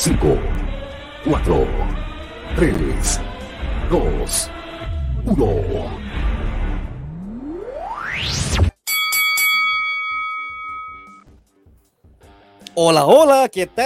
5, 4, 3, 2, 1. Hola, hola, ¿qué tal?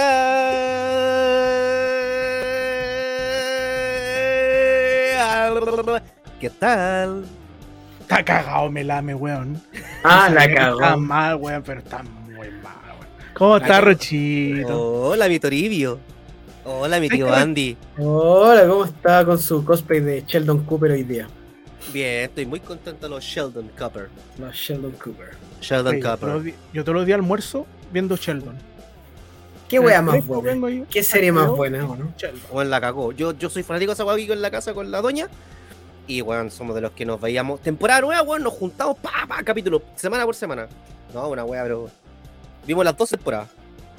¿Qué tal? Está cagado, me lame, weón. Ah, Yo la sabía que cagó. Está mal, weón, pero está muy mal, weón. ¿Cómo está, Rochito? Hola, mi Toribio. Hola, mi ¿Sabes tío qué, Andy. Hola, ¿cómo está con su cosplay de Sheldon Cooper hoy día? Bien, estoy muy contento de los Sheldon Cooper. No, Sheldon Cooper. Sheldon Oye, Cooper. yo todos los días almuerzo viendo Sheldon. ¿Qué En wea el más teléfono buena? vengo yo, ¿Qué serie más HBO, buena, o no? Sheldon. Weón, la cagó. Yo soy fanático de esa weá en la casa con la doña. Y weón, somos de los que nos veíamos. Temporada nueva, weón, nos juntamos capítulo, semana por semana. No, una weá, pero. Vimos las 2 temporadas.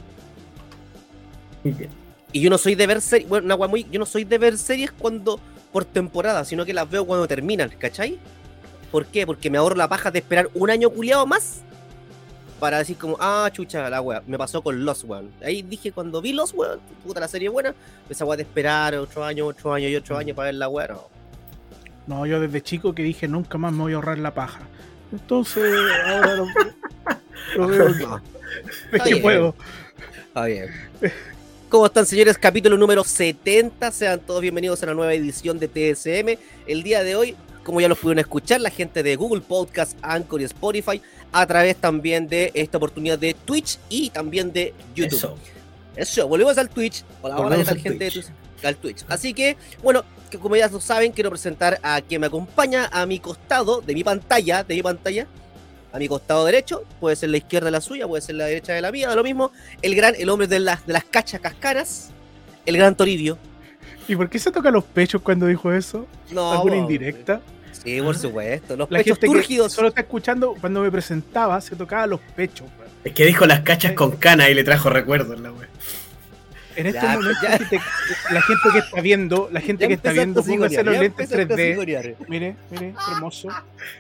Muy bien. Y yo no soy de ver series, bueno, una wea muy, yo no soy de ver series cuando por temporada, sino que las veo cuando terminan, ¿cachai? ¿Por qué? Porque me ahorro la paja de esperar un año culiado más para decir como, chucha, la wea, me pasó con Lost, weón. Ahí dije, cuando vi Lost, weón, puta, la serie buena, esa wea de esperar 8 años y 8 años para ver la wea, no. No, yo desde chico que dije nunca más me voy a ahorrar la paja. Entonces, ahora lo veo que, No, es está que bien. puedo. Está bien. ¿Cómo están, señores? Capítulo número 70. Sean todos bienvenidos a la nueva edición de TSM. El día de hoy, como ya los pudieron escuchar, la gente de Google Podcast, Anchor y Spotify, a través también de esta oportunidad de Twitch y también de YouTube. Eso, volvemos al Twitch. Hola, hola, ¿qué Volvemos tal, al gente de Twitch. al Twitch? Así que, bueno, que como ya lo saben, quiero presentar a quien me acompaña a mi costado, de mi pantalla, a mi costado derecho, puede ser la izquierda de la suya, puede ser la derecha de la mía, da lo mismo, el hombre de las cachas cascaras, el gran Toribio. ¿Y por qué se toca los pechos cuando dijo eso? No, ¿Alguna bo, indirecta? Sí, por supuesto, los La pechos gente que túrgidos. solo está escuchando cuando me presentaba se tocaba los pechos, weón. Es que dijo las cachas con cana y le trajo recuerdos la wea. En estos Ya, momentos, ya. la gente que está viendo, póngase los lentes 3D. Mire, hermoso.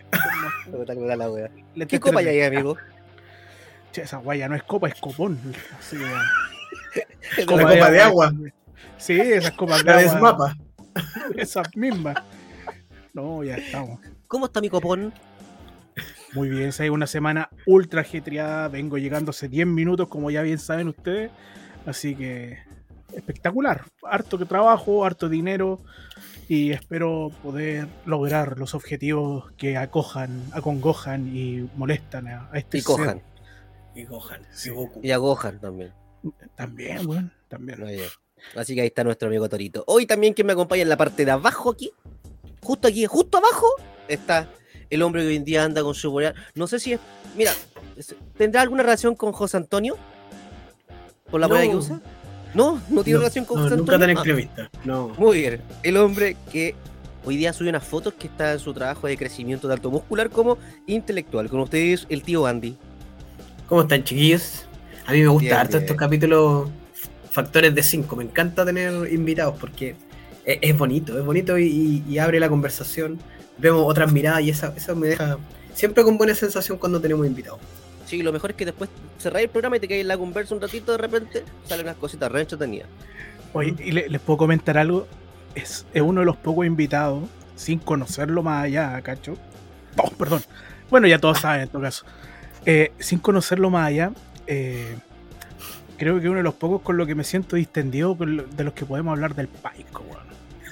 Lentes ¿Qué copa 3D. ya hay, amigo? Che, esa guaya no es copa, es copón. Así que, La copa de agua. Sí, esas copas de La agua. desmapa. Esas mismas. No, ya estamos. ¿Cómo está mi copón? Muy bien, esa es una semana ultra ajetreada. Vengo llegando hace 10 minutos, como ya bien saben ustedes. Así que espectacular. Harto que trabajo, harto dinero. Y espero poder lograr los objetivos que acongojan y molestan a este Y cojan. Y Gohan, Sí. y Goku. Y a Gohan también. ser. También, bueno, también. Muy bien. Así que ahí está nuestro amigo Torito. Hoy también quien me acompaña en la parte de abajo aquí, justo abajo, está el hombre que hoy en día anda con su boreal. No sé si es. Mira, ¿tendrá alguna relación con José Antonio? ¿Por la No. bola que usa? No tiene relación con José nunca Antonio. tan entrevista. No. Muy bien. El hombre que hoy día sube unas fotos que está en su trabajo de crecimiento tanto muscular como intelectual. Con ustedes, el tío Andy. ¿Cómo están, chiquillos? A mí me gusta Bien, harto bien. estos capítulos factores de 5. Me encanta tener invitados porque es bonito y abre la conversación. Vemos otras miradas y eso me deja siempre con buena sensación cuando tenemos invitados. Sí, lo mejor es que después cerráis el programa y te caes en la conversa un ratito, de repente salen unas cositas re entretenidas. Oye, y les puedo comentar algo. Es uno de los pocos invitados, sin conocerlo más allá, ¿cacho? Oh, perdón. Bueno, ya todos saben en todo caso. Sin conocerlo más allá, creo que uno de los pocos con lo que me siento distendido de los que podemos hablar del paico, weón.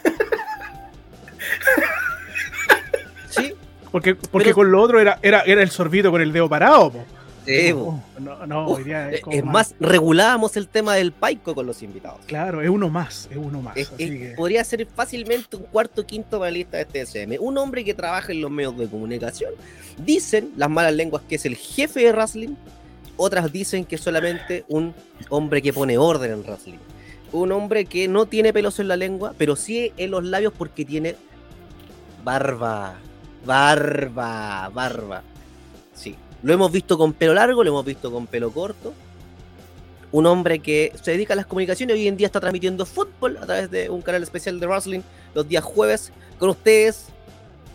Sí, Porque Pero- con lo otro era el sorbito con el dedo parado, po. sí, No, hoy día es como es más, regulábamos el tema del paico con los invitados. Claro, es uno más. Así que Podría ser fácilmente un cuarto o quinto panelista de este TSM. Un hombre que trabaja en los medios de comunicación. Dicen las malas lenguas que es el jefe de wrestling. Otras dicen que es solamente un hombre que pone orden en wrestling. Un hombre que no tiene pelos en la lengua, pero sí en los labios porque tiene barba. Sí. Lo hemos visto con pelo largo, lo hemos visto con pelo corto. Un hombre que se dedica a las comunicaciones y hoy en día está transmitiendo fútbol a través de un canal especial de wrestling los días jueves. Con ustedes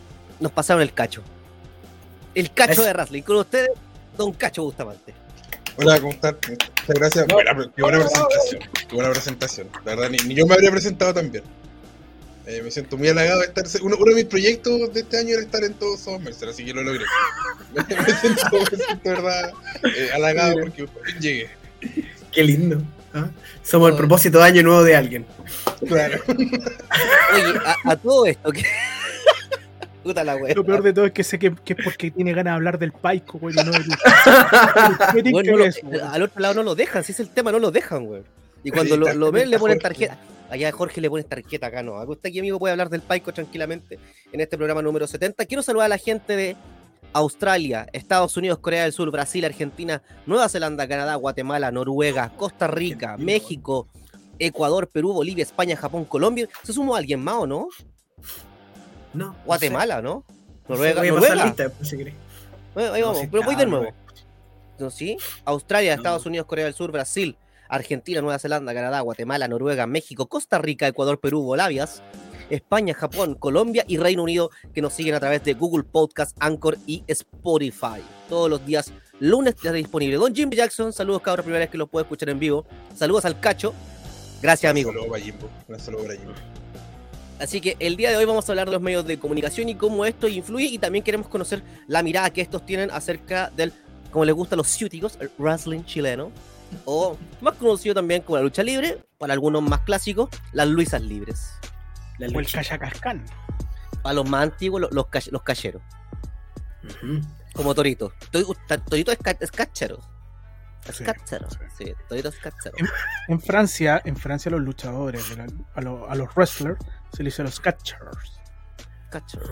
nos pasaron el cacho. El cacho Eso. de wrestling. Con ustedes, Don Cacho Bustamante. Hola, ¿cómo estás? Muchas gracias. Qué buena presentación. Qué buena presentación. La verdad, ni yo me habría presentado tan bien. Me siento muy halagado de estar. Uno de mis proyectos de este año era estar en todos Somos Mercer, así que lo logré. me siento de verdad halagado porque por fin llegué. Qué lindo. ¿Ah? Somos el propósito de año nuevo de alguien. Claro. Oye, a todo esto, ¿qué? Puta la wea. Lo peor de todo es que sé que es porque tiene ganas de hablar del Paico, güey. No, Bueno, al otro lado no lo dejan, si es el tema, no lo dejan, güey. Y cuando lo ven, le ponen tarjeta. Allá a Jorge le ponen tarjeta, acá no. Usted aquí, amigo, puede hablar del Paico tranquilamente en este programa número 70. Quiero saludar a la gente de Australia, Estados Unidos, Corea del Sur, Brasil, Argentina, Nueva Zelanda, Canadá, Guatemala, Noruega, Costa Rica, México, Ecuador, Perú, Bolivia, España, Japón, Colombia. ¿Se sumó alguien más o no? No. Guatemala, ¿no? Noruega. Noruega. Voy a pasar lista, si querés. Bueno, ahí vamos, sí, pero voy de nuevo. Noruega. ¿No, sí? Australia, Estados Unidos, Corea del Sur, Brasil, Argentina, Nueva Zelanda, Canadá, Guatemala, Noruega, México, Costa Rica, Ecuador, Perú, Bolivia, España, Japón, Colombia y Reino Unido, que nos siguen a través de Google Podcast, Anchor y Spotify. Todos los días, lunes, ya disponible. Don Jim Jackson, saludos, cabros, primera vez que los puedo escuchar en vivo. Saludos al Cacho. Gracias, amigo. Un saludo para Jimbo. Así que el día de hoy vamos a hablar de los medios de comunicación y cómo esto influye, y también queremos conocer la mirada que estos tienen acerca del, como les gusta a los ciúticos, el wrestling chileno, o más conocido también como la lucha libre, para algunos más clásicos, las luisas libres. O el Cachacascán. Para los más antiguos, los cacheros. Como Torito. Torito es cachero. Es Sí, cachero. sí. Sí, Torito es cachero. En Francia a los luchadores, a los wrestlers, se les dice los catchers. Cachero.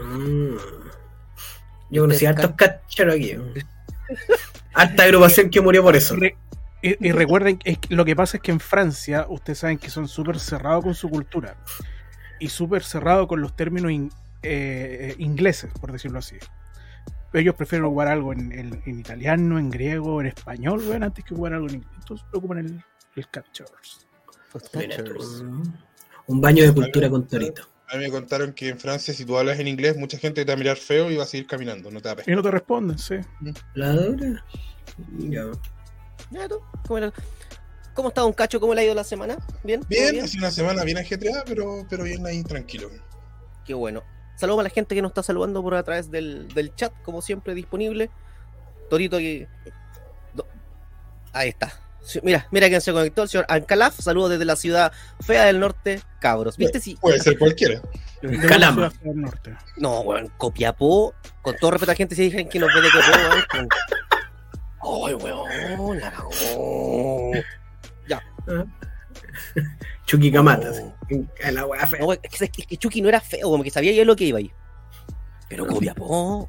Yo conocí a hartos cacheros aquí. Harta agrupación que murió por eso. Y recuerden, lo que pasa es que en Francia, ustedes saben que son súper cerrados con su cultura y súper cerrados con los términos ingleses, por decirlo así. Ellos prefieren jugar algo en italiano, en griego, en español, bueno, antes que jugar algo en inglés. Entonces preocupan el catchers. Los cachers. Un baño de cultura con Torito. A mí me contaron que en Francia, si tú hablas en inglés, mucha gente te va a mirar feo y va a seguir caminando, no te va a Y pescar. no te responden, sí. ¿La dura? Ya. Ya, ¿tú? ¿Cómo está Don Cacho? ¿Cómo le ha ido la semana? ¿Bien? ¿Todo Bien, ha sido una semana bien ajetreada, pero bien ahí, tranquilo. Qué bueno. Saludos a la gente que nos está saludando por a través del chat, como siempre disponible. Torito aquí. Ahí está. Sí, mira quién se conectó, el señor Ancalaf. Saludos desde la ciudad fea del norte, cabros. ¿Viste? Sí. Puede ser cualquiera. Calama. Del norte. No, weón, Copiapó. Con todo respeto a la gente, si dijeron que nos ve de Copiapó, weón. Ay, weón, la cagó. Ya. Chucky Camatas. La wea fea. No, weón, es que Chucky no era feo, como que sabía yo lo que iba ahí. Pero Copiapó.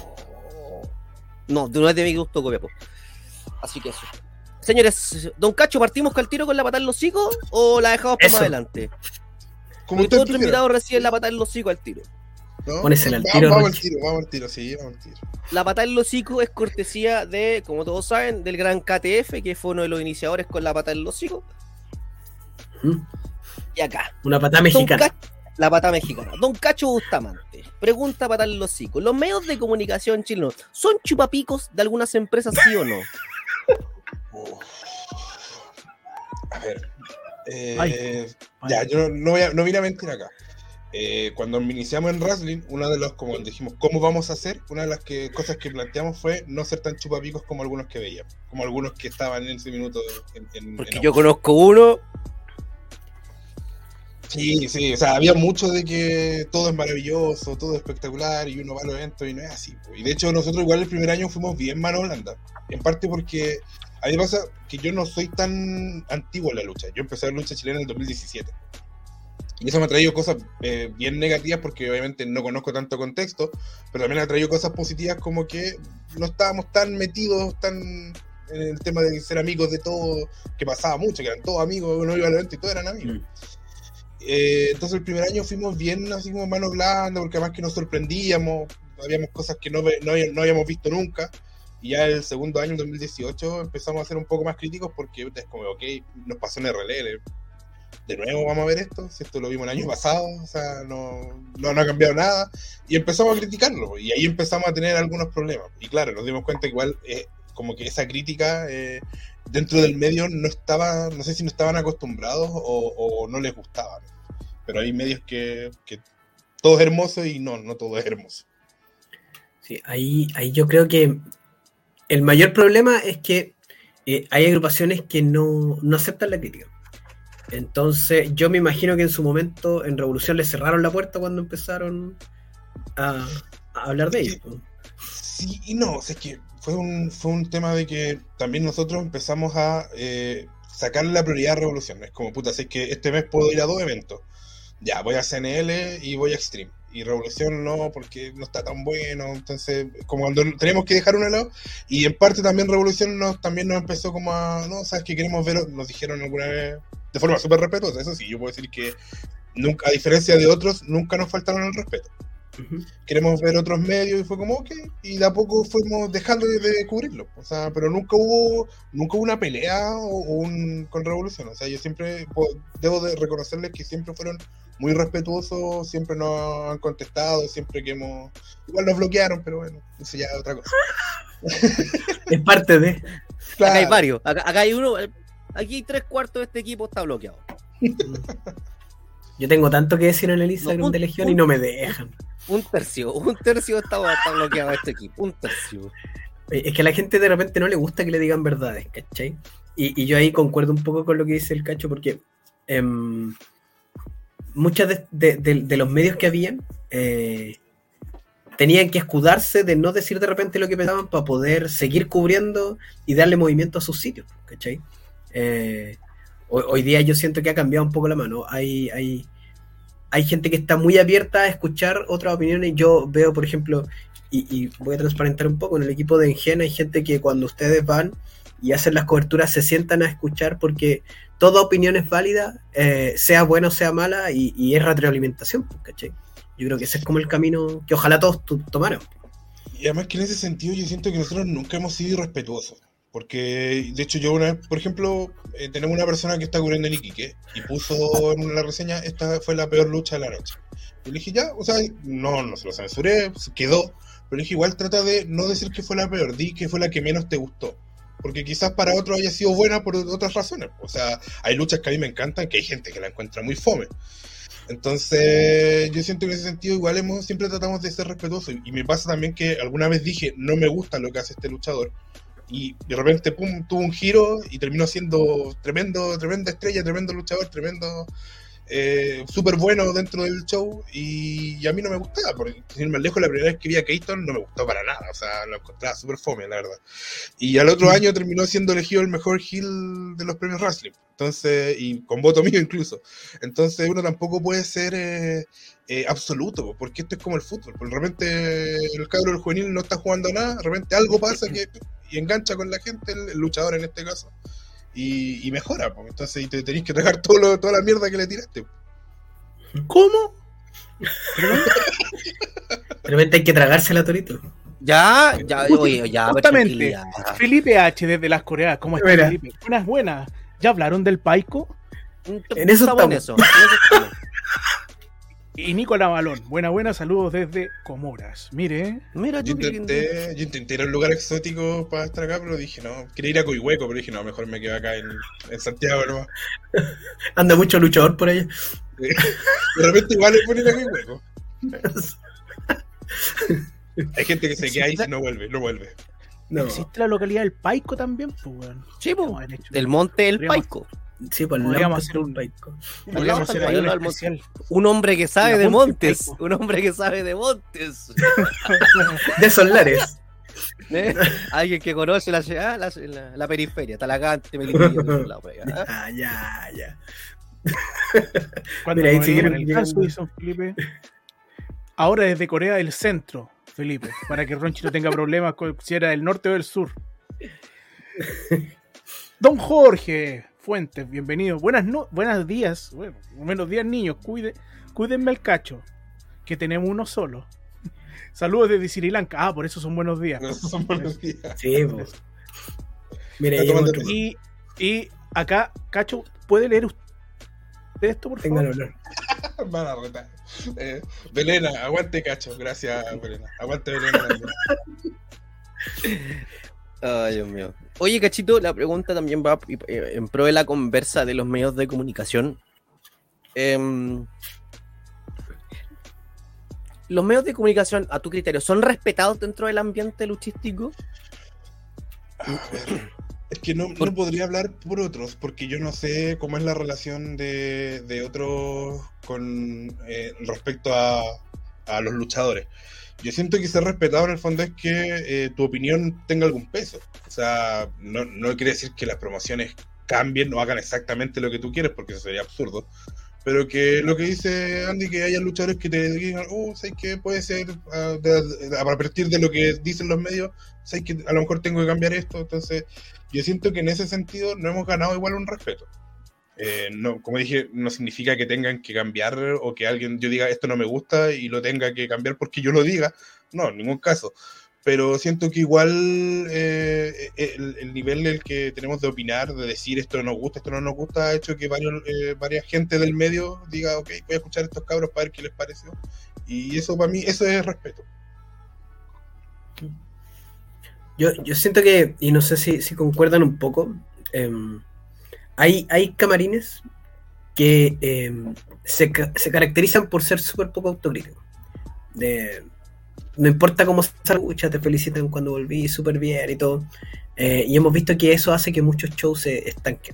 No, no es de mi gusto Copiapó. Así que eso. Señores, Don Cacho, ¿partimos al tiro con la patada en los hocicos o la dejamos para Eso. más adelante? Como Porque usted todos los prefiera, invitados reciben la patada en los hocicos al tiro. ¿no? Pónesela al tiro, Vamos al Rochi. tiro, vamos al tiro, sí, vamos al tiro. La patada en los hocicos es cortesía de, como todos saben, del gran KTF, que fue uno de los iniciadores con la patada en los hocicos. Y acá, Una patada Don mexicana. la patada mexicana. Don Cacho Bustamante pregunta patada en los hocicos. ¿Los medios de comunicación chilenos son chupapicos de algunas empresas, sí o no? A ver. Ay. Ya, yo no voy a mentir acá. Cuando iniciamos en wrestling, una de los, como dijimos, ¿cómo vamos a hacer? Una de las cosas que planteamos fue no ser tan chupapicos como algunos que veíamos, como algunos que estaban en ese minuto. Porque yo conozco uno. Sí, o sea, había mucho de que todo es maravilloso, todo es espectacular y uno va a los eventos y no es así. Y de hecho nosotros igual el primer año fuimos bien mano blanda, en parte porque a mí me pasa que yo no soy tan antiguo en la lucha. Yo empecé a ver lucha chilena en el 2017 y eso me ha traído cosas bien negativas porque obviamente no conozco tanto contexto, pero también me ha traído cosas positivas como que no estábamos tan metidos en el tema de ser amigos de todos, que pasaba mucho, que eran todos amigos, uno iba al evento y todos eran amigos. Entonces el primer año fuimos bien así como mano blanda, porque además que nos sorprendíamos, habíamos cosas que no habíamos visto nunca, y ya el segundo año, en 2018, empezamos a ser un poco más críticos porque es como, ok, nos pasó en RLL, de nuevo vamos a ver esto, si esto lo vimos el año pasado, o sea, no ha cambiado nada, y empezamos a criticarlo, y ahí empezamos a tener algunos problemas, y claro, nos dimos cuenta que igual como que esa crítica dentro del medio no estaba, no sé si no estaban acostumbrados o no les gustaban. Pero hay medios que todo es hermoso y no todo es hermoso. Sí, ahí yo creo que el mayor problema es que hay agrupaciones que no aceptan la crítica. Entonces, yo me imagino que en su momento en Revolución les cerraron la puerta cuando empezaron a hablar de ellos. Sí y no, o sea, es que fue un tema de que también nosotros empezamos a sacarle la prioridad a Revolución. Es como, puta, si es que este mes puedo ir a 2 eventos. Ya, voy a CNL y voy a Extreme. Y Revolución no, porque no está tan bueno. Entonces, como cuando tenemos que dejar uno de lado. Y en parte también Revolución también nos empezó como a, no, sabes que queremos ver, nos dijeron alguna vez, de forma súper respetuosa, eso sí, yo puedo decir que nunca, a diferencia de otros, nunca nos faltaron el respeto. Uh-huh. Queremos ver otros medios y fue como, ok, y de a poco fuimos dejando de cubrirlo. O sea, pero nunca hubo una pelea con Revolución. O sea, yo siempre debo de reconocerles que siempre fueron muy respetuosos, siempre nos han contestado, siempre que igual nos bloquearon, pero bueno, eso ya es otra cosa. Es parte de... Claro. Acá hay varios, acá hay uno, aquí 3/4 de este equipo está bloqueado. Yo tengo tanto que decir en el Instagram de Legión y no me dejan. Un tercio está bloqueado este equipo, un tercio. Es que a la gente de repente no le gusta que le digan verdades, ¿cachai? Y yo ahí concuerdo un poco con lo que dice el Cacho, porque muchos de los medios que habían tenían que escudarse de no decir de repente lo que pensaban para poder seguir cubriendo y darle movimiento a sus sitios, ¿cachai? Hoy día yo siento que ha cambiado un poco la mano. Hay gente que está muy abierta a escuchar otras opiniones. Yo veo, por ejemplo, y voy a transparentar un poco, en el equipo de Engen hay gente que cuando ustedes van y hacen las coberturas se sientan a escuchar porque toda opinión es válida, sea buena o sea mala, y es retroalimentación, ¿cachai? Yo creo que ese es como el camino que ojalá todos tomaran. Y además que en ese sentido yo siento que nosotros nunca hemos sido irrespetuosos. Porque, de hecho, yo una vez, por ejemplo, tenemos una persona que está cubriendo en Iquique y puso en la reseña, esta fue la peor lucha de la noche. Y le dije, ya, o sea, no se lo censuré, quedó. Pero le dije, igual trata de no decir que fue la peor, di que fue la que menos te gustó. Porque quizás para otro haya sido buena por otras razones. O sea, hay luchas que a mí me encantan, que hay gente que la encuentra muy fome. Entonces, yo siento que en ese sentido igual siempre tratamos de ser respetuosos. Y me pasa también que alguna vez dije, no me gusta lo que hace este luchador. Y de repente, pum, tuvo un giro y terminó siendo tremenda estrella, tremendo luchador, tremendo, súper bueno dentro del show. Y a mí no me gustaba, porque sin ir más lejos, la primera vez que vi a Keaton no me gustó para nada. O sea, lo encontraba súper fome, la verdad. Y al otro año terminó siendo elegido el mejor heel de los premios Wrestling. Entonces, y con voto mío incluso. Entonces uno tampoco puede ser absoluto, porque esto es como el fútbol. De repente el cabro del juvenil no está jugando nada, de repente algo pasa y engancha con la gente, el luchador en este caso, y mejora. Pues. Entonces te tenéis que tragar toda la mierda que le tiraste. ¿Cómo? De repente hay que tragársela, Torito. Ya, oye, ya. Justamente, Felipe H. desde las Coreas, ¿cómo está, Mira. Felipe? Buenas. ¿Ya hablaron del Paico? En eso estamos. Y Nicolás Balón, buena, saludos desde Comoras. Mire. Mira, Yo intenté ir a un lugar exótico para estar acá, pero dije, no, quería ir a Coihueco, pero dije, no, mejor me quedo acá en Santiago, ¿no? Anda mucho luchador por allá. De repente igual le ponen a Coihueco. Hay gente que se queda ahí y no vuelve. No. ¿Existe la localidad del Paico también? Pues, bueno. Sí, pues, del Monte del Paico. Sí, pues Podríamos hacer un Paico. Podríamos hacer ahí un al especial. Un hombre que sabe La de Monte montes. Paico. Un hombre que sabe de montes. De Solares. ¿Eh? Alguien que conoce la periferia, Talagante, Melipilla, por lado, ¿eh? Ya. Cuando Mira, ahí nos siguieron venimos en el caso, dice Felipe. Ahora desde Corea del Centro, Felipe, para que Ronchi no tenga problemas con si era del norte o del sur. Don Jorge Fuentes, bienvenido. Buenos días. Bueno, buenos días, niños. Cuídenme el cacho, que tenemos uno solo. Saludos desde Sri Lanka. Ah, por eso son buenos días. Esos son buenos días. Sí, pues. Mira, Está tomando Y acá, Cacho, ¿puede leer usted esto, por favor? Tengan olor. Van a retar. Belena, aguante Cacho. Gracias, Belena. Aguante Belena. Ay, Dios mío. Oye, Cachito, la pregunta también va en pro de la conversa de los medios de comunicación. ¿Los medios de comunicación, a tu criterio, son respetados dentro del ambiente luchístico? A ver, es que no podría hablar por otros, porque yo no sé cómo es la relación de otros con respecto a los luchadores. Yo siento que ser respetado en el fondo es que tu opinión tenga algún peso. O sea, no quiere decir que las promociones cambien o hagan exactamente lo que tú quieres, porque eso sería absurdo. Pero que lo que dice Andy, que haya luchadores que te digan, ¿sabes qué? Puede ser, a partir de lo que dicen los medios, ¿sabes que a lo mejor tengo que cambiar esto? Entonces, yo siento que en ese sentido no hemos ganado igual un respeto. No, como dije, no significa que tengan que cambiar o que alguien yo diga esto no me gusta y lo tenga que cambiar porque yo lo diga. No, en ningún caso. Pero siento que igual el nivel del que tenemos de opinar, de decir esto no nos gusta, esto no nos gusta, ha hecho que varias gente del medio diga, ok, voy a escuchar a estos cabros para ver qué les pareció. Y eso para mí, eso es respeto. Yo siento que, y no sé si concuerdan un poco, hay camarines que se caracterizan por ser súper poco autocríticos. No importa cómo se escucha, te felicitan cuando volví súper bien y todo. Y hemos visto que eso hace que muchos shows se estanquen.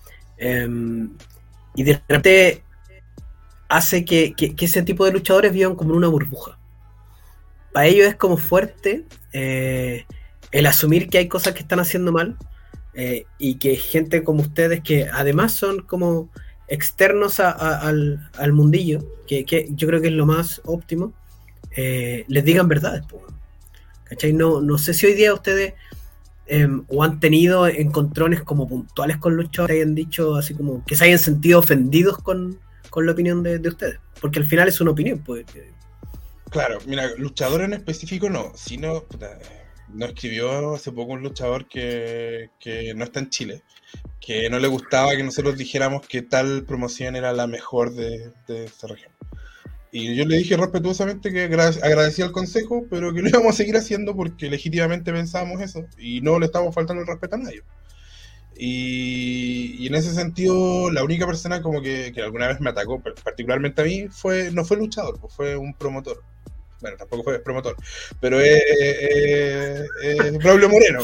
Y de repente hace que ese tipo de luchadores vivan como en una burbuja. Para ellos es como fuerte el asumir que hay cosas que están haciendo mal. Y que gente como ustedes, que además son como externos al mundillo, que yo creo que es lo más óptimo, les digan verdades, ¿cachai? No sé si hoy día ustedes o han tenido encontrones como puntuales con luchadores que hayan dicho así como que se hayan sentido ofendidos con la opinión de ustedes, porque al final es una opinión, pues. Claro, mira, luchador en específico no, sino nos escribió hace poco un luchador que no está en Chile, que no le gustaba que nosotros dijéramos que tal promoción era la mejor de esta región. Y yo le dije respetuosamente que agradecía el consejo, pero que lo íbamos a seguir haciendo porque legítimamente pensábamos eso y no le estábamos faltando el respeto a nadie. Y en ese sentido, la única persona como que alguna vez me atacó, particularmente a mí, no fue luchador, pues fue un promotor. Bueno, tampoco fue promotor, pero es Braulio Moreno.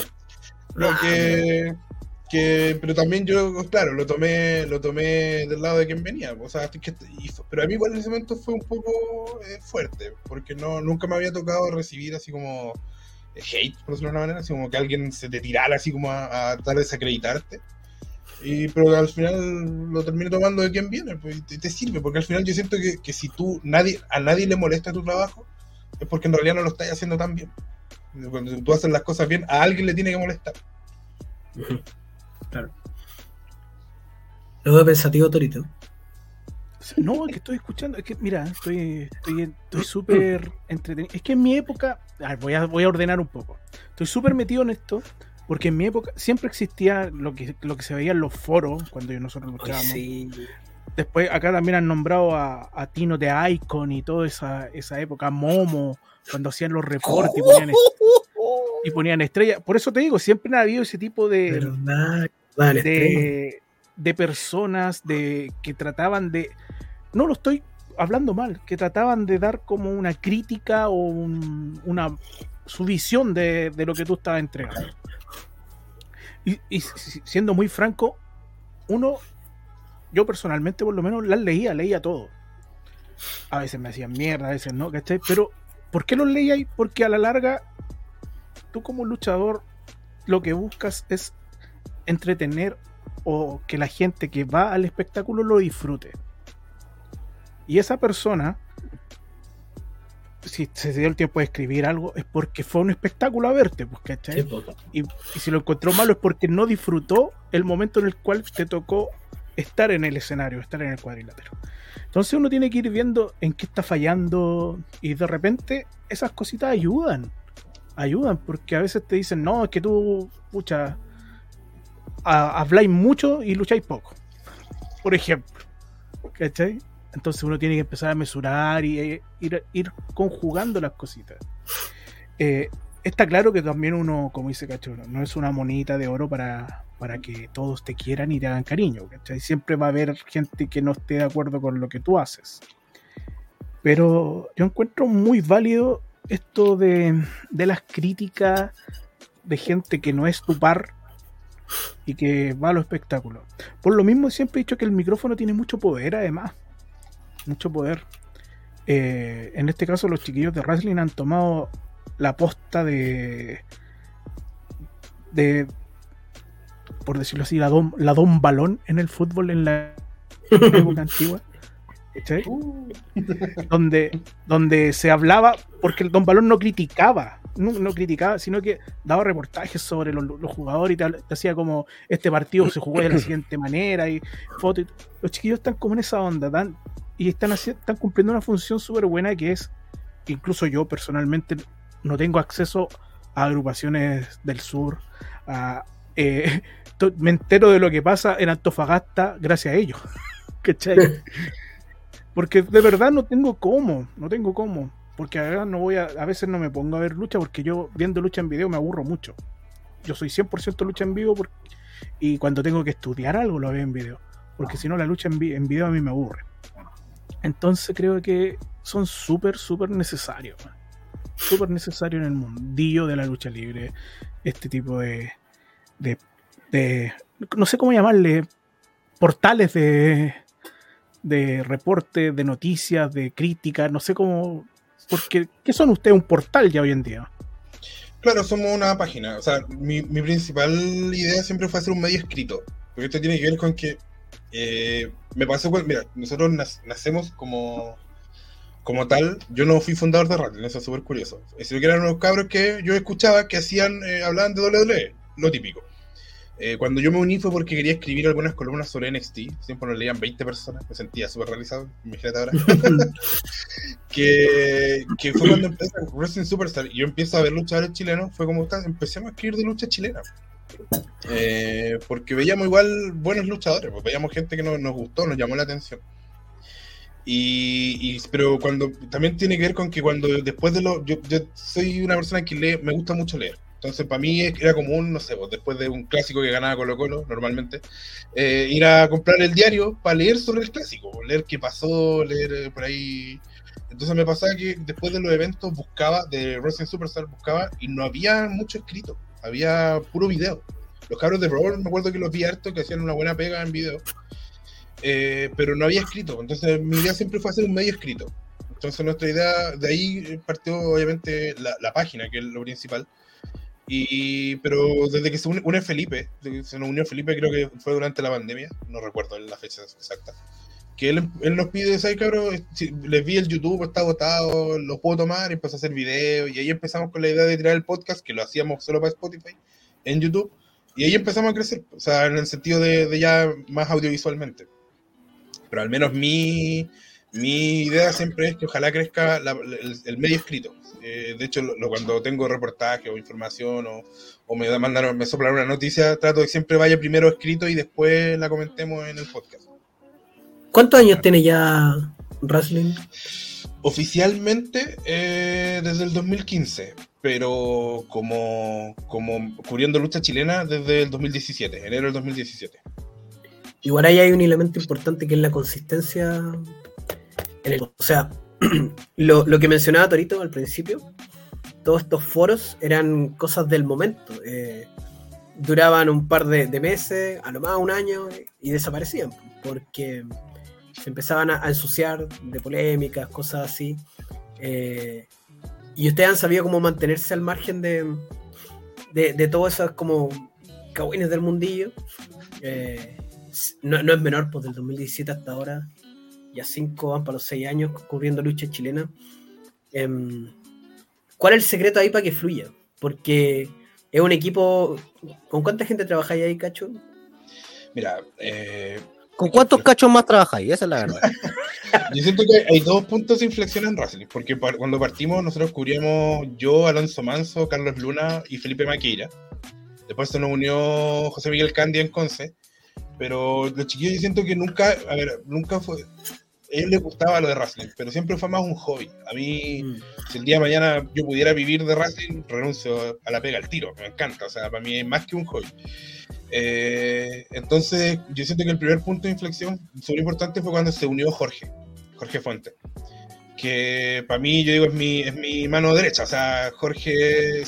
Pero también yo, claro, lo tomé del lado de quien venía. O sea, pero a mí igual en ese momento fue un poco fuerte, porque nunca me había tocado recibir así como hate, por decirlo de una manera, así como que alguien se te tirara así como a tratar de desacreditarte. Pero al final lo termino tomando de quien viene, pues, y te sirve, porque al final yo siento que si a nadie le molesta tu trabajo, es porque en realidad no lo estás haciendo tan bien. Cuando tú haces las cosas bien, a alguien le tiene que molestar. Claro. Lo veo pensativo, Torito. No, es que estoy escuchando, es que mira, estoy súper entretenido. Es que en mi época, voy a ordenar un poco. Estoy súper metido en esto, porque en mi época siempre existía lo que se veía en los foros cuando nosotros luchábamos. Sí. Después acá también han nombrado a Tino de Icon y toda esa época, Momo, cuando hacían los reportes y ponían estrellas. Por eso te digo, siempre ha habido ese tipo de personas que trataban de... No lo estoy hablando mal, que trataban de dar como una crítica o su visión de lo que tú estabas entregando. Y siendo muy franco, yo personalmente por lo menos las leía todo. A veces me hacían mierda, a veces no, ¿cachai? Pero ¿por qué los leía? Porque a la larga, tú como luchador, lo que buscas es entretener o que la gente que va al espectáculo lo disfrute. Y esa persona, si se dio el tiempo de escribir algo, es porque fue un espectáculo a verte, pues, ¿cachai? Y si lo encontró malo es porque no disfrutó el momento en el cual te tocó estar en el escenario, estar en el cuadrilátero. Entonces uno tiene que ir viendo en qué está fallando y de repente esas cositas ayudan porque a veces te dicen, no, es que tú, pucha, habláis mucho y lucháis poco, por ejemplo, ¿cachai? Entonces uno tiene que empezar a mesurar y ir conjugando las cositas. está claro que también uno, como dice Cacho, no es una monedita de oro para que todos te quieran y te hagan cariño, ¿cachai? Siempre va a haber gente que no esté de acuerdo con lo que tú haces. Pero yo encuentro muy válido esto de las críticas de gente que no es tu par y que va a los espectáculos. Por lo mismo siempre he dicho que el micrófono tiene mucho poder, además. Mucho poder. En este caso los chiquillos de wrestling han tomado la posta de por decirlo así, la don balón en el fútbol en la época antigua. ¿Sí? Donde se hablaba, porque el Don Balón no criticaba, sino que daba reportajes sobre los jugadores y tal, hacía como este partido se jugó de la siguiente manera y fotos. Los chiquillos están como en esa onda y están cumpliendo una función súper buena, que es, incluso yo personalmente no tengo acceso a agrupaciones del sur, me entero de lo que pasa en Antofagasta gracias a ellos. ¿Cachai? Porque de verdad no tengo cómo, porque a veces no me pongo a ver lucha, porque yo viendo lucha en video me aburro mucho. Yo soy 100% lucha en vivo y cuando tengo que estudiar algo lo veo en video, porque si no la lucha en video a mí me aburre. Entonces creo que son súper necesarios, súper necesarios en el mundillo de la lucha libre, este tipo de no sé cómo llamarle, portales de reporte, de noticias, de críticas, no sé cómo, porque ¿qué son ustedes? Un portal ya hoy en día. Claro, somos una página. O sea, mi principal idea siempre fue hacer un medio escrito, porque esto tiene que ver con que me pasó mira, nosotros nacemos como tal. Yo no fui fundador de Rattle, eso es súper curioso, sino que eran unos cabros que yo escuchaba que hablaban de WWE, lo típico. Cuando yo me uní fue porque quería escribir algunas columnas sobre NXT. Siempre nos leían 20 personas, me sentía súper realizado, imagínate ahora. que fue cuando empecé Wrestling Superstar y yo empiezo a ver luchadores chilenos. Fue como empecemos a escribir de lucha chilena, porque veíamos igual buenos luchadores, pues veíamos gente que nos gustó, nos llamó la atención. Pero cuando también tiene que ver con que cuando después de yo soy una persona que lee, me gusta mucho leer. Entonces, para mí era común, no sé, pues, después de un clásico que ganaba Colo-Colo, normalmente, ir a comprar el diario para leer sobre el clásico, leer qué pasó, leer por ahí. Entonces me pasaba que después de los eventos de Wrestling Superstar buscaba y no había mucho escrito, había puro video. Los cabros de Brawl, me acuerdo que los vi harto, que hacían una buena pega en video, pero no había escrito. Entonces mi idea siempre fue hacer un medio escrito. Entonces nuestra idea, de ahí partió obviamente la página, que es lo principal. Pero desde que se une Felipe, se nos unió Felipe, creo que fue durante la pandemia, no recuerdo la fecha exacta, que él nos pide, ¿sabes, cabrón? Les vi el YouTube, está agotado, lo puedo tomar, y empezó a hacer videos, y ahí empezamos con la idea de tirar el podcast, que lo hacíamos solo para Spotify, en YouTube, y ahí empezamos a crecer, o sea, en el sentido de ya más audiovisualmente. Pero al menos mi idea siempre es que ojalá crezca el medio escrito. De hecho, cuando tengo reportaje o información o me soplan una noticia, trato de que siempre vaya primero escrito y después la comentemos en el podcast. ¿Cuántos años tiene ya Wrestling? Oficialmente desde el 2015, pero como cubriendo lucha chilena desde el 2017, enero del 2017. Igual ahí hay un elemento importante que es la consistencia. O sea, lo que mencionaba Torito al principio, todos estos foros eran cosas del momento. Duraban un par de meses, a lo más un año, y desaparecían, porque se empezaban a ensuciar de polémicas, cosas así. Y ustedes han sabido cómo mantenerse al margen de todas esas como cagüines del mundillo. No es menor, pues del 2017 hasta ahora, ya 5 van para los 6 años cubriendo lucha chilena. ¿Cuál es el secreto ahí para que fluya? Porque es un equipo. ¿Con cuánta gente trabajáis ahí, Cacho? Mira, ¿con cuántos cachos más trabajáis? Esa es la verdad. Yo siento que hay 2 puntos de inflexión en wrestling, porque cuando partimos nosotros cubríamos yo, Alonso Manso, Carlos Luna y Felipe Maqueira. Después se nos unió José Miguel Candia en Conce. Pero los chiquillos, yo siento que nunca fue. ellos les gustaba lo de wrestling, pero siempre fue más un hobby. A mí, si el día de mañana yo pudiera vivir de wrestling, renuncio a la pega al tiro, me encanta, o sea, para mí es más que un hobby. Entonces, yo siento que el primer punto de inflexión súper importante fue cuando se unió Jorge Fuente, que para mí, yo digo, es mi mano derecha, o sea, Jorge.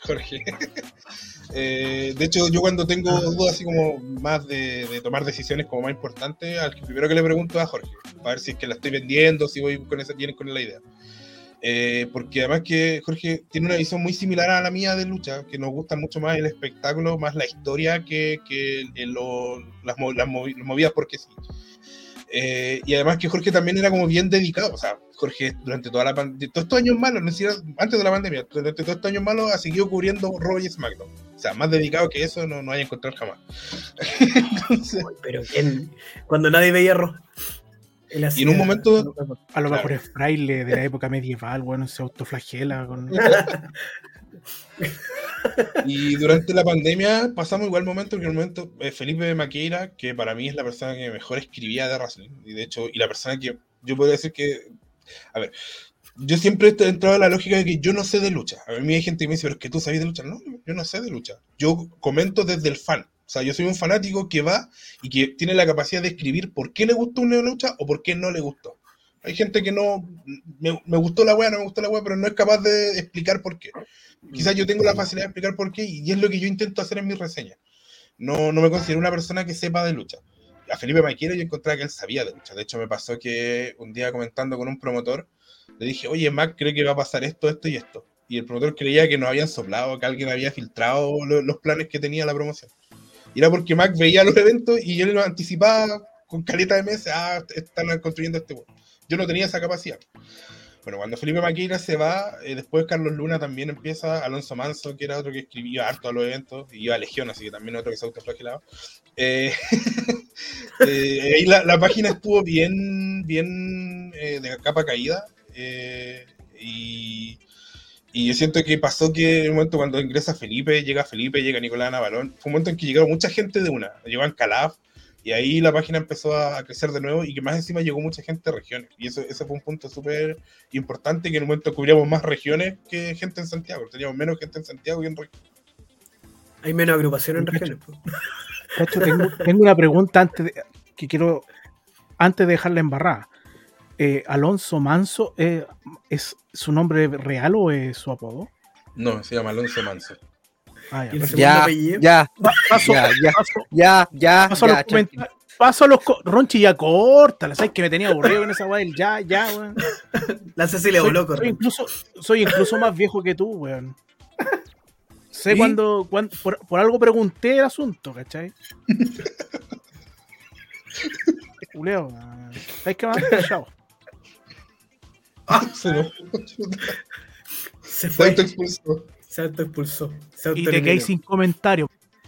De hecho, yo cuando tengo dudas así como más de tomar decisiones como más importantes, al primero que le pregunto es a Jorge, para ver si es que la estoy vendiendo, si voy con esa, tienen con la idea. Porque además que Jorge tiene una visión muy similar a la mía de lucha, que nos gusta mucho más el espectáculo, más la historia que las movidas porque sí. Y además que Jorge también era como bien dedicado, o sea, Jorge durante todos estos años malos, no siquiera antes de la pandemia, durante todos estos años malos ha seguido cubriendo Raw y SmackDown. O sea, más dedicado que eso no hay a encontrar jamás. Entonces, pero cuando nadie veía Raw. Y en un momento, a lo mejor es fraile de la época medieval, bueno, se autoflagela con... Y durante la pandemia pasamos igual momento, porque en el momento Felipe Maqueira, que para mí es la persona que mejor escribía de wrestling, y de hecho, y la persona que yo podría decir que, a ver, yo siempre he entrado en la lógica de que yo no sé de lucha. A mí hay gente que me dice, pero es que tú sabes de lucha. No, yo no sé de lucha. Yo comento desde el fan. O sea, yo soy un fanático que va y que tiene la capacidad de escribir por qué le gustó una lucha o por qué no le gustó. Hay gente que no, me gustó la wea, no me gustó la wea, pero no es capaz de explicar por qué. Quizás yo tengo la facilidad de explicar por qué y es lo que yo intento hacer en mis reseñas. No me considero una persona que sepa de lucha. A Felipe Maquera yo encontraba que él sabía de lucha. De hecho, me pasó que un día comentando con un promotor, le dije, oye, Mac, creo que va a pasar esto, esto y esto. Y el promotor creía que nos habían soplado, que alguien había filtrado los planes que tenía la promoción. Y era porque Mac veía los eventos y él los anticipaba con caleta de meses. Están construyendo este bueno. Yo no tenía esa capacidad. Bueno, cuando Felipe Maqueira se va, después Carlos Luna también empieza, Alonso Manso, que era otro que escribía harto a los eventos, y iba a Legión, así que también otro que se autoflagelaba. Ahí la página estuvo bien de capa caída, y yo siento que pasó que en un momento cuando ingresa Felipe, llega Nicolás Navalón, fue un momento en que llegaron mucha gente de una, llegó Ancalaf, y ahí la página empezó a crecer de nuevo y que más encima llegó mucha gente de regiones. Y ese fue un punto súper importante, que en un momento cubríamos más regiones que gente en Santiago. Teníamos menos gente en Santiago que en regiones. Hay menos agrupación en regiones. Cacho, tengo una pregunta antes de dejarla embarrada. ¿Alonso Manso es su nombre real o es su apodo? No, se llama Alonso Manso. Paso a los Ronchi, ya córtala, ¿sabes? Que me tenía aburrido con esa weá del ya, weón. La Cecilia voló. Soy incluso más viejo que tú, weón. Sé cuando por algo pregunté el asunto, ¿cachai? Julio, ¿sabes qué más? Chao. Se autoexpulsó. Y te quedé sin comentarios.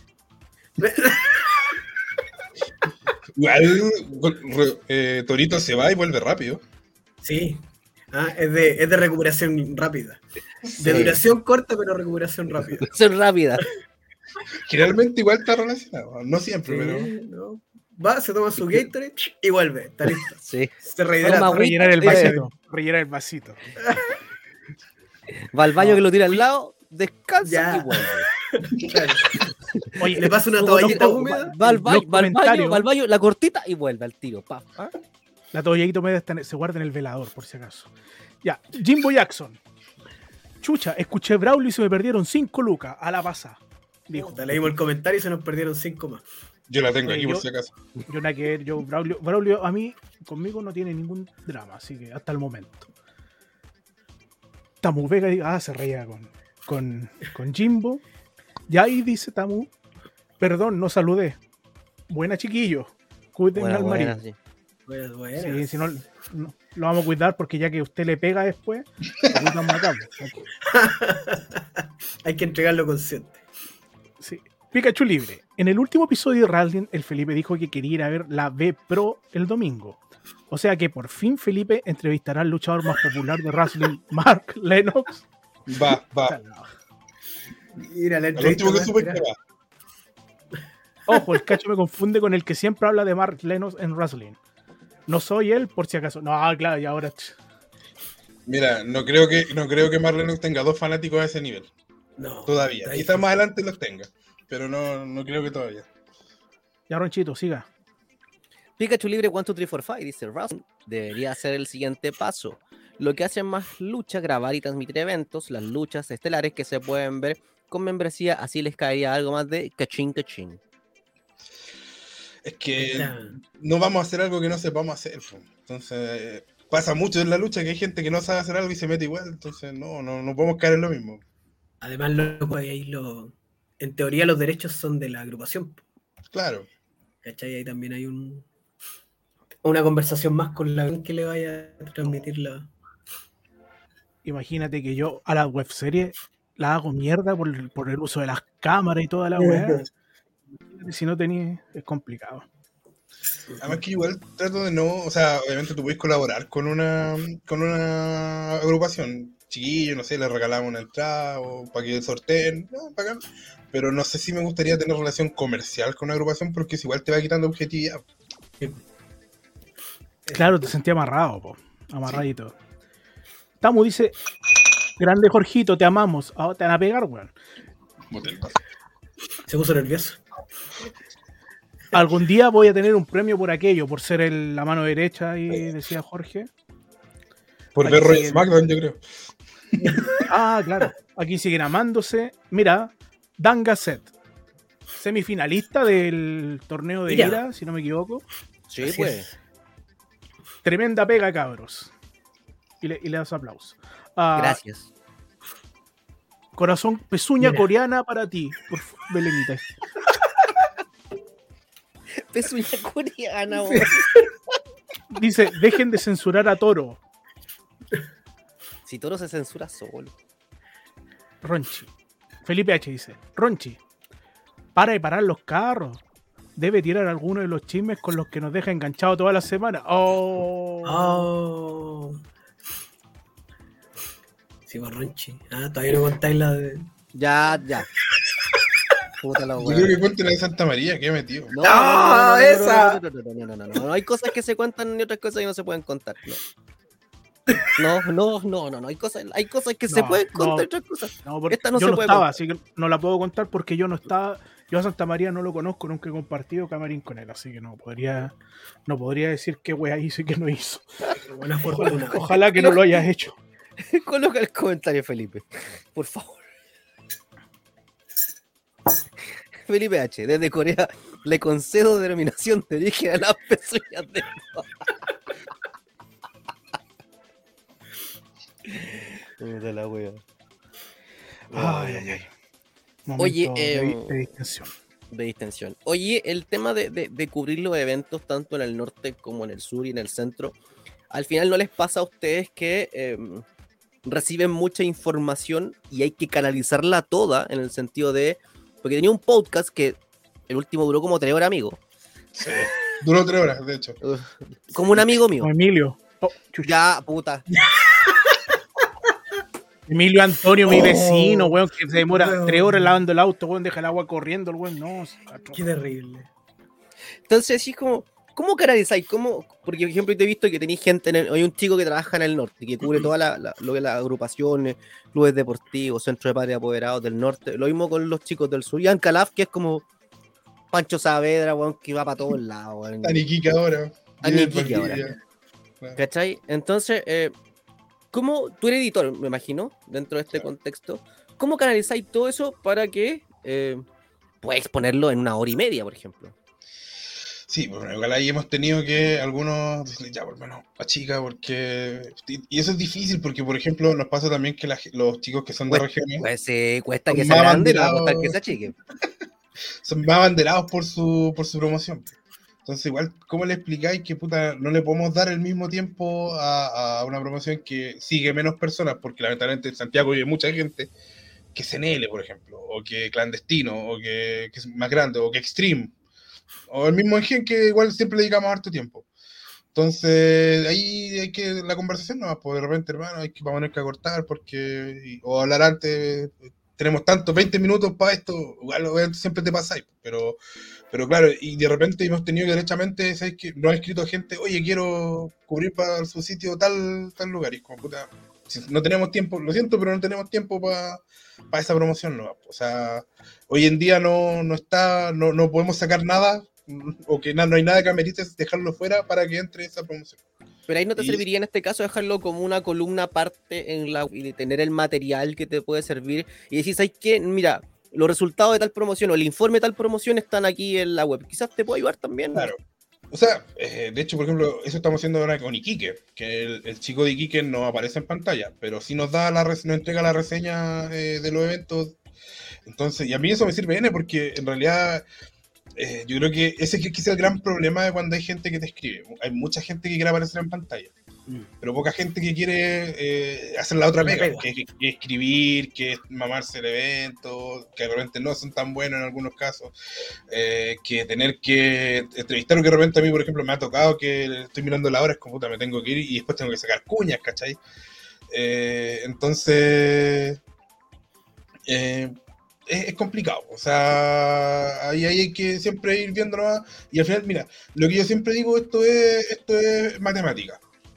Igual Torito se va y vuelve rápido. Sí. Es de recuperación rápida. Sí. De duración corta, pero recuperación rápida. Recuperación rápida. Generalmente igual está relacionado. No siempre, sí, pero. No. Va, se toma su Gatorade y vuelve. Está listo. Sí. Se rehidrata. Rellenar el vasito. Va al baño que lo tira al lado, descansa y vuelve. Claro. Oye, le pasa una toallita húmeda. Va al baño, la cortita y vuelve al tiro. La toallita húmeda se guarda en el velador, por si acaso. Ya, Jimbo Jackson. Chucha, escuché Braulio y se me perdieron 5 lucas a la pasada. Dijo. Leímos el comentario y se nos perdieron 5 más. Yo la tengo aquí por si acaso. Braulio a mí, conmigo no tiene ningún drama, así que hasta el momento. Tamu Vega se reía con Jimbo. Y ahí dice Tamu, perdón, no saludé. Buena, chiquillo. Cuiden al marido. Sí. Sí, si no, lo vamos a cuidar porque ya que usted le pega después, lo matamos. Hay que entregarlo consciente. Sí. Pikachu libre. En el último episodio de Wrestling, el Felipe dijo que quería ir a ver la B Pro el domingo. O sea que por fin Felipe entrevistará al luchador más popular de Wrestling, Mark Lennox. Va. Mira, la entrevista. El último que supe que va. Ojo, el Cacho me confunde con el que siempre habla de Mark Lennox en Wrestling. No soy él, por si acaso. No, claro, y ahora. Mira, no creo que Marlene tenga 2 fanáticos a ese nivel. No, Todavía. está Quizás más difícil. adelante los tenga. Pero no creo que todavía. Ya, Ronchito, siga. Pikachu Libre 1, 2, 3, 4, 5, dice Rouse. Debería ser el siguiente paso. Lo que hace más lucha, grabar y transmitir eventos, las luchas estelares que se pueden ver con membresía, así les caería algo más de cachín cachín. Es que Está- no vamos a hacer algo que no sepamos hacer. Po. Entonces, pasa mucho en la lucha que hay gente que no sabe hacer algo y se mete igual. Entonces, no podemos caer en lo mismo. Además, en teoría los derechos son de la agrupación. Claro. ¿Cachai? Ahí también hay una conversación más con la que le vaya a transmitir la... Imagínate que yo a la webserie la hago mierda por el uso de las cámaras y toda la weá. Si no tenía, es complicado. Además que igual trato de no, o sea, obviamente tú puedes colaborar con una agrupación. Chiquillo, no sé, le regalamos una entrada o para que sorteen, bacán. Pero no sé si me gustaría tener relación comercial con una agrupación porque es igual te va quitando objetividad. Claro, te sentí amarrado, po. Amarradito. Tamu dice: grande Jorgito, te amamos. Ahora te van a pegar, weón. Motel. Se puso nervioso. Algún día voy a tener un premio por aquello, por ser la mano derecha, y decía Jorge. Por Aquí ver Roy siguen- SmackDown, yo creo. Ah, claro. Aquí siguen amándose. Mira, Dan Gasset, semifinalista del torneo de Mira. ira, si no me equivoco. Sí, Así pues. es. Tremenda pega, cabros. Y le das aplausos. Gracias. Corazón, pezuña Mira. coreana para ti. Por favor, Belenita. Pezuña coreana, weón. Dice: dejen de censurar a Toro. Si Toro se censura solo. Ronchi. Felipe H. dice: Ronchi, para de parar los carros. Debe tirar alguno de los chismes con los que nos deja enganchado toda la semana. Oh. Oh. Sí, Ronchi. Todavía no contáis la de... Ya. Puta la Yo weá. creo que cuente la de Santa María, que he metido. No, esa. no, hay cosas que se cuentan y otras cosas que no se pueden contar. No, hay cosas que se No, pueden contar no. y otras cosas. No, porque Esta no yo se no puede estaba, contar. así que no la puedo contar porque yo no estaba. Yo a Santa María no lo conozco, nunca he compartido camarín con él, así que no podría decir qué wea hizo y qué no hizo. Buena fortuna. Ojalá que no lo hayas hecho. Coloca el comentario, Felipe. Por favor. Felipe H. Desde Corea le concedo denominación de origen a las pezuñas de... De la wea. Ay. Momento Oye, de distensión. De distensión. Oye, el tema de cubrir los eventos tanto en el norte como en el sur y en el centro, al final no les pasa a ustedes que reciben mucha información y hay que canalizarla toda en el sentido de... Porque tenía un podcast que el último duró como 3 horas, amigo. Sí. Duró 3 horas, de hecho. Como un amigo mío. Como Emilio. Oh, chucha. Ya, puta. Emilio Antonio, mi Oh. vecino, weón, que se demora Weón. 3 horas lavando el auto, weón, deja el agua corriendo, el weón, no. Qué terrible. Entonces, así como, ¿cómo canalizáis? ¿Cómo? Porque, por ejemplo, te he visto que tenéis gente, hay un chico que trabaja en el norte, que cubre toda lo que es las agrupaciones, clubes deportivos, centros de padres apoderados del norte. Lo mismo con los chicos del sur. Ian Calaf, que es como Pancho Saavedra, weón, que va para todos lados, weón. Aniquique ahora. Aniquique ahora. Claro. ¿Cachai? Entonces, ¿cómo tú eres editor, me imagino, dentro de este Claro. contexto? ¿Cómo canalizáis todo eso para que puedas exponerlo en 1 hora y media, por ejemplo? Sí, bueno, igual ahí hemos tenido que algunos decirle, ya, por menos, chica, porque... Y eso es difícil porque, por ejemplo, nos pasa también que los chicos que son de regiones Pues cuesta Son que sea más grande, no va a abanderados. costar que sea chique. son más abanderados por su promoción. Entonces, igual, ¿cómo le explicáis que puta, no le podemos dar el mismo tiempo a una promoción que sigue menos personas? Porque lamentablemente en Santiago vive mucha gente que CNL, por ejemplo, o que Clandestino, o que es más grande, o que Extreme, o el mismo Engen que igual siempre le dedicamos harto tiempo. Entonces, ahí hay que la conversación no, pues de repente, hermano, vamos a tener que acortar porque o hablar antes, tenemos tantos 20 minutos para esto, igual obviamente siempre te pasáis, pero claro, y de repente hemos tenido que derechamente, ¿sabes qué? Nos ha escrito gente, oye, quiero cubrir para su sitio tal lugar, y es como, puta, si no tenemos tiempo, lo siento, pero no tenemos tiempo para esa promoción, ¿no? O sea, hoy en día no podemos sacar nada, o que no hay nada que amerite dejarlo fuera para que entre esa promoción. Pero ahí no te Y- serviría en este caso dejarlo como una columna aparte en la y de tener el material que te puede servir y decir, ¿sabes qué? Mira, los resultados de tal promoción o el informe de tal promoción están aquí en la web. Quizás te pueda ayudar también. Claro. O sea, de hecho, por ejemplo, eso estamos haciendo ahora con Iquique, que el chico de Iquique no aparece en pantalla, pero sí nos entrega la reseña de los eventos. Entonces, y a mí eso me sirve bien porque en realidad yo creo que ese es quizá el gran problema de cuando hay gente que te escribe. Hay mucha gente que quiere aparecer en pantalla, pero poca gente que quiere hacer la otra pega, que escribir, que mamarse el evento, que de repente no son tan buenos en algunos casos, que tener que entrevistar, o que de repente a mí, por ejemplo, me ha tocado que estoy mirando la hora, es como, puta, me tengo que ir y después tengo que sacar cuñas, ¿cachai? Entonces... es complicado, o sea, ahí hay que siempre ir viendo nomás, y al final, mira, lo que yo siempre digo, esto es matemática.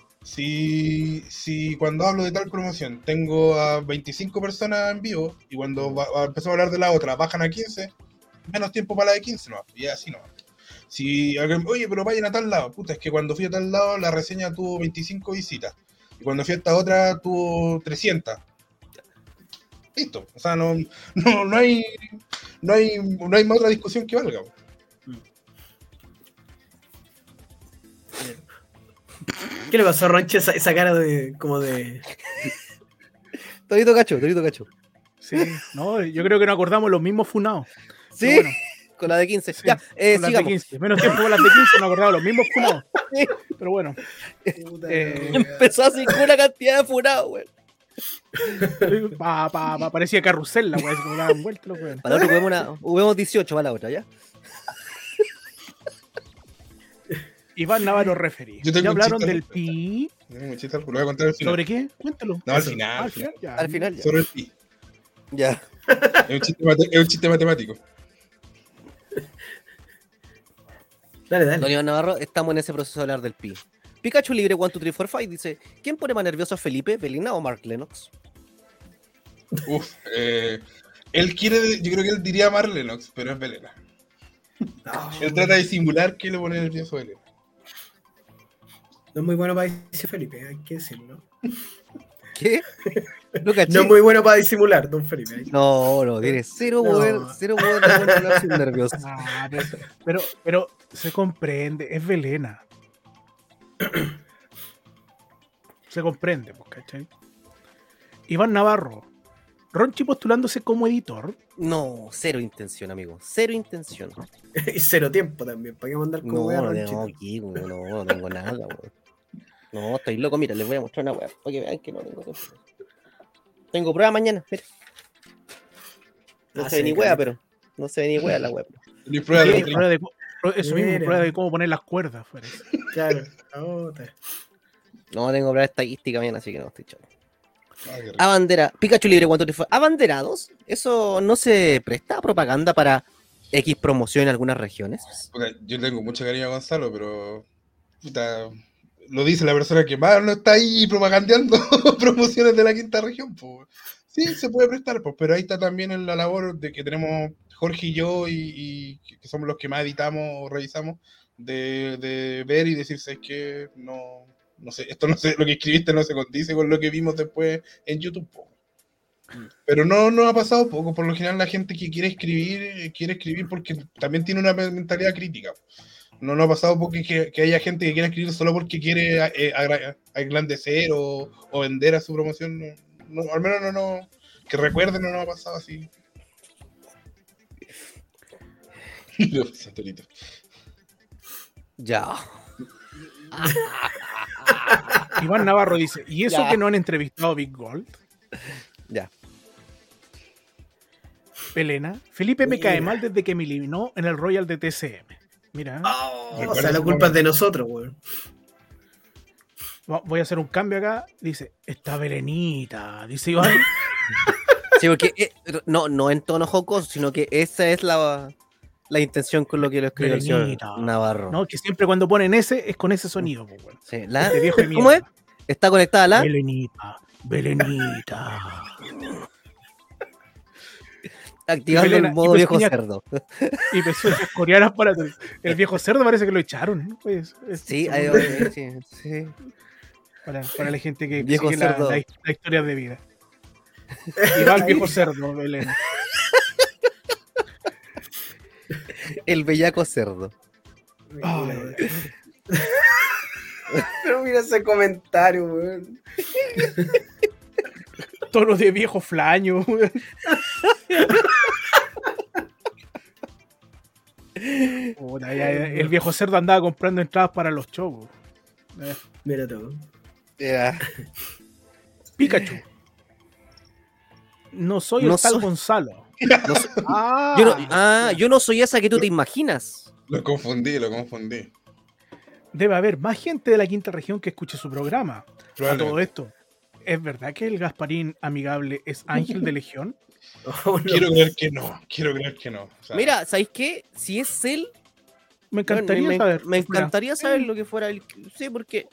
Si cuando hablo de tal promoción tengo a 25 personas en vivo, y cuando empezamos a hablar de la otra bajan a 15, menos tiempo para la de 15 nomás, y así nomás. Si alguien, oye, pero vayan a tal lado, puta, es que cuando fui a tal lado la reseña tuvo 25 visitas, y cuando fui a esta otra tuvo 300. Listo, o sea, no hay más otra discusión que valga. ¿Qué le pasó a Ronche esa cara de como de... Torito cacho. Sí, no, yo creo que nos acordamos los mismos funados. Sí, Pero bueno, con la de 15. sí, Ya, con las de sigamos. 15. Menos tiempo con las de 15, nos acordamos los mismos funados. Sí. Pero bueno, Empezó así con una cantidad de furados, güey. parecía carrusel la weá, como daban vueltas los weones. Para la otra hubimos 18 para la otra, ¿ya? Iván Navarro referí. Yo tengo Ya un hablaron chiste del al pi. Lo voy a contar al final. ¿Sobre qué? Cuéntalo. No, al final. Ya. Al final, ya. Sobre el pi. Ya. Es un chiste matemático. Dale. Don Iván Navarro, estamos en ese proceso de hablar del pi. Pikachu Libre 1, 2, 3, 4, 5 dice: ¿Quién pone más nervioso a Felipe, Belina o Mark Lennox? Uf, él quiere, yo creo que él diría Mark Lennox, pero es Belena. Él trata de simular que le pone nervioso a Belena. No es muy bueno para decir Felipe, hay que decirlo. ¿Qué? ¿No caché? No es muy bueno para disimular, don Felipe. No, tiene cero No. poder de controlar sus nervios. Ah, pero se comprende, es Belena. Se comprende, pues, ¿cachai? Iván Navarro, Ronchi postulándose como editor. No, cero intención, amigo. Cero intención. Y cero tiempo también, ¿para qué mandar como No, wea no Ronchito? tengo aquí, güey, no tengo nada, güey. No, estoy loco. Mira, les voy a mostrar una weá, para que vean que no tengo tiempo. Tengo prueba mañana, mira. No Ah, se ve sí, ni weá, caleta. pero no se ve ni weá la weá. Ni prueba de Sí, batería. prueba de- eso mismo, Mira. prueba de cómo poner las cuerdas. Parece. Claro. Puta. No tengo prueba estadística mañana, así que no estoy chato. Ah, qué rico. Abandera, Pikachu Libre, ¿cuánto te fue? ¿Abanderados? ¿Eso no se presta a propaganda para X promoción en algunas regiones? Puta, yo tengo mucho cariño a Gonzalo, pero puta, lo dice la persona que más no está ahí propagandeando promociones de la quinta región. Pues. Sí, se puede prestar, pues, pero ahí está también en la labor de que tenemos Jorge y yo, y que somos los que más editamos o revisamos, de ver y decir, ¿sabes qué? No sé, esto no sé, lo que escribiste no se condice con lo que vimos después en YouTube. Po. Pero no ha pasado poco, por lo general la gente que quiere escribir porque también tiene una mentalidad crítica. No ha pasado poco que haya gente que quiera escribir solo porque quiere agrandecer o vender a su promoción. Al menos no, que recuerden, no ha pasado así. Santorito. Ya. Iván Navarro dice, ¿y eso Ya. que no han entrevistado a Big Gold? Ya. Pelena, Felipe me Mira. cae mal desde que me eliminó en el Royal de TCM. Mira, O sea, la culpa es de nosotros, weón. voy a hacer un cambio acá. Dice, está Belenita. Dice Iván. Sí, porque no en tono jocoso, sino que esa es la intención con lo que lo escribió el señor Belenita. Navarro. No, que siempre cuando ponen ese es con ese sonido, pues, weón. Sí, Este viejo de ¿Cómo es? mierda. Está conectada la. Belenita, Belenita. Activando Belena, el modo y viejo pequeña- cerdo. Y personas coreanas para todo. El viejo cerdo parece que lo echaron, ¿no? Pues, Sí, sí. para la gente que Viejo sigue cerdo. la historia de vida. Y va el viejo cerdo, Belén. El bellaco cerdo. Ay. Pero mira ese comentario, weón. Tono de viejo flaño, weón. Puta, el viejo cerdo andaba comprando entradas para los shows. Mira todo. Pikachu. No soy No el tal soy- Gonzalo. No so- Ah, yo no soy esa que tú te imaginas. Lo confundí. Debe haber más gente de la quinta región que escuche su programa. A todo Probablemente. esto, ¿es verdad que el Gasparín amigable es ángel de legión? Oh, no. Quiero creer que no. O sea, Mira, ¿sabéis qué? Si es él, Me encantaría me saber. me Mira, encantaría saber lo que fuera él. Sí, porque.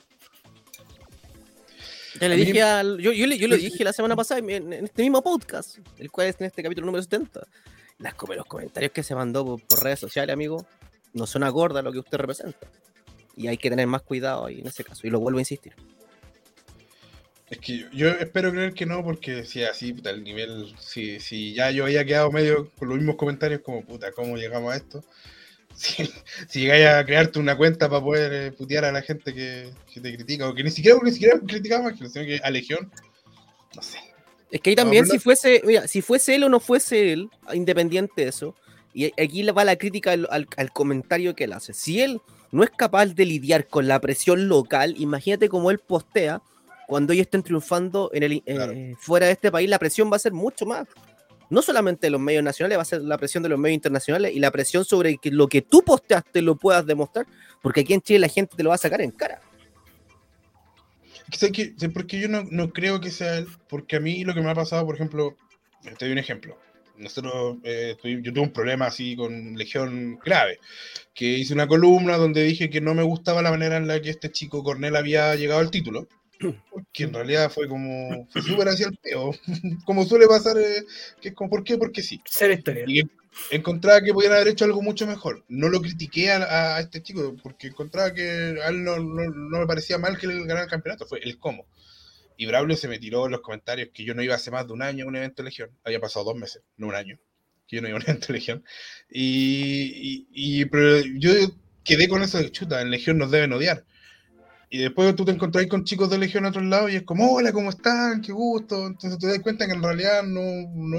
Ya le A mí- dije yo le dije la semana pasada en este mismo podcast, el cual es en este capítulo número 70. Los comentarios que se mandó por redes sociales, amigo, no son acordes a lo que usted representa. Y hay que tener más cuidado ahí en ese caso. Y lo vuelvo a insistir. Es que yo espero creer que no, porque si así, puta, el nivel, si ya yo había quedado medio con los mismos comentarios, como, puta, ¿cómo llegamos a esto? Si llegáis a crearte una cuenta para poder putear a la gente que te critica, o que ni siquiera criticaba más, sino que a Legión, no sé. Es que ahí No, también, pero si fuese él o no fuese él, independiente de eso, y aquí va la crítica al comentario que él hace. Si él no es capaz de lidiar con la presión local, imagínate cómo él postea cuando ellos estén triunfando Claro. fuera de este país, la presión va a ser mucho más. No solamente de los medios nacionales, va a ser la presión de los medios internacionales y la presión sobre que lo que tú posteaste lo puedas demostrar, porque aquí en Chile la gente te lo va a sacar en cara. ¿Sabes qué? ¿Sabes por qué yo no creo que sea él? Porque a mí lo que me ha pasado, por ejemplo, te doy un ejemplo. Nosotros, yo tuve un problema así con Legión grave, que hice una columna donde dije que no me gustaba la manera en la que este chico Cornell había llegado al título, porque en realidad fue súper hacia el peo, como suele pasar, que es como, ¿por qué? Porque sí. Cero historia. Y encontraba que podían haber hecho algo mucho mejor. No lo critiqué a este chico, porque encontraba que a él no me parecía mal que él ganara el campeonato, fue el cómo. Y Braulio se me tiró en los comentarios que yo no iba hace más de un año a un evento de Legión. Había pasado 2 meses, no un año, que yo no iba a un evento de Legión. Pero yo quedé con eso de chuta, en Legión nos deben odiar. Y después tú te encontrás con chicos de Legión a otro lado y es como, hola, ¿cómo están? Qué gusto. Entonces te das cuenta que en realidad no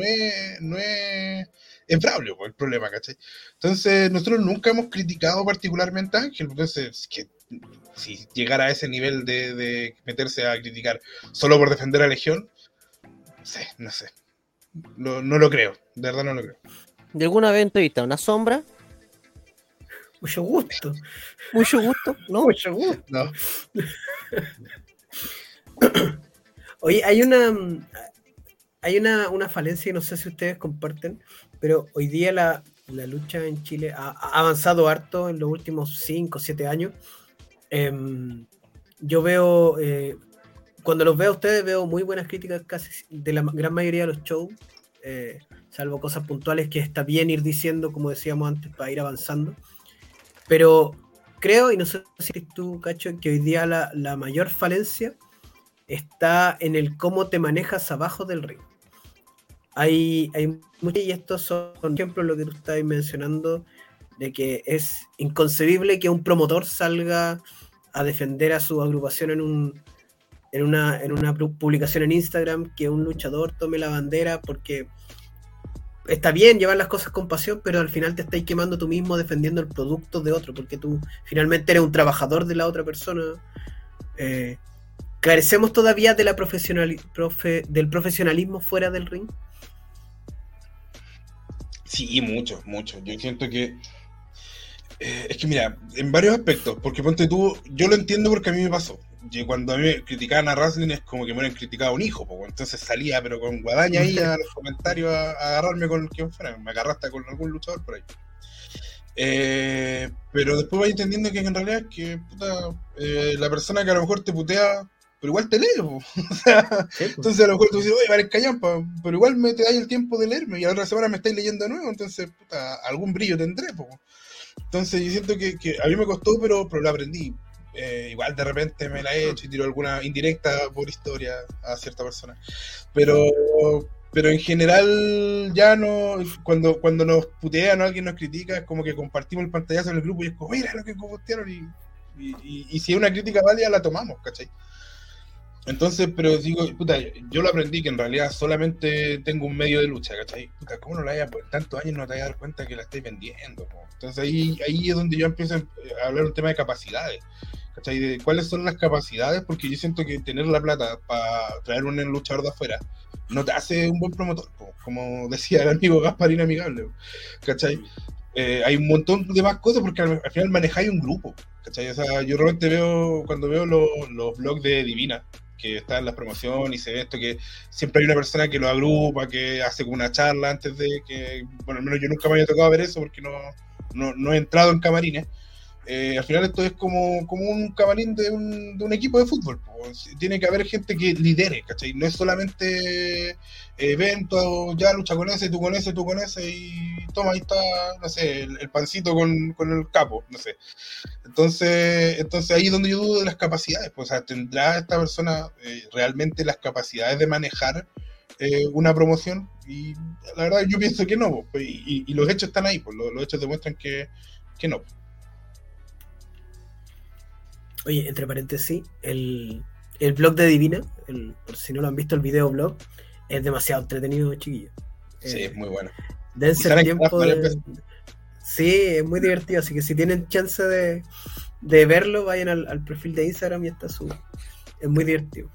es Braulio pues, el problema, ¿cachai? Entonces nosotros nunca hemos criticado particularmente a Ángel. Entonces, que si llegara a ese nivel de meterse a criticar solo por defender a Legión, no sé. No lo creo, de verdad no lo creo. ¿De alguna vez entrevista una sombra? Mucho gusto. Mucho gusto, ¿no? Mucho gusto. No. Oye, hay una falencia y no sé si ustedes comparten, pero hoy día la lucha en Chile ha avanzado harto en los últimos 5 o 7 años. Yo veo, cuando los veo a ustedes, veo muy buenas críticas casi de la gran mayoría de los shows, salvo cosas puntuales que está bien ir diciendo, como decíamos antes, para ir avanzando. Pero creo, y no sé si tú, Cacho, que hoy día la mayor falencia está en el cómo te manejas abajo del ring. Hay muchos, y estos son ejemplos lo que tú estás mencionando, de que es inconcebible que un promotor salga a defender a su agrupación en una publicación en Instagram, que un luchador tome la bandera, porque está bien llevar las cosas con pasión, pero al final te estás quemando tú mismo defendiendo el producto de otro, porque tú finalmente eres un trabajador de la otra persona. ¿Carecemos todavía de del profesionalismo fuera del ring? Sí, mucho. Yo siento que es que mira, en varios aspectos, porque ponte tú, yo lo entiendo porque a mí me pasó. cuando a mí me criticaban a wrestling es como que me hubieran criticado a un hijo, po. Entonces salía pero con guadaña ahí a los comentarios a agarrarme con quien fuera, me agarraste con algún luchador por ahí. Pero después vas entendiendo que en realidad es que puta, la persona que a lo mejor te putea, pero igual te lee, po. O sea, entonces a lo mejor tú dices, oye, vale callampa, pero igual me te dais el tiempo de leerme y a la otra semana me estáis leyendo de nuevo, entonces puta, algún brillo tendré, po. Entonces yo siento que a mí me costó, pero lo aprendí. Igual de repente me la he hecho y tiro alguna indirecta por historia a cierta persona, pero en general ya no, cuando nos putean o alguien nos critica es como que compartimos el pantallazo en el grupo y es como mira lo que postearon y si es una crítica válida la tomamos, ¿cachai? Entonces, pero digo, puta, yo lo aprendí que en realidad solamente tengo un medio de lucha, ¿cachai? Puta, ¿cómo no la hayas por tantos años no te hayas dado cuenta que la estáis vendiendo, po? Entonces ahí es donde yo empiezo a hablar un tema de capacidades, ¿cachai? De cuáles son las capacidades, porque yo siento que tener la plata para traer un luchador de afuera no te hace un buen promotor, po, como decía el amigo Gasparín Amigable, ¿cachai? Hay un montón de más cosas porque al final manejáis un grupo, ¿cachai? O sea, yo realmente cuando veo los blogs de Divina, que está en la promoción y se ve esto, que siempre hay una persona que lo agrupa, que hace como una charla antes de que, bueno, al menos yo nunca me había tocado ver eso porque no he entrado en camarines. Al final esto es como un camarín de un equipo de fútbol, pues. Tiene que haber gente que lidere, ¿cachai? No es solamente evento, ya lucha con ese, tú con ese y toma, ahí está, no sé, el pancito con el capo, no sé. Entonces ahí es donde yo dudo de las capacidades, pues, o sea, ¿tendrá esta persona realmente las capacidades de manejar una promoción? Y la verdad yo pienso que no, pues, y los hechos están ahí, pues, los hechos demuestran que no. Oye, entre paréntesis, el blog de Divina, por si no lo han visto, el video blog, es demasiado entretenido, chiquillos. Sí, es muy bueno. Dense el tiempo de... Sí, es muy divertido, así que si tienen chance de verlo, vayan al perfil de Instagram y está subido. Es muy divertido.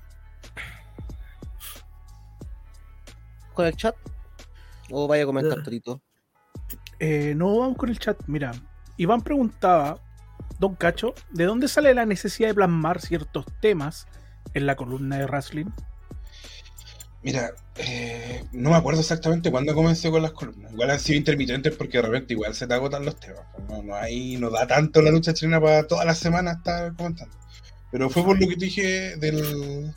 ¿Con el chat? ¿O vaya a comentar, Torito? No, vamos con el chat. Mira, Iván preguntaba, Don Cacho, ¿de dónde sale la necesidad de plasmar ciertos temas en la columna de wrestling? Mira, no me acuerdo exactamente cuándo comencé con las columnas. Igual han sido intermitentes porque de repente igual se te agotan los temas. No da tanto la lucha chilena para todas las semanas estar comentando. Pero fue por lo que te dije del...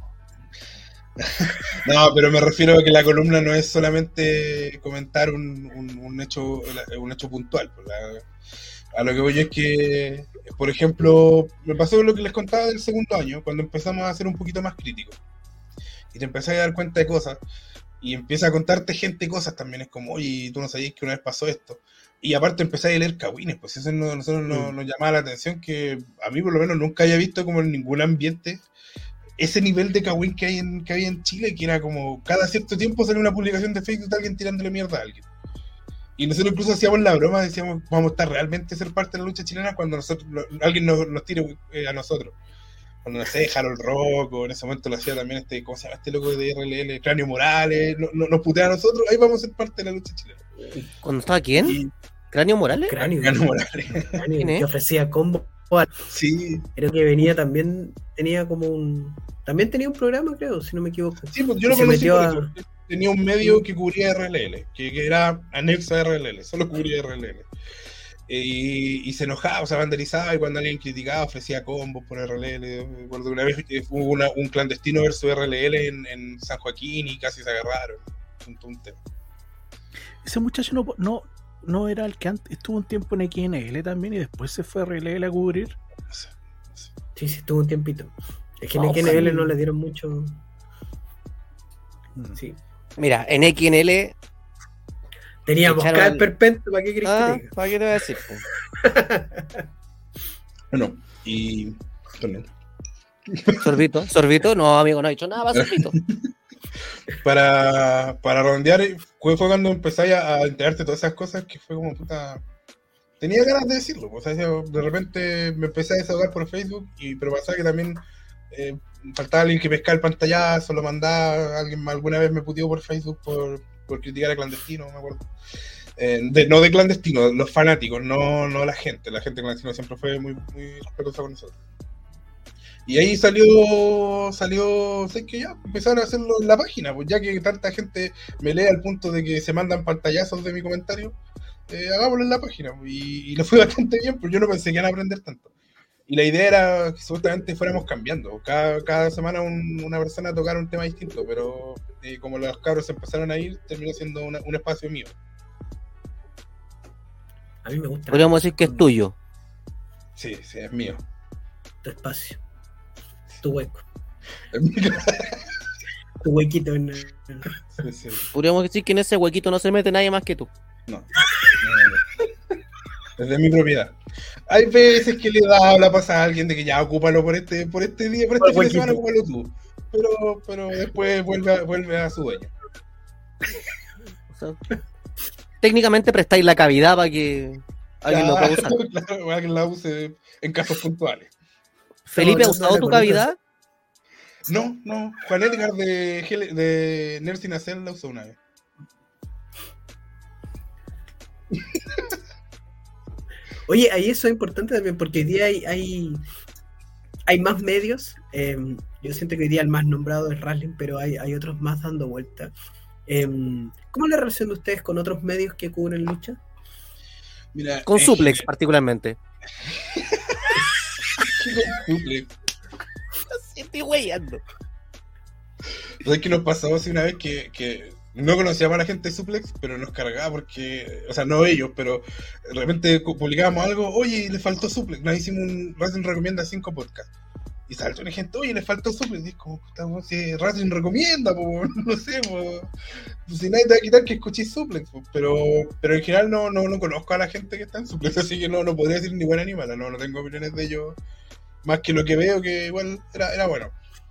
No, pero me refiero a que la columna no es solamente comentar un hecho puntual. A lo que voy es que, por ejemplo, me pasó lo que les contaba del segundo año, cuando empezamos a ser un poquito más críticos. Y te empezás a dar cuenta de cosas, y empieza a contarte gente cosas también. Es como, oye, tú no sabías que una vez pasó esto. Y aparte empecé a leer cagüines, pues eso nosotros nos llamaba la atención, que a mí por lo menos nunca había visto como en ningún ambiente ese nivel de cagüín que había en Chile, que era como, cada cierto tiempo sale una publicación de Facebook de alguien tirándole mierda a alguien. Y nosotros incluso hacíamos la broma, decíamos, vamos a estar realmente ser parte de la lucha chilena cuando alguien nos tire a nosotros. Cuando, no sé, Harold Rock, o en ese momento lo hacía también ¿cómo se llama este loco de RLL? Cráneo Morales, nos putea a nosotros, ahí vamos a ser parte de la lucha chilena. ¿Cuándo estaba quién? ¿Cráneo Morales? Cráneo Morales. ¿Quién es? Que ofrecía combo. Sí. Creo que venía también, tenía un programa, creo, si no me equivoco. Sí, pues yo lo conocí por eso. Tenía un medio que cubría RLL, que era anexo a RLL, solo cubría RLL. Y se enojaba, se vandalizaba, y cuando alguien criticaba ofrecía combos por RLL. Recuerdo una vez hubo un clandestino versus RLL en San Joaquín y casi se agarraron. Un tema. Ese muchacho no era el que antes estuvo un tiempo en XNL también y después se fue a RLL a cubrir. No sé. Sí, estuvo un tiempito. Es que en XNL no le dieron mucho. Sí. Mira, en XNL teníamos cada perpento, ¿para qué crees que te diga? ¿Para qué te voy a decir? Bueno, y también. ¿Sorbito? No, amigo, no he dicho nada para sorbito. Para redondear, fue cuando empezáis a enterarte de todas esas cosas que fue como puta. Tenía ganas de decirlo, o sea, de repente me empecé a desahogar por Facebook, pero pasaba que también faltaba alguien que pescara el pantallazo, lo mandaba, alguien alguna vez me puteó por Facebook por criticar a Clandestino, me acuerdo. No de Clandestino, los fanáticos, no la gente. La gente de Clandestino siempre fue muy, muy respetuosa con nosotros. Y ahí salió, sé que ya empezaron a hacerlo en la página, pues ya que tanta gente me lee al punto de que se mandan pantallazos de mi comentario, hagámoslo en la página, pues, y le fue bastante bien, pero yo no pensé que iban a aprender tanto. Y la idea era que supuestamente fuéramos cambiando, cada semana una persona tocara un tema distinto, pero como los cabros empezaron a ir, terminó siendo un espacio mío. A mí me gusta. Podríamos decir que es tuyo. Sí, es mío. Tu espacio. Tu hueco. Es mío. Tu huequito en Sí. Podríamos decir que en ese huequito no se mete nadie más que tú. No. Es de mi propiedad. Hay veces que le da la pasada a alguien de que ya ocúpalo por este día, por este fin de semana, ocúpalo tú. Pero después vuelve a su dueño. O sea, técnicamente prestáis la cavidad para que alguien lo pueda usar. Claro, alguien la use en casos puntuales. ¿Felipe ha hablando usado de la tu colita. cavidad? No. Juan Edgar de Nerds Nacel la usó una vez. Oye, ahí eso es importante también, porque hoy día hay más medios. Yo siento que hoy día el más nombrado es Wrestling, pero hay otros más dando vuelta. ¿Cómo es la relación de ustedes con otros medios que cubren lucha? Mira, Con Suplex, particularmente. Suplex. Estoy weyando. ¿Sabes qué nos pasó así una vez que no conocíamos a la gente de Suplex, pero nos cargaba porque, o sea, no ellos, pero de repente publicábamos algo, oye, le faltó Suplex, nos hicimos un Wrestling Recomienda 5 podcasts. Y saltó una gente, oye, le faltó Suplex. Y es como, puta, si Wrestling Recomienda, po, no sé, po. Si nadie te va a quitar que escuches Suplex, po. Pero en general no conozco a la gente que está en Suplex, así que no podría decir ni buena ni mala, no tengo opiniones de ellos, más que lo que veo que igual era bueno.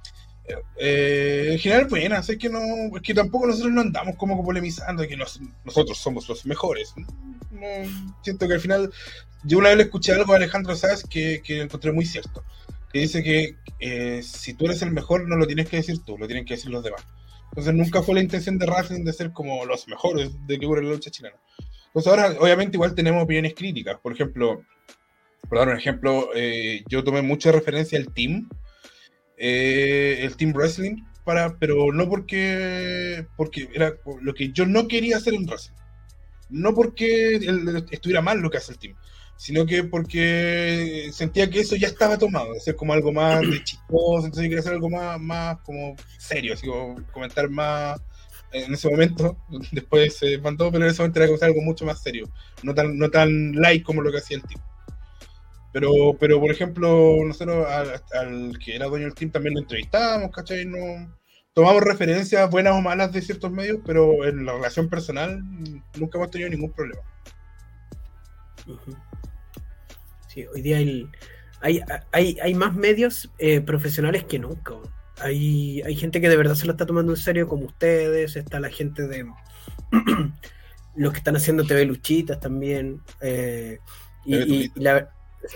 En general, buena, es que tampoco nosotros no andamos como polemizando de que nosotros somos los mejores. No, siento que al final, yo una vez le escuché algo a Alejandro Sanz que encontré muy cierto, que dice que si tú eres el mejor no lo tienes que decir tú, lo tienen que decir los demás. Entonces nunca fue la intención de Wrestling de ser como los mejores de que cubre la lucha chilena. Entonces ahora obviamente igual tenemos opiniones críticas. Por ejemplo, por dar un ejemplo, yo tomé mucha referencia al Team Wrestling, pero no porque era lo que yo no quería hacer en Wrestling. No porque estuviera mal lo que hace el Team, sino que porque sentía que eso ya estaba tomado, de ser como algo más de chistoso, entonces yo quería hacer algo más como serio, así como comentar más en ese momento. Después se mandó, pero en ese momento era como algo mucho más serio, no tan light como lo que hacía el Team. Pero por ejemplo, nosotros al que era dueño del Team también lo entrevistábamos, ¿cachai? No tomamos referencias buenas o malas de ciertos medios, pero en la relación personal nunca hemos tenido ningún problema. Uh-huh. Sí, hoy día hay más medios profesionales que nunca. Hay gente que de verdad se lo está tomando en serio, como ustedes. Está la gente de los que están haciendo TV Luchitas también. Y la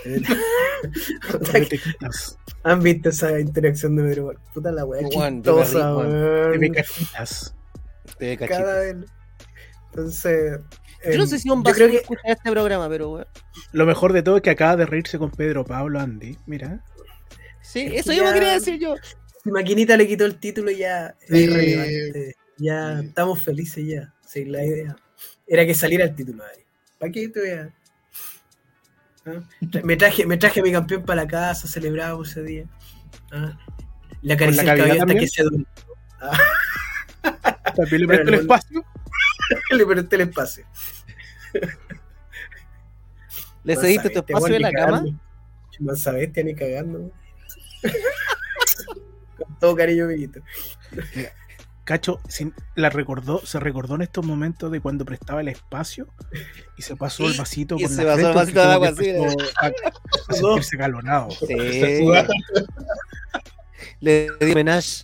¿Han visto esa interacción de Pedro? Puta la wea chistosa, weón. Cachitas. Cada vez. Entonces. Yo no sé si un vaso escucha este programa, pero weón. Lo mejor de todo es que acaba de reírse con Pedro Pablo Andy. Mira. Sí, eso yo me quería decir yo. Si Maquinita le quitó el título, ya es irrelevante. Ya estamos felices ya. Sí, la idea era que saliera el título ahí. ¿Para qué te voy a.? Me traje a mi campeón para la casa, celebramos ese día. Le acaricié el cabello hasta que se durmió. ¿También le presté el espacio? Le presté el espacio. ¿Le cediste tu espacio en la cama? No sabes, ni cagando. Con todo cariño, amiguito. Cacho se recordó en estos momentos de cuando prestaba el espacio y se pasó el vasito por se la pasó el vasito de agua así. A sentirse galonado. Sí. Le di homenaje.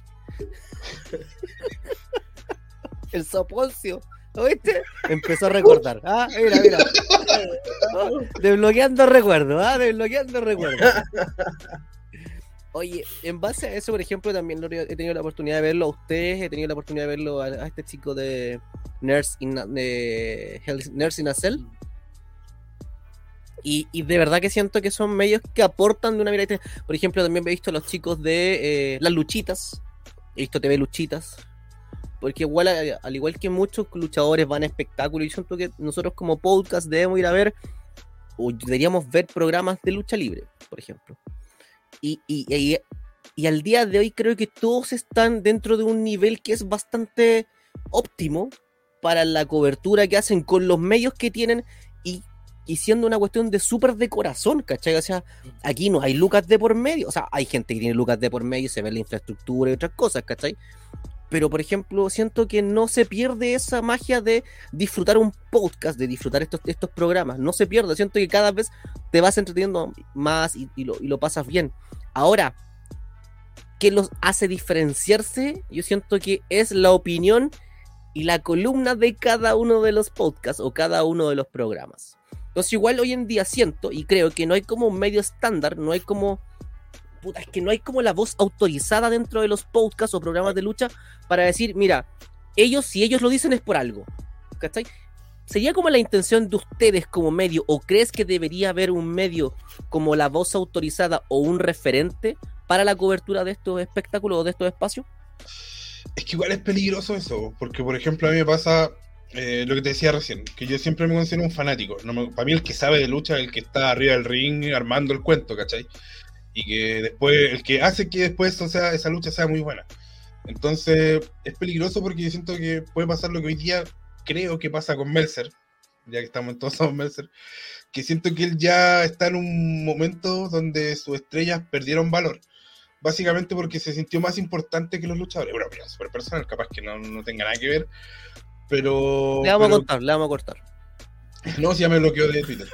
El soponcio, ¿oíste? Empezó a recordar. Mira. Desbloqueando recuerdos, desbloqueando recuerdos. Oye, en base a eso, por ejemplo, también he tenido la oportunidad de verlo a ustedes, he tenido la oportunidad de verlo a este chico de Nerds in Nacel. Y de verdad que siento que son medios que aportan de una mirada. Por ejemplo, también he visto a los chicos de Las Luchitas. He visto TV Luchitas. Porque igual, al igual que muchos luchadores van a espectáculos, y siento que nosotros como podcast debemos ir a ver, o deberíamos ver programas de lucha libre, por ejemplo. Y al día de hoy creo que todos están dentro de un nivel que es bastante óptimo para la cobertura que hacen con los medios que tienen y siendo una cuestión de súper de corazón, ¿cachai? O sea, aquí no hay lucas de por medio, o sea, hay gente que tiene lucas de por medio y se ve la infraestructura y otras cosas, ¿cachai? Pero, por ejemplo, siento que no se pierde esa magia de disfrutar un podcast, de disfrutar estos programas. No se pierde. Siento que cada vez te vas entreteniendo más y lo pasas bien. Ahora, ¿qué los hace diferenciarse? Yo siento que es la opinión y la columna de cada uno de los podcasts o cada uno de los programas. Entonces, igual hoy en día siento y creo que no hay como un medio estándar, no hay como... es que no hay como la voz autorizada dentro de los podcasts o programas de lucha para decir, mira, si ellos lo dicen es por algo, ¿cachai? ¿Sería como la intención de ustedes como medio, o crees que debería haber un medio como la voz autorizada o un referente para la cobertura de estos espectáculos o de estos espacios? Es que igual es peligroso eso, porque por ejemplo a mí me pasa lo que te decía recién, que yo siempre me considero un fanático. Para mí el que sabe de lucha es el que está arriba del ring armando el cuento, ¿cachai? Y que después, el que hace que después esa lucha sea muy buena. Entonces, es peligroso porque yo siento que puede pasar lo que hoy día creo que pasa con Meltzer, ya que estamos todos a Meltzer, que siento que él ya está en un momento donde sus estrellas perdieron valor. Básicamente porque se sintió más importante que los luchadores. Bueno, mira, súper personal, capaz que no tenga nada que ver, pero... Le vamos a cortar. No, si ya me bloqueó de Twitter.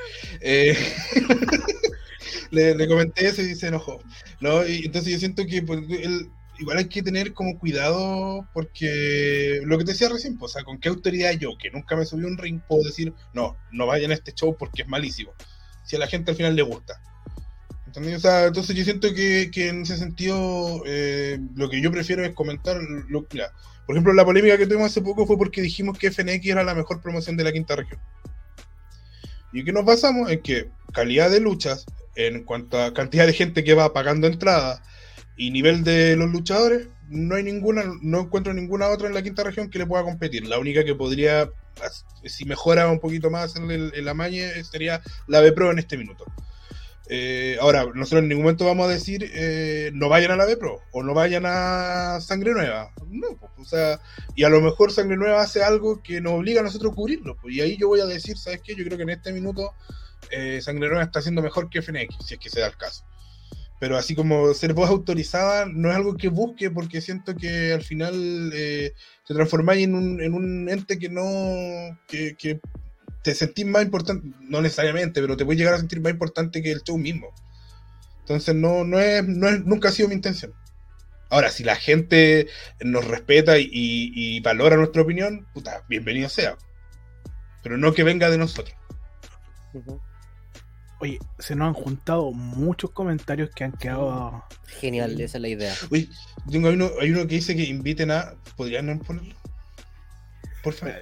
Le comenté eso y se enojó, ¿no? Y entonces yo siento que pues, igual hay que tener como cuidado, porque lo que te decía recién, pues, o sea, con qué autoridad yo, que nunca me subí a un ring, puedo decir, no vayan a este show porque es malísimo, si a la gente al final le gusta. ¿Entendés? O sea, entonces yo siento que en ese sentido lo que yo prefiero es comentar, mira, por ejemplo, la polémica que tuvimos hace poco fue porque dijimos que FNX era la mejor promoción de la quinta región. ¿Y qué nos basamos? En que calidad de luchas, en cuanto a cantidad de gente que va pagando entrada y nivel de los luchadores, no encuentro ninguna otra en la quinta región que le pueda competir. La única que podría, si mejora un poquito más en la maña, sería la B-Pro en este minuto. Ahora, nosotros en ningún momento vamos a decir no vayan a la B-Pro o no vayan a Sangre Nueva. No, pues, o sea, y a lo mejor Sangre Nueva hace algo que nos obliga a nosotros a cubrirlo. Pues, y ahí yo voy a decir, ¿sabes qué? Yo creo que en este minuto Sangre Nueva está haciendo mejor que FNX, si es que se da el caso. Pero así como ser voz autorizada no es algo que busque, porque siento que al final te transformáis en un ente que te sentís más importante, no necesariamente, pero te puedes llegar a sentir más importante que el show mismo. Entonces nunca ha sido mi intención. Ahora, si la gente nos respeta y valora nuestra opinión, puta, bienvenido sea. Pero no que venga de nosotros. Uh-huh. Oye, se nos han juntado muchos comentarios que han quedado... Genial, esa es la idea. Oye, hay uno que dice que inviten a... ¿Podrían no ponerlo? Por favor.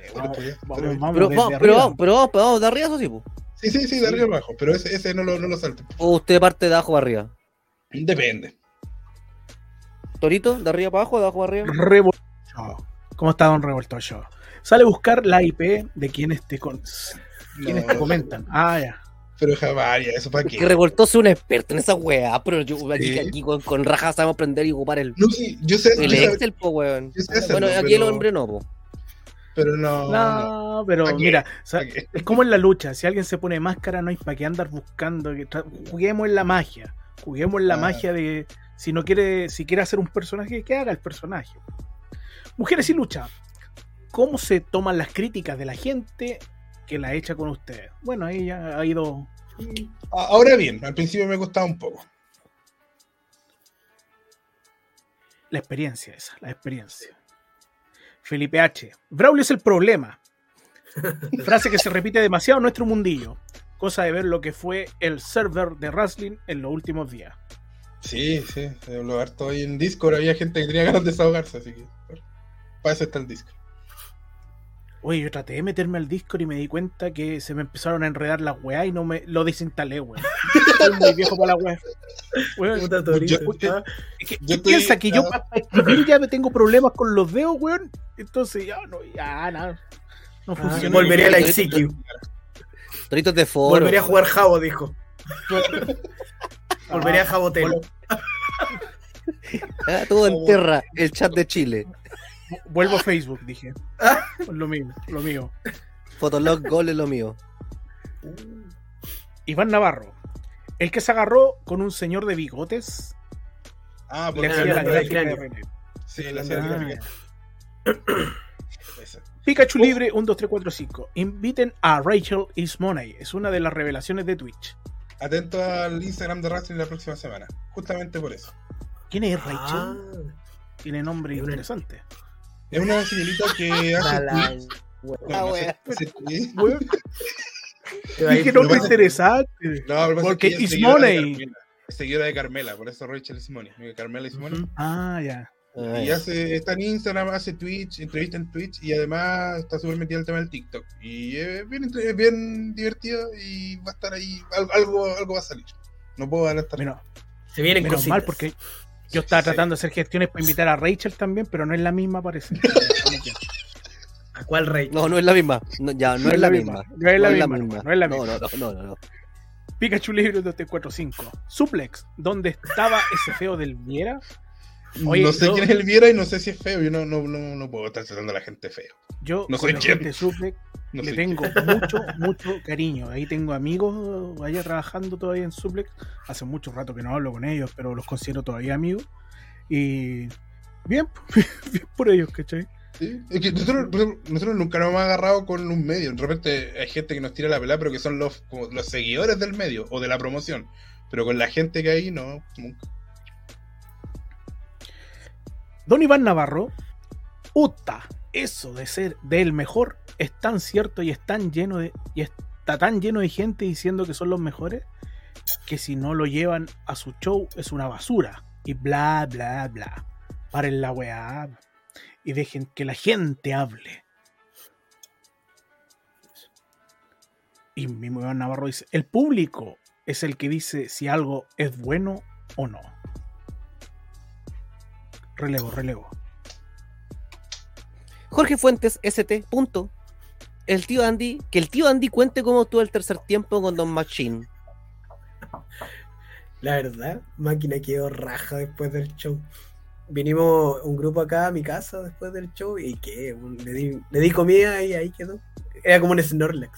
Vamos, Pero de arriba, eso sí, Sí, de arriba abajo, pero ese no lo salten. ¿O usted parte de abajo para arriba? Depende. ¿Torito? ¿De arriba para abajo o de abajo para arriba? Revoltoso. ¿Cómo está don Revoltoso? Sale a buscar la IP de quienes te comentan. Ah, ya. Pero jamás, ya, eso para qué. Que Revoltoso es un experto en esa weá, pero yo aquí con rajas sabemos aprender y ocupar el... No, sí, yo sé. El Excel, po, weón. Bueno, aquí el hombre no, po. Pero no, pero mira, o sea, es como en la lucha. Si alguien se pone máscara, no hay para qué andar buscando. Juguemos en la magia. Juguemos en la magia de si quiere hacer un personaje, que haga el personaje. Mujeres y lucha. ¿Cómo se toman las críticas de la gente que la echa con ustedes? Bueno, ahí ya ha ido. Ahora bien, al principio me costaba un poco. La experiencia. Felipe H. Braulio es el problema. Frase que se repite demasiado en nuestro mundillo. Cosa de ver lo que fue el server de wrestling en los últimos días. Sí, lo harto ahí en Discord. Había gente que tenía ganas de desahogarse, así que para eso está el Discord. Oye, yo traté de meterme al Discord y me di cuenta que se me empezaron a enredar las weas y no me lo desinstalé, weón. Estoy muy viejo para la wea. Weón, Puta torito. es que Yo estoy- piensa que yo para escribir ya me tengo problemas con los dedos, weón. Entonces ya nada. No funciona. Volvería a la ICQ. Toritos de foro. Volvería a jugar Jabo, dijo. Volvería a Jabotel. Bueno, Ah, todo en tierra, el chat de Chile. vuelvo a Facebook, dije. Lo mío. Fotolog Gol es lo mío. Iván Navarro. El que se agarró con un señor de bigotes Ah, le porque hacía la hablando del gráfica de cráneo. René. sí, la serie Ah. gráfica. Esa. Pikachu Libre 1, 2, 3, 4, 5. Inviten a Rachel Is Money. Es una de las revelaciones de Twitch. Atento al Instagram de Racing la próxima semana. Justamente por eso. ¿Quién es Rachel? Ah, Tiene nombre Es una- interesante. Es una señorita que hace tweets. Ah, No, wea. hace tweets. Weón, te va a ir- dije lo nombre pasa- interesante. No, pero pasa Porque que ella Is seguidora de Money. Carmela. Es seguidora de Carmela, por eso Rachel Simone. Carmela Simone. Ujú. Ah, ya. Y está en Instagram, hace Twitch, entrevista en Twitch y además está súper metida en el tema del TikTok. Y es bien divertido y va a estar ahí, algo va a salir. No puedo adelantar. Menos, Se vienen menos cositas. mal porque yo estaba Sí. tratando de hacer gestiones para invitar a Rachel también, pero no es la misma, parece. ¿A cuál rey? No, no es la misma. No, ya, no, es la misma. No es la misma. No es la No, misma. no. Pikachu Libre 2, 3, 4, 5. Suplex. ¿Dónde estaba ese feo del Viera? Oye, no sé yo- quién es el Viera y no sé si es feo. Yo no puedo estar tratando a la gente feo. Yo No con soy la quien. gente de Suplex No le sé tengo mucho cariño. Ahí tengo amigos allá trabajando todavía en Suplex. Hace mucho rato que no hablo con ellos, pero los considero todavía amigos. Y bien, bien por ellos, ¿cachai? Sí, es que nosotros nunca nos hemos agarrado con un medio. De repente hay gente que nos tira la pelada, pero que son como los seguidores del medio o de la promoción. Pero con la gente que hay, no, nunca. Don Iván Navarro, Uta, eso de ser del mejor es tan cierto y está tan lleno de gente diciendo que son los mejores que si no lo llevan a su show es una basura y bla bla bla. Paren la weá y dejen que la gente hable. Y mismo Iván Navarro dice, el público es el que dice si algo es bueno o no. Relevo. Jorge Fuentes, ST, punto. Que el tío Andy cuente cómo estuvo el tercer tiempo con Don Machine. La verdad, Máquina quedó raja después del show. Vinimos un grupo acá a mi casa después del show y que le di comida y ahí quedó. Era como un Snorlax.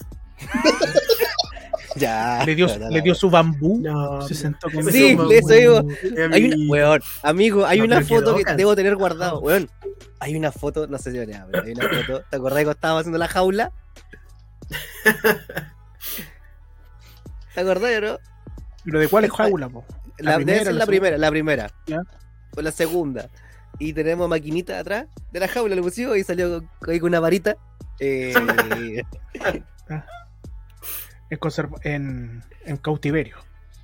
Ya. Le dio su bambú. No, Se sentó con Sí, su eso digo. Hay Hay una, weón, amigo, hay No, una pero quedó foto que cansado. debo tener guardado, weón. Hay una foto, no sé si era, pero hay una foto. ¿Te acordás cuando estábamos haciendo la jaula? ¿Te acordás, no? ¿Pero de cuál es jaula, po? Debe ser la segunda? primera. Ya. O la segunda. Y tenemos maquinita atrás de la jaula, le pusimos y salió ahí con una varita. En cautiverio.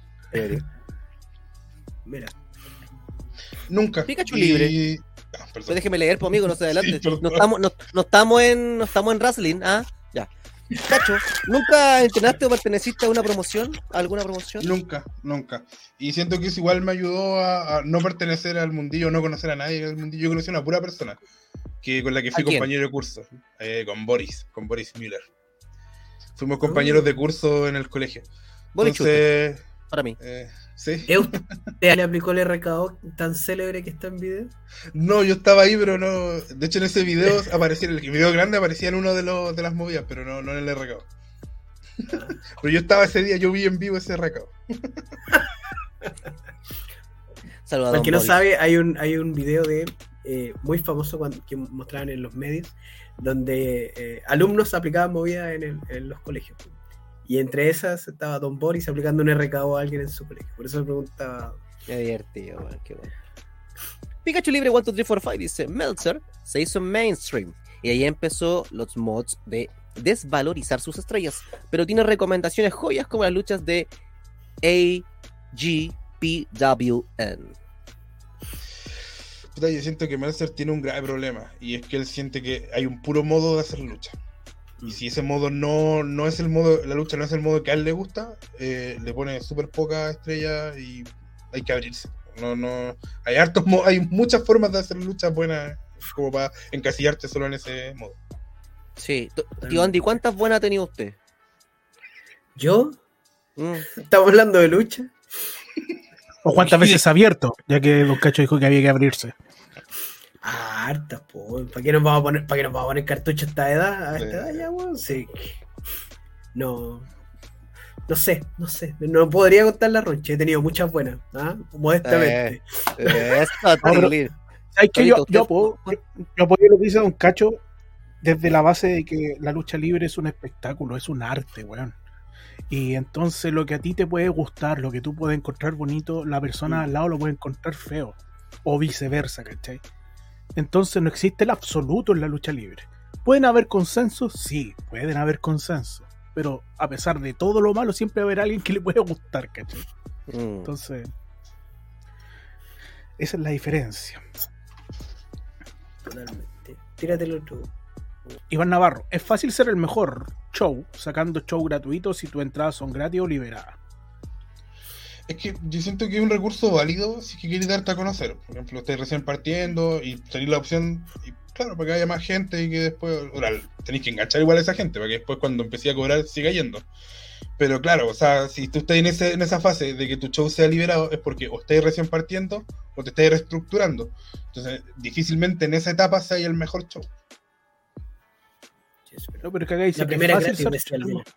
Mira, Nunca. Pikachu libre. Ah, perdón. Pues déjeme leer, pues, amigo, no se adelante. Sí, perdón. No estamos en wrestling, ¿ah? Ya. Cacho, ¿nunca entrenaste o perteneciste a una promoción? ¿A alguna promoción? Nunca. Y siento que eso igual me ayudó a no pertenecer al mundillo, no conocer a nadie del mundillo. Yo conocí a una pura persona con la que fui ¿A quién? compañero de curso, con Boris Müller. Fuimos compañeros de curso en el colegio. Bolichute, Entonces, para mí. sí. ¿es usted le aplicó el RKO tan célebre que está en video? No, yo estaba ahí, pero no. De hecho, en ese video aparecía, en el video grande aparecía en uno de las movidas, pero no en el RKO. Pero yo estaba ese día, yo vi en vivo ese RKO. Saludos a Para Don quien no Boris. sabe, hay un video de él muy famoso que mostraban en los medios, donde alumnos aplicaban movidas en los colegios. Y entre esas estaba Don Boris aplicando un RKO a alguien en su colegio. Por eso me preguntaba. Qué divertido, weón, qué bueno. Pikachu Libre 1, 2, 3, 4, 5 dice: Meltzer se hizo mainstream y ahí empezó los mods de desvalorizar sus estrellas, pero tiene recomendaciones joyas como las luchas de AGPWN. Puta, yo siento que Meltzer tiene un grave problema, y es que él siente que hay un puro modo de hacer lucha. Y si ese modo no es el modo, la lucha no es el modo que a él le gusta, le pone súper poca estrella y hay que abrirse. Hay hay muchas formas de hacer luchas buenas como para encasillarte solo en ese modo. Sí. Tío Andy, ¿cuántas buenas ha tenido usted? ¿Yo? Mm. ¿Estamos hablando de lucha? ¿O cuántas veces ha abierto? Ya que Don Cacho dijo que había que abrirse. Hartas, pues. ¿Para qué nos vamos a poner cartucho a esta edad? A esta edad ya, weón. Sí. No sé. No podría contar la roncha. He tenido muchas buenas, modestamente. Eso, terrible. ¿Sabes qué? Solito, Yo usted- apoyo lo que dice Don Cacho desde la base de que la lucha libre es un espectáculo, es un arte, weón. Y entonces lo que a ti te puede gustar, lo que tú puedes encontrar bonito, la persona al lado lo puede encontrar feo. O viceversa, ¿cachai? Entonces no existe el absoluto en la lucha libre. ¿Pueden haber consensos? Sí, pueden haber consensos. Pero a pesar de todo lo malo, siempre va a haber alguien que le puede gustar, ¿cachai? Mm. Entonces, esa es la diferencia. Totalmente. Tíratelo tú. Iván Navarro, es fácil ser el mejor show sacando show gratuitos si tus entradas son gratis o liberadas. Es que yo siento que es un recurso válido si es que quieres darte a conocer. Por ejemplo, estáis recién partiendo y tenéis la opción, y claro, para que haya más gente y que después, ahora, tenéis que enganchar igual a esa gente, para que después cuando empecé a cobrar siga yendo. Pero claro, o sea, si tú estás en esa fase de que tu show sea liberado, es porque o estáis recién partiendo o te estáis reestructurando. Entonces, difícilmente en esa etapa sea el mejor show. No, pero es que acá dice La que es primera fácil gratis ser me sale bien.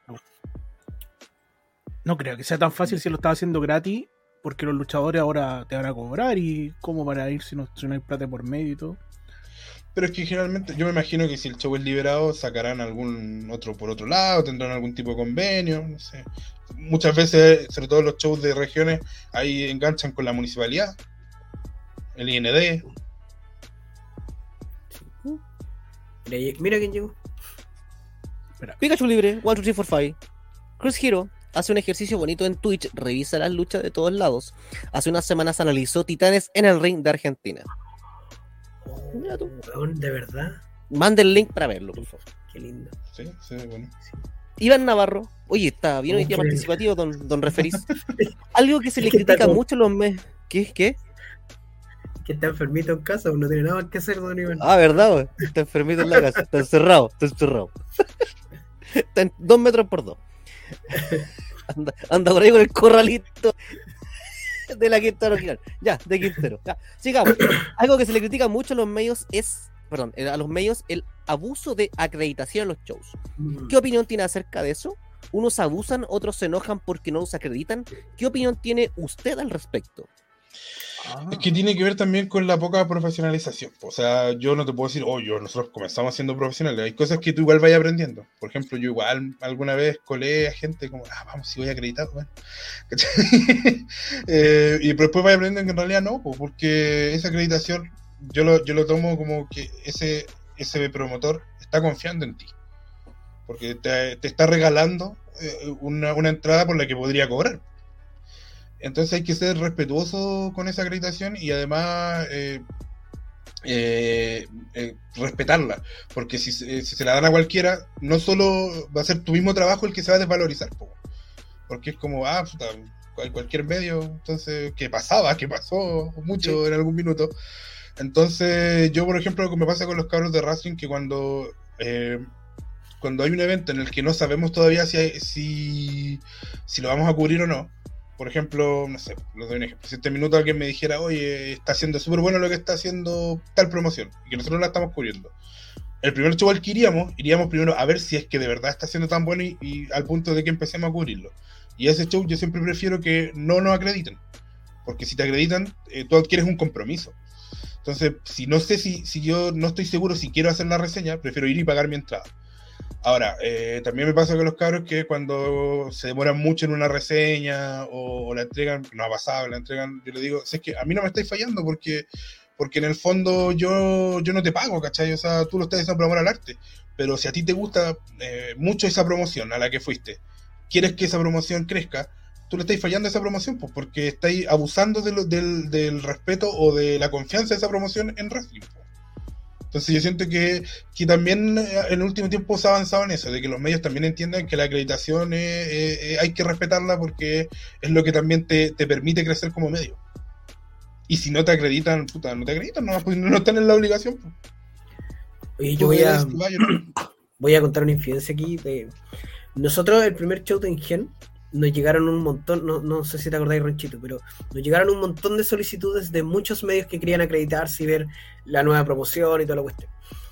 No creo que sea tan fácil si lo estás haciendo gratis, porque los luchadores ahora te van a cobrar y cómo para ir si no hay plata por medio y todo. Pero es que generalmente, yo me imagino que si el show es liberado, sacarán algún otro por otro lado, tendrán algún tipo de convenio, no sé. Muchas veces, sobre todo los shows de regiones, ahí enganchan con la municipalidad, el IND. Mira quién llegó. Pikachu libre, 1, 2, 3, 4, 5. Chris Hero hace un ejercicio bonito en Twitch, revisa las luchas de todos lados. Hace unas semanas analizó Titanes en el Ring de Argentina. Mira tú. Weón, de verdad. Mande el link para verlo, por favor. Qué lindo. Sí, bueno. Iván Navarro, oye, está bien hoy día Hombre. participativo, don Referís. Algo que se le Es que está critica como- mucho a los medios. ¿Qué? Que está enfermito en casa, no tiene nada más que hacer, don Iván. Ah, ¿verdad? Wey? Está enfermito en la casa, está encerrado. Está en 2 metros por 2. Anda por ahí con el corralito de la Quintero Original. Ya, de Quintero. Ya, sigamos. Algo que se le critica mucho a los medios a los medios, el abuso de acreditación en los shows. ¿Qué opinión tiene acerca de eso? Unos abusan, otros se enojan porque no los acreditan. ¿Qué opinión tiene usted al respecto? Es que tiene que ver también con la poca profesionalización. O sea, yo no te puedo decir, nosotros comenzamos siendo profesionales. Hay cosas que tú igual vayas aprendiendo. Por ejemplo, yo igual alguna vez colé a gente como, vamos, si voy acreditado, bueno. Y después vaya aprendiendo que en realidad no, porque esa acreditación yo lo tomo como que ese promotor está confiando en ti. Porque te está regalando una entrada por la que podría cobrar. Entonces hay que ser respetuoso con esa acreditación y además respetarla, porque si se la dan a cualquiera, no solo va a ser tu mismo trabajo el que se va a desvalorizar, porque es como, puta, cualquier medio, entonces, ¿qué pasó mucho en algún minuto? Entonces yo, por ejemplo, lo que me pasa con los cabros de wrestling, que cuando hay un evento en el que no sabemos todavía si lo vamos a cubrir o no. Por ejemplo, no sé, les doy un ejemplo. Si este minuto alguien me dijera, oye, está haciendo súper bueno lo que está haciendo tal promoción, y que nosotros no la estamos cubriendo. El primer show al que iríamos primero a ver si es que de verdad está siendo tan bueno y al punto de que empecemos a cubrirlo. Y ese show yo siempre prefiero que no nos acrediten. Porque si te acreditan, tú adquieres un compromiso. Entonces, si no sé si yo no estoy seguro si quiero hacer la reseña, prefiero ir y pagar mi entrada. Ahora, también me pasa con los cabros que cuando se demoran mucho en una reseña o la entregan, no ha pasado, la entregan, yo le digo, es que a mí no me estáis fallando porque en el fondo yo no te pago, ¿cachai? O sea, tú lo estás haciendo por amor al arte, pero si a ti te gusta mucho esa promoción a la que fuiste, quieres que esa promoción crezca, tú le estáis fallando a esa promoción, pues porque estáis abusando del respeto o de la confianza de esa promoción en wrestling. Entonces yo siento que también en el último tiempo se ha avanzado en eso, de que los medios también entiendan que la acreditación hay que respetarla porque es lo que también te permite crecer como medio. Y si no te acreditan, puta, no te acreditan, no, pues no están en la obligación. Pues. Oye, yo voy a contar una infidencia aquí. Nosotros, el primer show de Engen, nos llegaron un montón, no sé si te acordáis, Ronchito, pero nos llegaron un montón de solicitudes de muchos medios que querían acreditarse y ver la nueva promoción y toda la cuestión.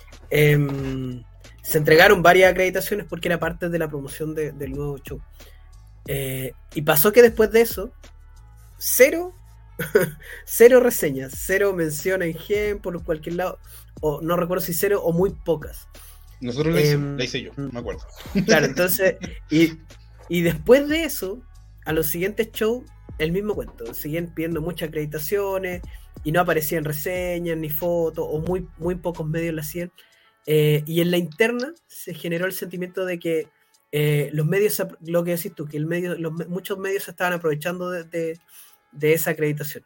Se entregaron varias acreditaciones porque era parte de la promoción del nuevo show. Y pasó que después de eso, cero reseñas, cero mención en Gen por cualquier lado, o no recuerdo si cero o muy pocas. Nosotros la hice yo, no me acuerdo. Claro, entonces, y después de eso, a los siguientes shows, el mismo cuento. Seguían pidiendo muchas acreditaciones y no aparecían reseñas ni fotos, o muy pocos medios la hacían. Y en la interna se generó el sentimiento de que los medios, lo que decís tú, que muchos medios se estaban aprovechando de esa acreditación.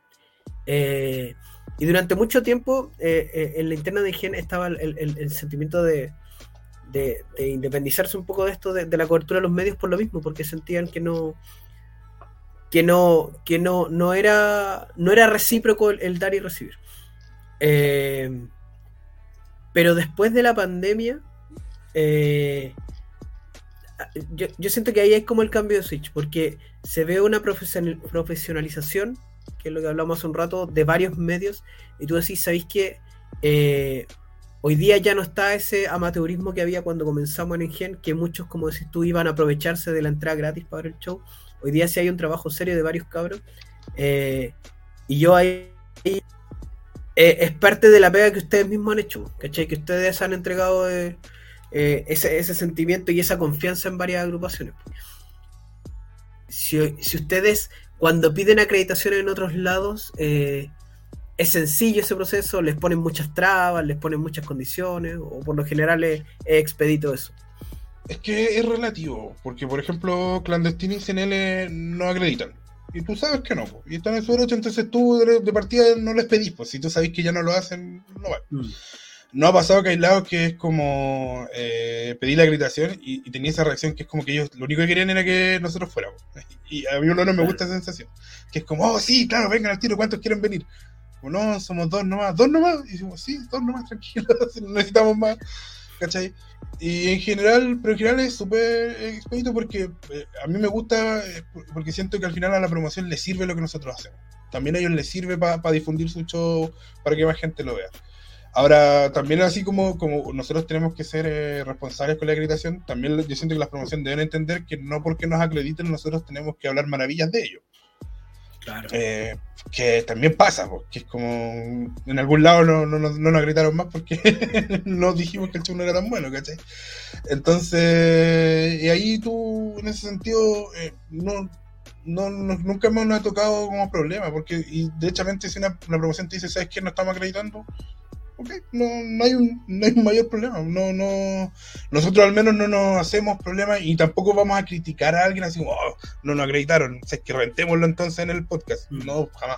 Y durante mucho tiempo, en la interna de Gen estaba el sentimiento de independizarse un poco de esto, de la cobertura de los medios por lo mismo, porque sentían que no era recíproco el dar y recibir. Pero después de la pandemia, yo siento que ahí hay como el cambio de switch, porque se ve una profesionalización, que es lo que hablamos hace un rato, de varios medios, y tú decís, ¿sabéis qué? Hoy día ya no está ese amateurismo que había cuando comenzamos en Engen, que muchos, como decís tú, iban a aprovecharse de la entrada gratis para ver el show. Hoy día sí hay un trabajo serio de varios cabros. Y yo ahí es parte de la pega que ustedes mismos han hecho, ¿cachai? Que ustedes han entregado ese sentimiento y esa confianza en varias agrupaciones. Si ustedes, cuando piden acreditación en otros lados, es sencillo ese proceso, les ponen muchas trabas, les ponen muchas condiciones, o por lo general es expedito eso. Es que es relativo, porque por ejemplo, Clandestini y CNL no acreditan, y tú sabes que no, y están en su derecho, entonces tú de partida no les pedís, pues si tú sabes que ya no lo hacen, no va. No ha pasado que hay lados que es como pedir la acreditación y tenía esa reacción que es como que ellos lo único que querían era que nosotros fuéramos, y a mí no me gusta esa sensación, que es como, oh sí, claro, vengan al tiro, ¿cuántos quieren venir? No, somos dos nomás, y decimos, sí, dos nomás, tranquilos, no necesitamos más, ¿cachai? Y en general es súper expedito porque a mí me gusta, porque siento que al final a la promoción le sirve lo que nosotros hacemos. También a ellos les sirve para difundir su show, para que más gente lo vea. Ahora, también así como nosotros tenemos que ser responsables con la acreditación, también yo siento que las promociones deben entender que no porque nos acrediten nosotros tenemos que hablar maravillas de ellos. Claro. Que también pasa, que es como en algún lado no nos acreditaron más porque no dijimos que el show no era tan bueno, ¿cachai? Entonces, y ahí tú, en ese sentido, nunca me ha tocado como problema, porque y derechamente si una promoción te dice, ¿sabes qué? No estamos acreditando, ok, no hay un mayor problema, nosotros al menos no nos hacemos problemas y tampoco vamos a criticar a alguien así como, oh, no nos acreditaron, o sea, es que reventémoslo entonces en el podcast, no, jamás.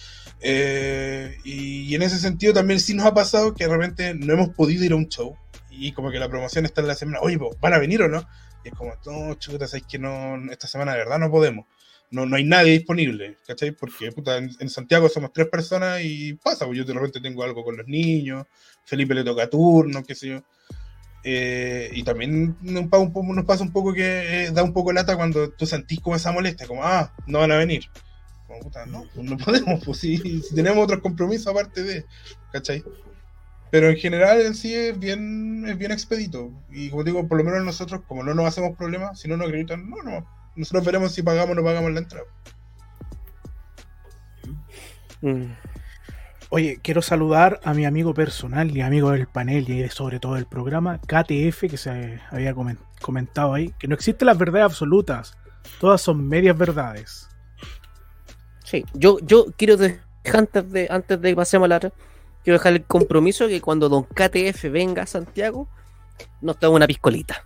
Y en ese sentido también sí nos ha pasado que de repente no hemos podido ir a un show y como que la promoción está en la semana, oye, ¿van a venir o no? Y es como, no, chuta, sabes que no, esta semana de verdad no podemos. No hay nadie disponible, ¿cachai? Porque puta, en Santiago somos 3 personas y pasa, pues yo de repente tengo algo con los niños, Felipe le toca turno, qué sé yo. Y también nos pasa un poco que da un poco lata cuando tú sentís como esa molestia, como, no van a venir. Como, puta, no podemos, pues si tenemos otros compromisos aparte de, ¿cachai? Pero en general en sí es bien expedito. Y como digo, por lo menos nosotros, como no nos hacemos problemas, si no nos acreditan, no. Nosotros veremos si pagamos o no pagamos la entrada. Oye, quiero saludar a mi amigo personal y amigo del panel y sobre todo del programa, KTF, que se había comentado ahí, que no existen las verdades absolutas, todas son medias verdades. Sí, yo quiero dejar antes de que pasemos a la otra, quiero dejar el compromiso que cuando don KTF venga a Santiago, nos toma una piscolita.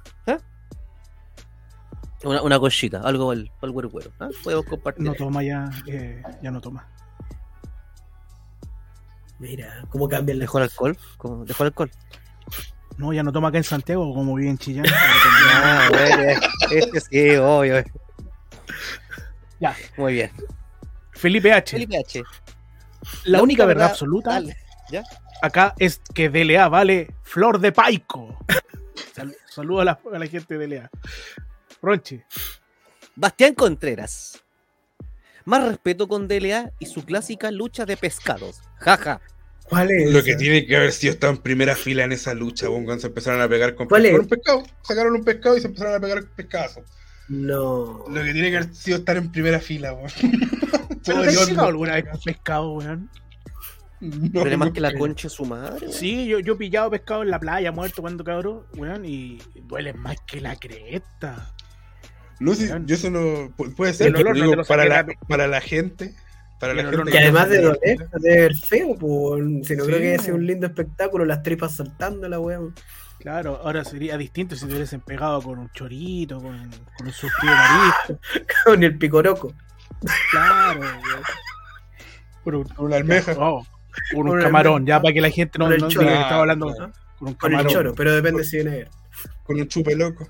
Una cosita, algo para el güero. Podemos compartir. No toma ya no toma. Mira, cómo cambia el ¿Dejó el alcohol? ¿Dejó el alcohol? No, ya no toma acá en Santiago, como vive en Chillán. Ah, bueno, sí, obvio. Ya. Muy bien. Felipe H. Felipe H. La única verdad absoluta Dale. ¿Ya? acá es que DLA vale flor de paico. Saludos a la gente de DLA. Ronchi. Bastián Contreras. Más respeto con DLA y su clásica lucha de pescados. Jaja. ¿Cuál es? Lo que tiene que haber sido estar en primera fila en esa lucha, weón, cuando se empezaron a pegar con ¿Cuál es? un pescado. Sacaron un pescado y se empezaron a pegar con pescazo. No. Lo que tiene que haber sido estar en primera fila, weón. ¿Pero te has pegado alguna vez con pescado, weón? No, Pero más no, que la concha de su madre. weón. Sí, yo he pillado pescado en la playa, muerto cuando cabrón, weón, y duele más que la cresta. No sé, yo eso no. Puede ser, El olor pero no digo, te lo saqué para la gente. Para la El gente olor Que no te además de lo doler, debe ver feo, pues. Si no Sí, creo que po. sea un lindo espectáculo, las tripas saltando la weón. Claro, ahora sería distinto si te hubiesen pegado con un chorito, con un surtido de marisco. Con el picoroco. Claro, weón. Con una almeja. Oh, con un Con el camarón, almeja. ya para que la gente no Con el diga choro. que estaba hablando Claro. con un Con el camarón. choro, pero depende si viene a ver. Con un chupe loco.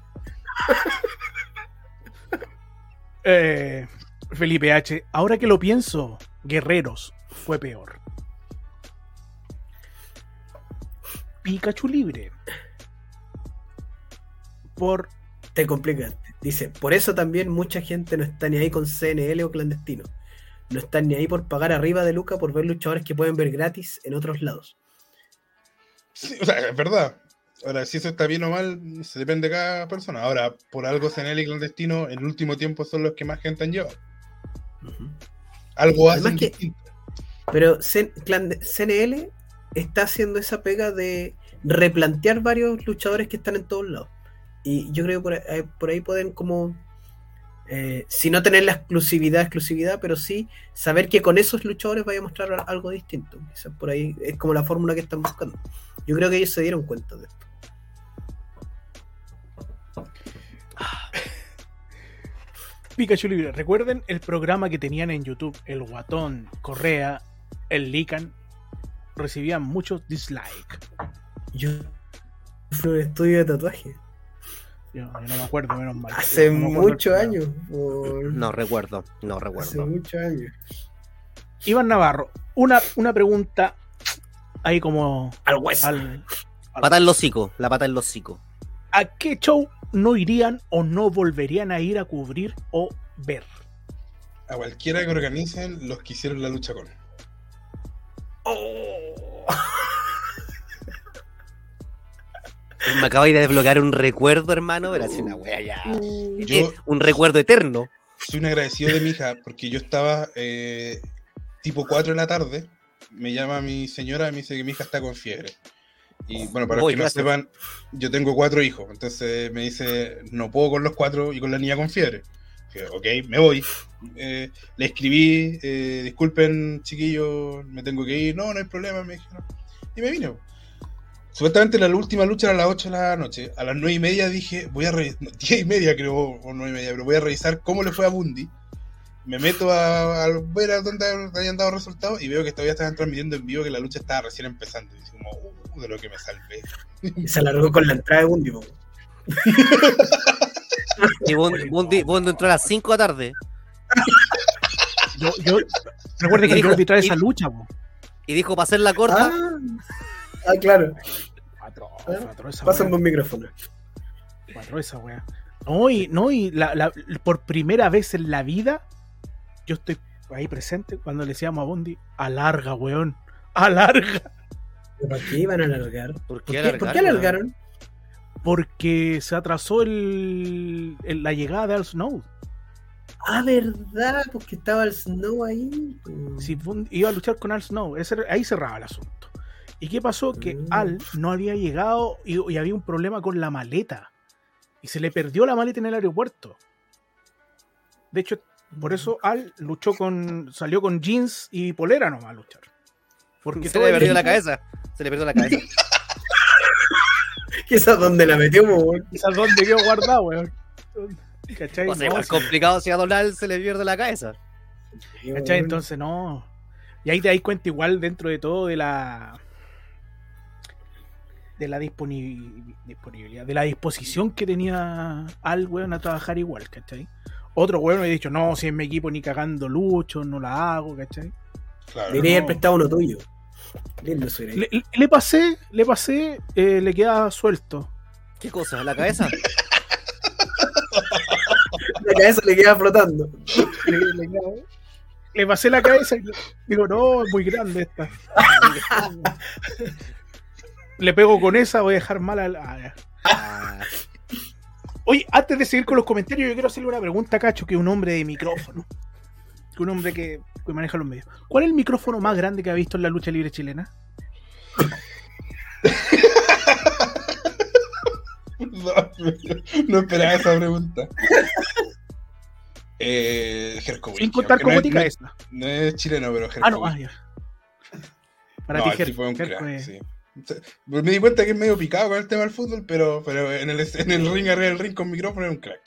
Felipe H, ahora que lo pienso, Guerreros fue peor. Pikachu libre. Por Te complicaste. Dice, por eso también mucha gente no está ni ahí con CNL o clandestino. No están ni ahí por pagar arriba de Luca por ver luchadores que pueden ver gratis en otros lados. Sí, o sea, es verdad. Ahora, si eso está bien o mal, se depende de cada persona. Ahora, por algo CNL y clandestino, en el último tiempo son los que más gente han llevado. Algo Además hacen que- distinto. Pero CNL está haciendo esa pega de replantear varios luchadores que están en todos lados. Y yo creo que por ahí pueden como... si no tener la exclusividad, pero sí saber que con esos luchadores vaya a mostrar algo distinto. Quizás por ahí es como la fórmula que están buscando. Yo creo que ellos se dieron cuenta de esto. Pikachu libre. Recuerden el programa que tenían en YouTube, el Guatón, Correa, el Lican, recibían muchos dislikes. Yo fui a un estudio de tatuaje Yo no me acuerdo, menos mal. hace No me acuerdo el muchos programa. años. No recuerdo. Hace muchos años. Iván Navarro, una pregunta ahí como Al hueso. Pata en los hocico. La pata en los hocico. ¿a qué show no irían o no volverían a ir a cubrir o ver? A cualquiera que organicen los que hicieron la lucha con. Me acabáis de desbloquear un recuerdo, hermano. Pero así una wea ya. Yo Un recuerdo eterno. soy un agradecido de mi hija porque yo estaba tipo 4 de la tarde. Me llama mi señora y me dice que mi hija está con fiebre. Y bueno, para los Uy, que no gracias. sepan, yo tengo 4 hijos. Entonces me dice, no puedo con los 4 y con la niña con fiebre. Dije, ok, me voy. Le escribí, disculpen chiquillos, me tengo que ir. No, no hay problema, me dijeron. Y me vine. Supuestamente la última lucha era a las 8 de la noche. A las 9:30 dije, voy a revisar, 10:30 creo, o 9:30, pero voy a revisar cómo le fue a Bundy. Me meto a ver a dónde habían dado resultados y veo que todavía estaban transmitiendo en vivo que la lucha estaba recién empezando. Y dije, como, de lo que me salvé. Y se alargó con la entrada de Bundy. Po. Y Bondi entró a las 5 de la tarde. Yo recuerden que Y dijo- yo arbitrar y- esa lucha, po. Y dijo, para hacer la corta, Claro. Patrón esa Pásame wea. un micrófono. Patrón esa wea. No, y por primera vez en la vida, yo estoy ahí presente cuando le decíamos a Bondi, alarga, weón. Alarga. ¿Para qué iban a alargar? ¿por ¿Por qué qué alargaron? Porque se atrasó la llegada de Al Snow. Ah, verdad, porque estaba el Snow ahí. Si iba a luchar con Al Snow, ahí cerraba el asunto. ¿Y qué pasó? Que Al no había llegado y había un problema con la maleta. Y se le perdió la maleta en el aeropuerto. De hecho, por eso Al salió con jeans y polera nomás a luchar. Porque Se todo le el perdió la equipo- cabeza. Se le perdió la cabeza. ¿Qué sabes dónde la metió, po? ¿Sabes dónde quedó guardado, weón? ¿Cachai? O sea, No, igual sí. complicado si a Donald se le pierde la cabeza. ¿Cachai? Entonces no. Y ahí te das cuenta igual dentro de todo de la disponibilidad, de la disposición que tenía al weón a trabajar igual, ¿cachai? Otro weón me ha dicho, no, si en mi equipo ni cagando lucho, no la hago, ¿cachai? Claro. Debería haber No. prestado uno tuyo. Lindo sería. Le pasé, le queda suelto. ¿Qué cosa? ¿La cabeza? La cabeza le queda flotando. Le pasé la cabeza y digo, no, es muy grande esta. Le pego con esa, voy a dejar mal al. Ah, Oye, antes de seguir con los comentarios, yo quiero hacerle una pregunta a Cacho, que es un hombre de micrófono. Que un hombre que maneja los medios. ¿Cuál es el micrófono más grande que ha visto en la lucha libre chilena? No esperaba esa pregunta. Herco Sin contar aunque cómo no, tica no, esa. no es chileno, pero Herco Ah, no, ya. Para no, ti, el Jerko, tipo es un Jerko crack, es- sí. Me di cuenta que es medio picado con el tema del fútbol, pero en el ring, arriba del ring con micrófono es un crack.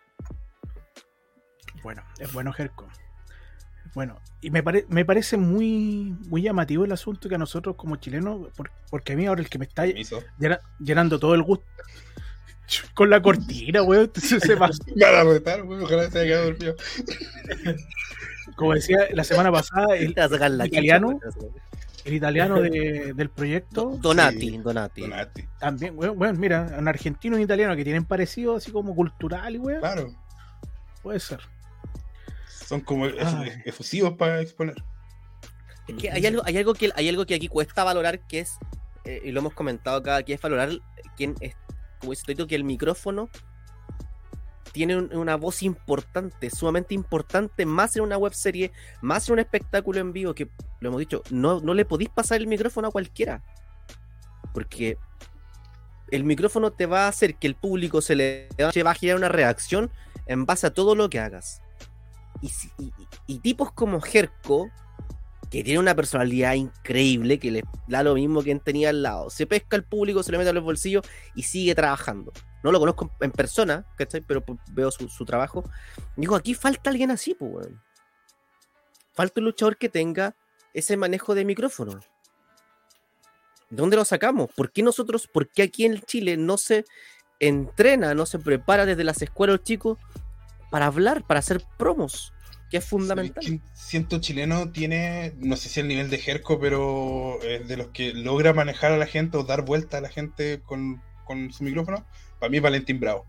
Bueno, es bueno Jerko. Bueno, y me parece muy llamativo el asunto que a nosotros como chilenos, porque a mí ahora el que me está Permiso. llenando todo el gusto con la cortina, weón, se pasó. Me van a retar, güey, ojalá se haya quedado dormido. Como decía la semana pasada, el te vas a sacar la italiano, chucha, güey. el italiano del proyecto, Donati, Sí. Donati. Donati, también, weón, mira, un argentino y un italiano que tienen parecido así como cultural y weón, claro. puede ser. Son como Ay. efusivos para exponer. Es que hay algo que aquí cuesta valorar, que es, y lo hemos comentado acá, que es valorar quién es, como dice Toito, que el micrófono tiene una voz importante, sumamente importante, más en una webserie, más en un espectáculo en vivo, que lo hemos dicho, no le podéis pasar el micrófono a cualquiera. Porque el micrófono te va a hacer que el público se va a generar una reacción en base a todo lo que hagas. Y tipos como Jerko, que tiene una personalidad increíble, que le da lo mismo que quien tenía al lado, se pesca al público, se le mete a los bolsillos y sigue trabajando. No lo conozco en persona, ¿cachai? Pero veo su trabajo. Digo, aquí falta alguien así, pues, weón. Falta un luchador que tenga ese manejo de micrófono. ¿De dónde lo sacamos? ¿Por qué aquí en Chile no se entrena, no se prepara desde las escuelas los chicos para hablar, para hacer promos? Que es fundamental. Siento chileno tiene, no sé si el nivel de Jerko, pero de los que logra manejar a la gente o dar vuelta a la gente con su micrófono, para mí es Valentín Bravo.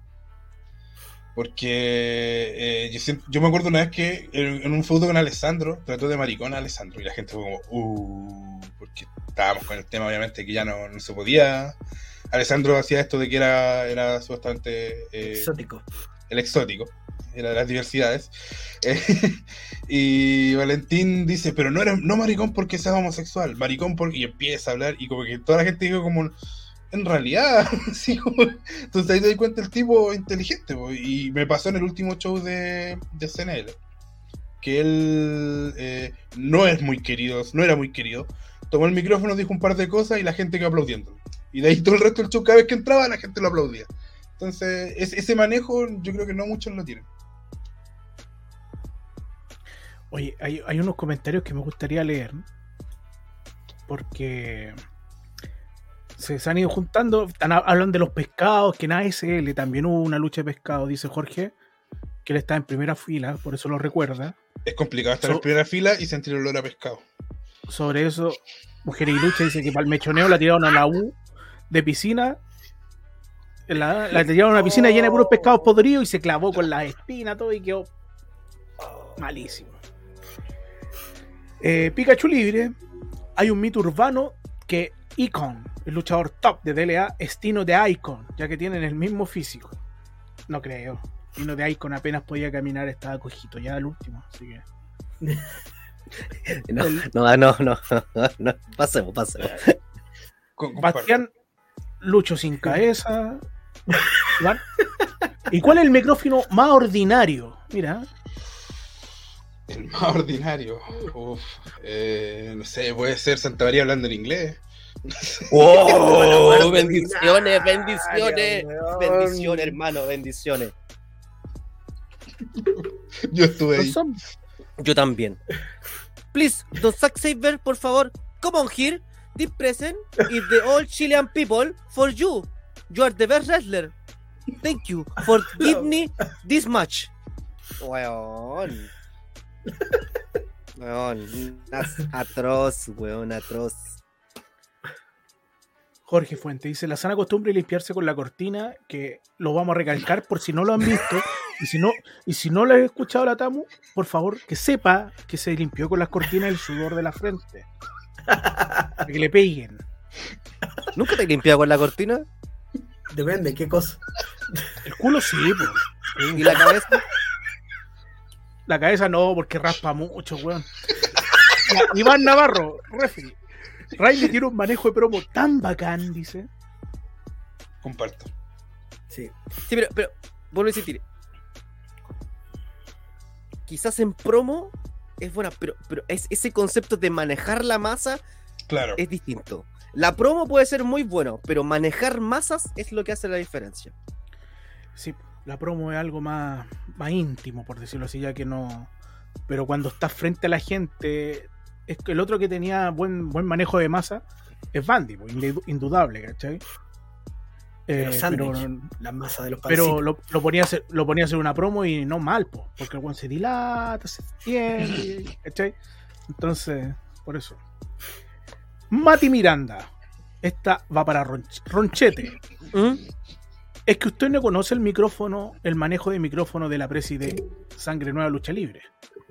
Porque yo me acuerdo una vez que en un feudo con Alessandro trató de maricón a Alessandro y la gente fue como porque estábamos con el tema obviamente que ya no se podía. Alessandro hacía esto de que era supuestamente Exótico. el exótico, era de las diversidades. Y Valentín dice, pero no maricón porque seas homosexual, maricón porque... Y empieza a hablar y como que toda la gente dijo como, en realidad, así como... Entonces ahí te das cuenta el tipo inteligente, po. Y me pasó en el último show de CNL, que él no era muy querido, tomó el micrófono, dijo un par de cosas y la gente quedó aplaudiendo. Y de ahí todo el resto del show, cada vez que entraba, la gente lo aplaudía. Entonces, ese manejo yo creo que no muchos lo tienen. Oye, hay unos comentarios que me gustaría leer, porque se han ido juntando, hablan de los pescados, que en ASL también hubo una lucha de pescados, dice Jorge, que él está en primera fila, por eso lo recuerda. Es complicado estar en primera fila y sentir el olor a pescado. Sobre eso, Mujeres y Lucha dice que para el mechoneo la tiraron a la U de piscina. La tiraron a una piscina llena de puros pescados podridos y se clavó con las espinas todo y quedó malísimo. Pikachu libre. Hay un mito urbano que Icon, el luchador top de DLA, es Tino de Icon, ya que tienen el mismo físico. No creo. Tino de Icon apenas podía caminar, estaba cojito ya al último, así que... No, pasemos. Bastián, Lucho sin cabeza. ¿Iván? ¿Y cuál es el micrófono más ordinario? Mira. El más ordinario. No sé, puede ser Santa María hablando en inglés. ¡Oh! Bendiciones, hermano, bendiciones. Yo estuve ahí. Son Yo también. Please, Don Zack Saber, por favor, come on here. This present is the all Chilean people for you. You are the best wrestler. Thank you for give me this match. Weón. Weón. Atroz, weón, atroz. Jorge Fuente dice: la sana costumbre de limpiarse con la cortina, que lo vamos a recalcar por si no lo han visto. Y si no lo he escuchado la Tamu, por favor, que sepa que se limpió con las cortinas el sudor de la frente. Para que le peguen. ¿Nunca te he limpiado con la cortina? Depende, ¿qué cosa? El culo sí, pues. ¿Y la cabeza? La cabeza no, porque raspa mucho, weón. Ya, Iván Navarro, referee. Riley tiene un manejo de promo tan bacán, dice. Comparto. Sí. Sí, pero vuelvo a insistir. Quizás en promo es buena, pero es ese concepto de manejar la masa Claro. es distinto. La promo puede ser muy bueno, pero manejar masas es lo que hace la diferencia. Sí, la promo es algo más íntimo, por decirlo así, ya que no. Pero cuando estás frente a la gente, es que el otro que tenía buen manejo de masa es Bandy, pues, indudable, ¿cachai? Los sándwiches, la masa de los Pero pancitos. lo ponía a hacer una promo y no mal, po, porque el weón se dilata, se extiende, ¿cachai? Entonces, por eso. Mati Miranda, esta va para Ronchete. ¿Mm? Es que usted no conoce el micrófono, el manejo de micrófono de la presi de Sangre Nueva Lucha Libre.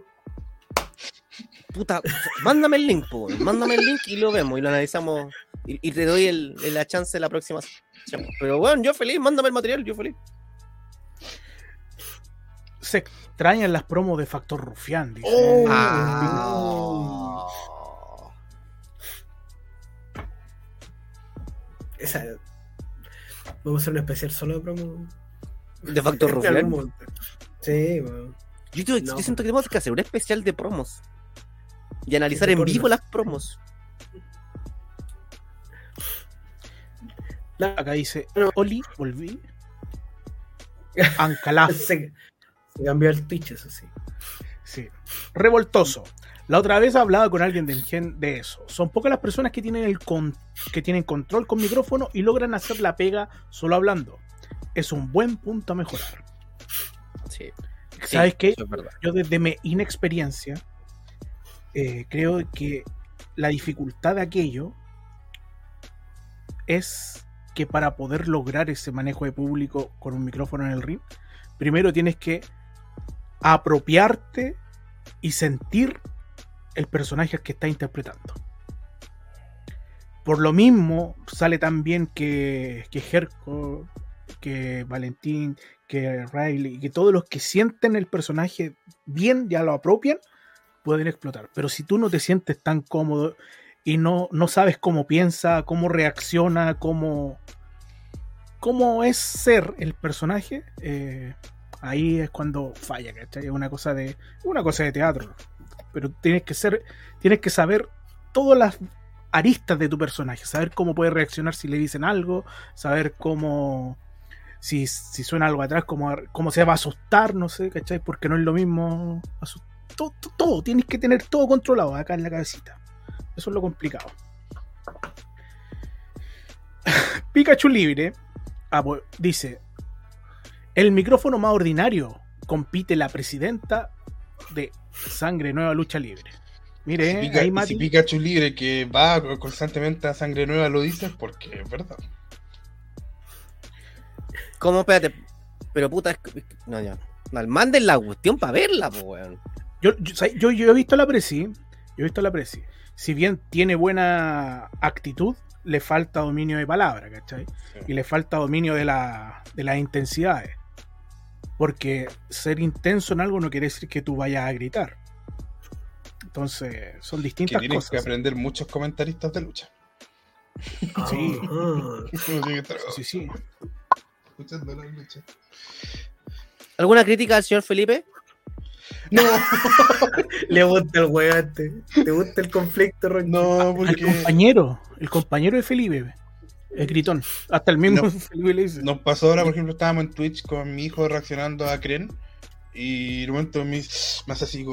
Puta, mándame el link, po. Mándame el link y lo vemos y lo analizamos y te doy la chance la próxima sesión. Pero bueno, yo feliz, mándame el material, yo feliz. Se extrañan las promos de Factor Rufián, dice. Ah. Esa. Vamos a hacer un especial solo de promo. De Factor En Rufián. algún momento. Sí, bueno. Yo siento que tenemos que hacer un especial de promos y analizar en vivo las promos. Acá dice, Oli, volví. Ancalaf. Se cambió el Twitch, eso sí. Sí. Revoltoso. La otra vez hablaba con alguien de eso. Son pocas las personas que tienen que tienen control con micrófono y logran hacer la pega solo hablando. Es un buen punto a mejorar. Sí. ¿Sabes qué? Eso es verdad. Yo desde mi inexperiencia creo que la dificultad de aquello es que para poder lograr ese manejo de público con un micrófono en el ring, primero tienes que apropiarte y sentir el personaje que está interpretando. Por lo mismo sale tan bien que Herco, que Valentín, que Riley, que todos los que sienten el personaje bien, ya lo apropian, pueden explotar. Pero si tú no te sientes tan cómodo y no sabes cómo piensa, cómo reacciona, cómo es ser el personaje, ahí es cuando falla, ¿cachai? Es una cosa de teatro. Pero tienes que saber todas las aristas de tu personaje, saber cómo puede reaccionar si le dicen algo, saber cómo, si suena algo atrás, cómo se va a asustar, no sé, ¿cachai? Porque no es lo mismo todo, tienes que tener todo controlado acá en la cabecita. Eso es lo complicado. Pikachu Libre dice: el micrófono más ordinario compite la presidenta de Sangre Nueva Lucha Libre. Mire, ahí Mati. Si Pikachu Libre, que va constantemente a Sangre Nueva, lo dices porque es verdad. ¿Cómo? Espérate. Pero puta, no, ya. No, manden la cuestión para verla, pues, weón. Yo he visto la presi. Si bien tiene buena actitud, le falta dominio de palabra, ¿cachai? Sí. Y le falta dominio de las intensidades. Porque ser intenso en algo no quiere decir que tú vayas a gritar. Entonces, son distintas que tienes cosas. Que aprender muchos comentaristas de lucha. Sí. Sí. Escuchando la lucha. ¿Alguna crítica al señor Felipe? No. Le gusta el huevante. ¿Te gusta el conflicto, Ron? No, porque... El compañero de Felipe es gritón. Hasta el mismo Felipe le dice. Nos pasó ahora, por ejemplo, estábamos en Twitch con mi hijo reaccionando a Kren. Y de momento me hace así,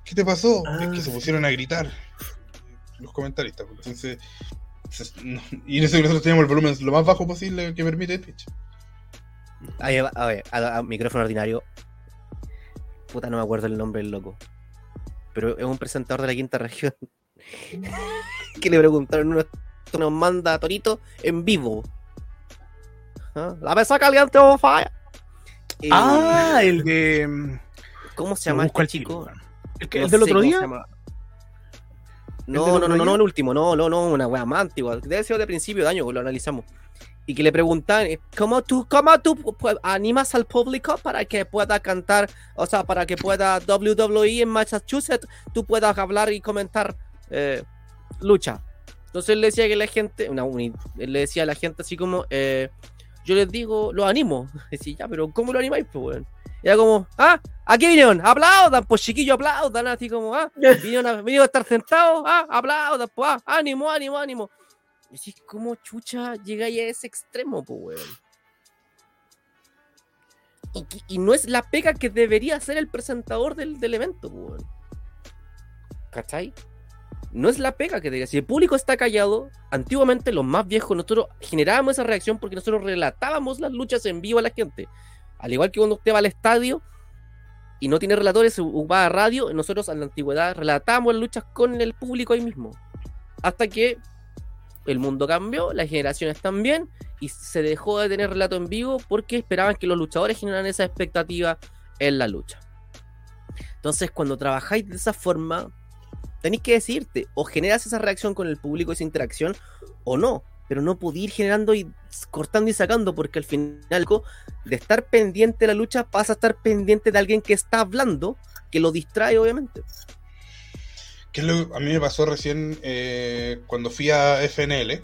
¿qué te pasó? Ah. Es que se pusieron a gritar los comentaristas. Entonces, y en eso que nosotros teníamos el volumen lo más bajo posible que permite Twitch. A ver, a micrófono ordinario. Puta, no me acuerdo el nombre del loco. Pero es un presentador de la quinta región. Que le preguntaron, nos manda Torito en vivo. ¿Ah? La mesa caliente o falla. El de. ¿Cómo se Lo llama busco este al chico? tiro, ¿El No del sé otro cómo día? se llama. del No, otro día? el último, no, una wea más antigua. Debe ser de principio de año que lo analizamos. Y que le preguntan, ¿cómo tú animas al público para que pueda cantar, o sea, para que pueda WWE en Massachusetts, tú puedas hablar y comentar lucha? Entonces él le decía que la gente, él le decía a la gente así como, yo les digo, lo animo. Decía, ya, pero ¿cómo lo animáis, pues, weón? Era como, aquí vinieron, aplaudan, pues chiquillos, aplaudan, así como, vinieron a estar sentados, aplaudan, pues, ánimo. Y así, ¿cómo chucha llegáis a ese extremo, pues, weón? Y no es la pega que debería hacer el presentador del evento, pues, weón. ¿Cachai? No es la pega que debería. Si el público está callado, antiguamente los más viejos, nosotros generábamos esa reacción porque nosotros relatábamos las luchas en vivo a la gente. Al igual que cuando usted va al estadio y no tiene relatores, va a radio, nosotros en la antigüedad relatábamos las luchas con el público ahí mismo. Hasta que el mundo cambió, las generaciones también, y se dejó de tener relato en vivo porque esperaban que los luchadores generaran esa expectativa en la lucha. Entonces, cuando trabajáis de esa forma, tenéis que decidirte, o generas esa reacción con el público, esa interacción, o no. Pero no podía ir generando y cortando y sacando, porque al final de estar pendiente de la lucha pasa a estar pendiente de alguien que está hablando, que lo distrae obviamente. Que es lo que a mí me pasó recién cuando fui a FNL.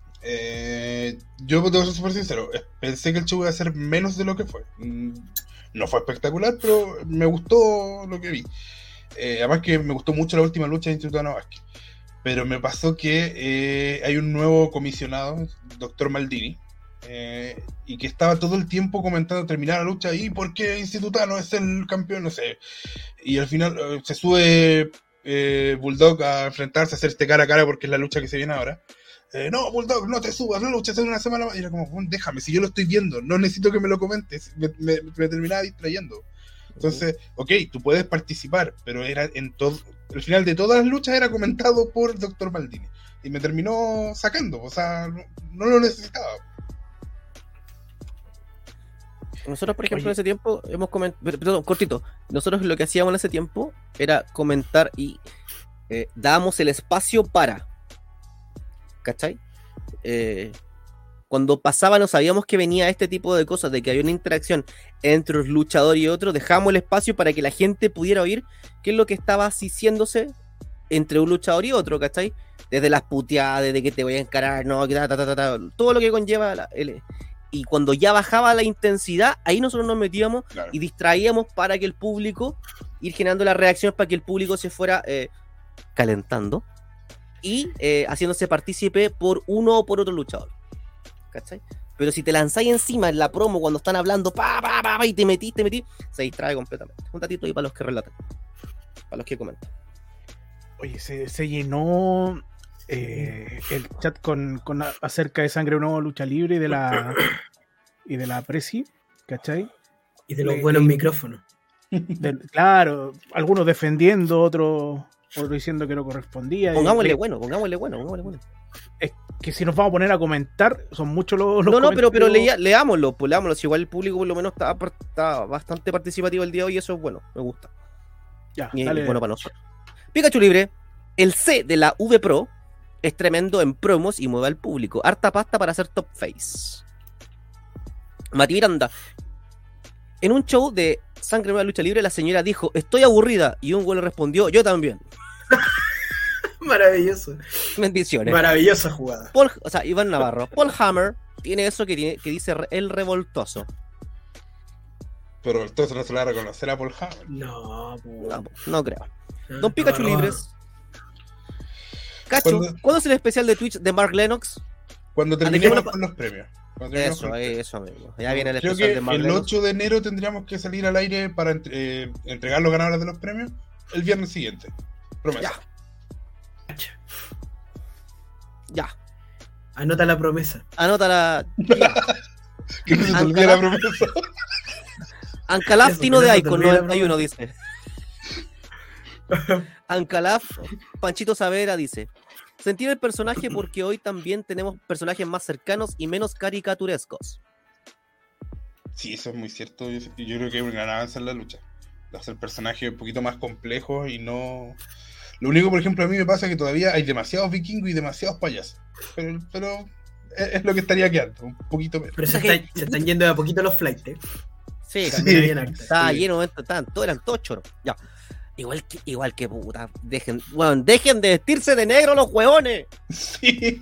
Yo tengo que ser súper sincero, pensé que el show iba a ser menos de lo que fue. No fue espectacular, pero me gustó lo que vi. Además que me gustó mucho la última lucha de Instituto Vázquez. Pero me pasó que hay un nuevo comisionado, Dr. Maldini, y que estaba todo el tiempo comentando terminar la lucha y por qué Institutano es el campeón, no sé. Y al final se sube Bulldog a enfrentarse, a hacerse cara a cara porque es la lucha que se viene ahora. No, Bulldog, no te subas, la lucha es una semana más. Y era como, déjame, si yo lo estoy viendo, no necesito que me lo comentes. Me terminaba distrayendo. Entonces, ok, tú puedes participar, pero era en todo. El final de todas las luchas era comentado por Dr. Maldini. Y me terminó sacando, o sea, no lo necesitaba. Nosotros, por ejemplo, en ese tiempo hemos comentado. Perdón, cortito. Nosotros lo que hacíamos en ese tiempo era comentar y dábamos el espacio para. ¿Cachai? Cuando pasábamos, sabíamos que venía este tipo de cosas, de que había una interacción entre un luchador y otro, dejábamos el espacio para que la gente pudiera oír qué es lo que estaba diciéndose entre un luchador y otro, ¿cachai? Desde las puteadas, desde que te voy a encarar, no, todo lo que conlleva y cuando ya bajaba la intensidad, ahí nosotros nos metíamos, claro, y distraíamos para que el público, ir generando las reacciones para que el público se fuera calentando y haciéndose partícipe por uno o por otro luchador. ¿Cachai? Pero si te lanzáis encima en la promo cuando están hablando y te metís, se distrae completamente. Un datito ahí para los que relatan, para los que comentan. Oye, se llenó el chat con acerca de Sangre Nueva Lucha Libre y de la Presi, ¿cachai? Y de los buenos micrófonos. Claro, algunos defendiendo, otros diciendo que no correspondía. Pongámosle bueno. Es que si nos vamos a poner a comentar, son muchos los no, pero leámoslo, si igual el público por lo menos está bastante participativo el día de hoy, y eso es bueno, me gusta. Ya, y dale. Bueno para nosotros. Pikachu Libre, el C de la V Pro es tremendo en promos y mueve al público. Harta pasta para hacer top face. Mati Miranda, en un show de Sangre Nueva Lucha Libre, la señora dijo, estoy aburrida, y un güey le respondió, yo también. Maravilloso. Bendiciones. Maravillosa jugada. Iván Navarro. Paul Hammer tiene eso que dice el revoltoso. Pero entonces no se le va a reconocer a Paul Hammer. No creo. Don Pikachu Libres. Cacho, ¿cuándo es el especial de Twitch de Mark Lennox? Cuando terminemos con los premios. Eso mismo. Ya viene el especial de Mark Lennox. El Lennox. 8 de enero tendríamos que salir al aire para entregar los ganadores de los premios. el viernes siguiente. Promesa. Ya. Anota la promesa. Anota la. Que no se te olvide la promesa. Ancalaf Eso, Tino que de no se te Icon olvide la 91 dice. Ancalaf Panchito Savera dice: sentir el personaje porque hoy también tenemos personajes más cercanos y menos caricaturescos. Sí, eso es muy cierto. Yo creo que hay un gran avance en la lucha. De hacer personajes un poquito más complejos y no. Lo único, por ejemplo, a mí me pasa que todavía hay demasiados vikingos y demasiados payasos. Pero es lo que estaría quedando, un poquito menos. Pero se están yendo de a poquito los flights, ¿eh? Sí, También habían hartas. estaba Sí. lleno, eran todos choros. Ya. Igual que puta. Dejen de vestirse de negro los hueones. Sí.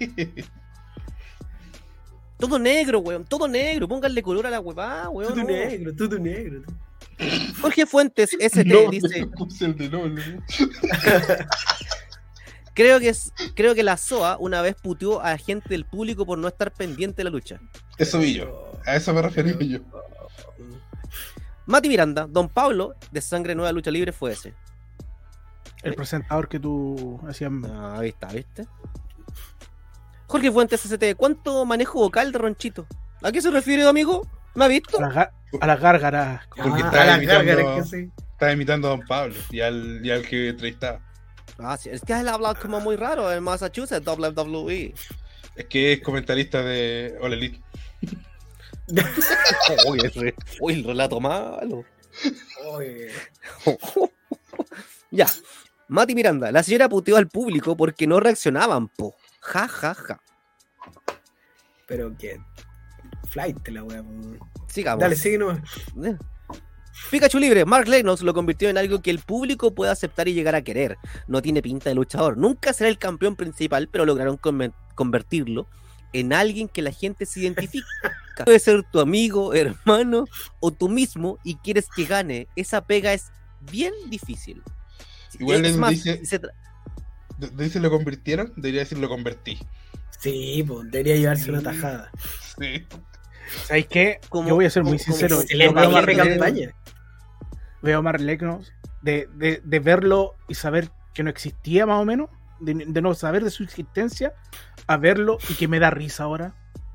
Todo negro, weón. Todo negro. Pónganle color a la huevada, weón. Tutu no. negro, tutu negro. Jorge Fuentes, ST, No, dice: puse el de LOL, ¿no? creo que la SOA una vez puteó a gente del público por no estar pendiente de la lucha. Eso vi yo. A eso me refería yo. Mati Miranda, Don Pablo, de Sangre Nueva Lucha Libre, fue ese. El presentador que tú hacías. Ah, ahí está, ¿viste? Jorge Fuentes, ST, ¿cuánto manejo vocal de Ronchito? ¿A qué se refiere, amigo? ¿Me ha visto? A las gárgaras. Porque Ah, estaba a las imitando- gárgaras que sí. Estaba imitando a Don Pablo y al que entrevistaba. Ah, sí, es que él habla como muy raro en Massachusetts, WWE. Es que es comentarista de All Elite. Uy, el relato malo. Oye, Ya. Mati Miranda, la señora puteó al público porque no reaccionaban, po. Ja, ja, ja. pero que. Flight la wea. Sigamos. Dale, sigue nomás. Pikachu Libre, Mark Lennox lo convirtió en algo que el público puede aceptar y llegar a querer. No tiene pinta de luchador. Nunca será el campeón principal, pero lograron convertirlo en alguien que la gente se identifica. Puede ser tu amigo, hermano o tú mismo y quieres que gane. Esa pega es bien difícil. Igual Es él más, dice- Dice lo convirtieron, debería decir lo convertí. Sí, pues debería llevarse Sí. una tajada. Sí. ¿Sabes qué? Como- Yo voy a ser muy como- sincero. Excelente Veo a cierre de Mark campaña. veo a Mark Lennox de verlo y saber que no existía más o menos, de no saber de su existencia, a verlo y que me da risa ahora.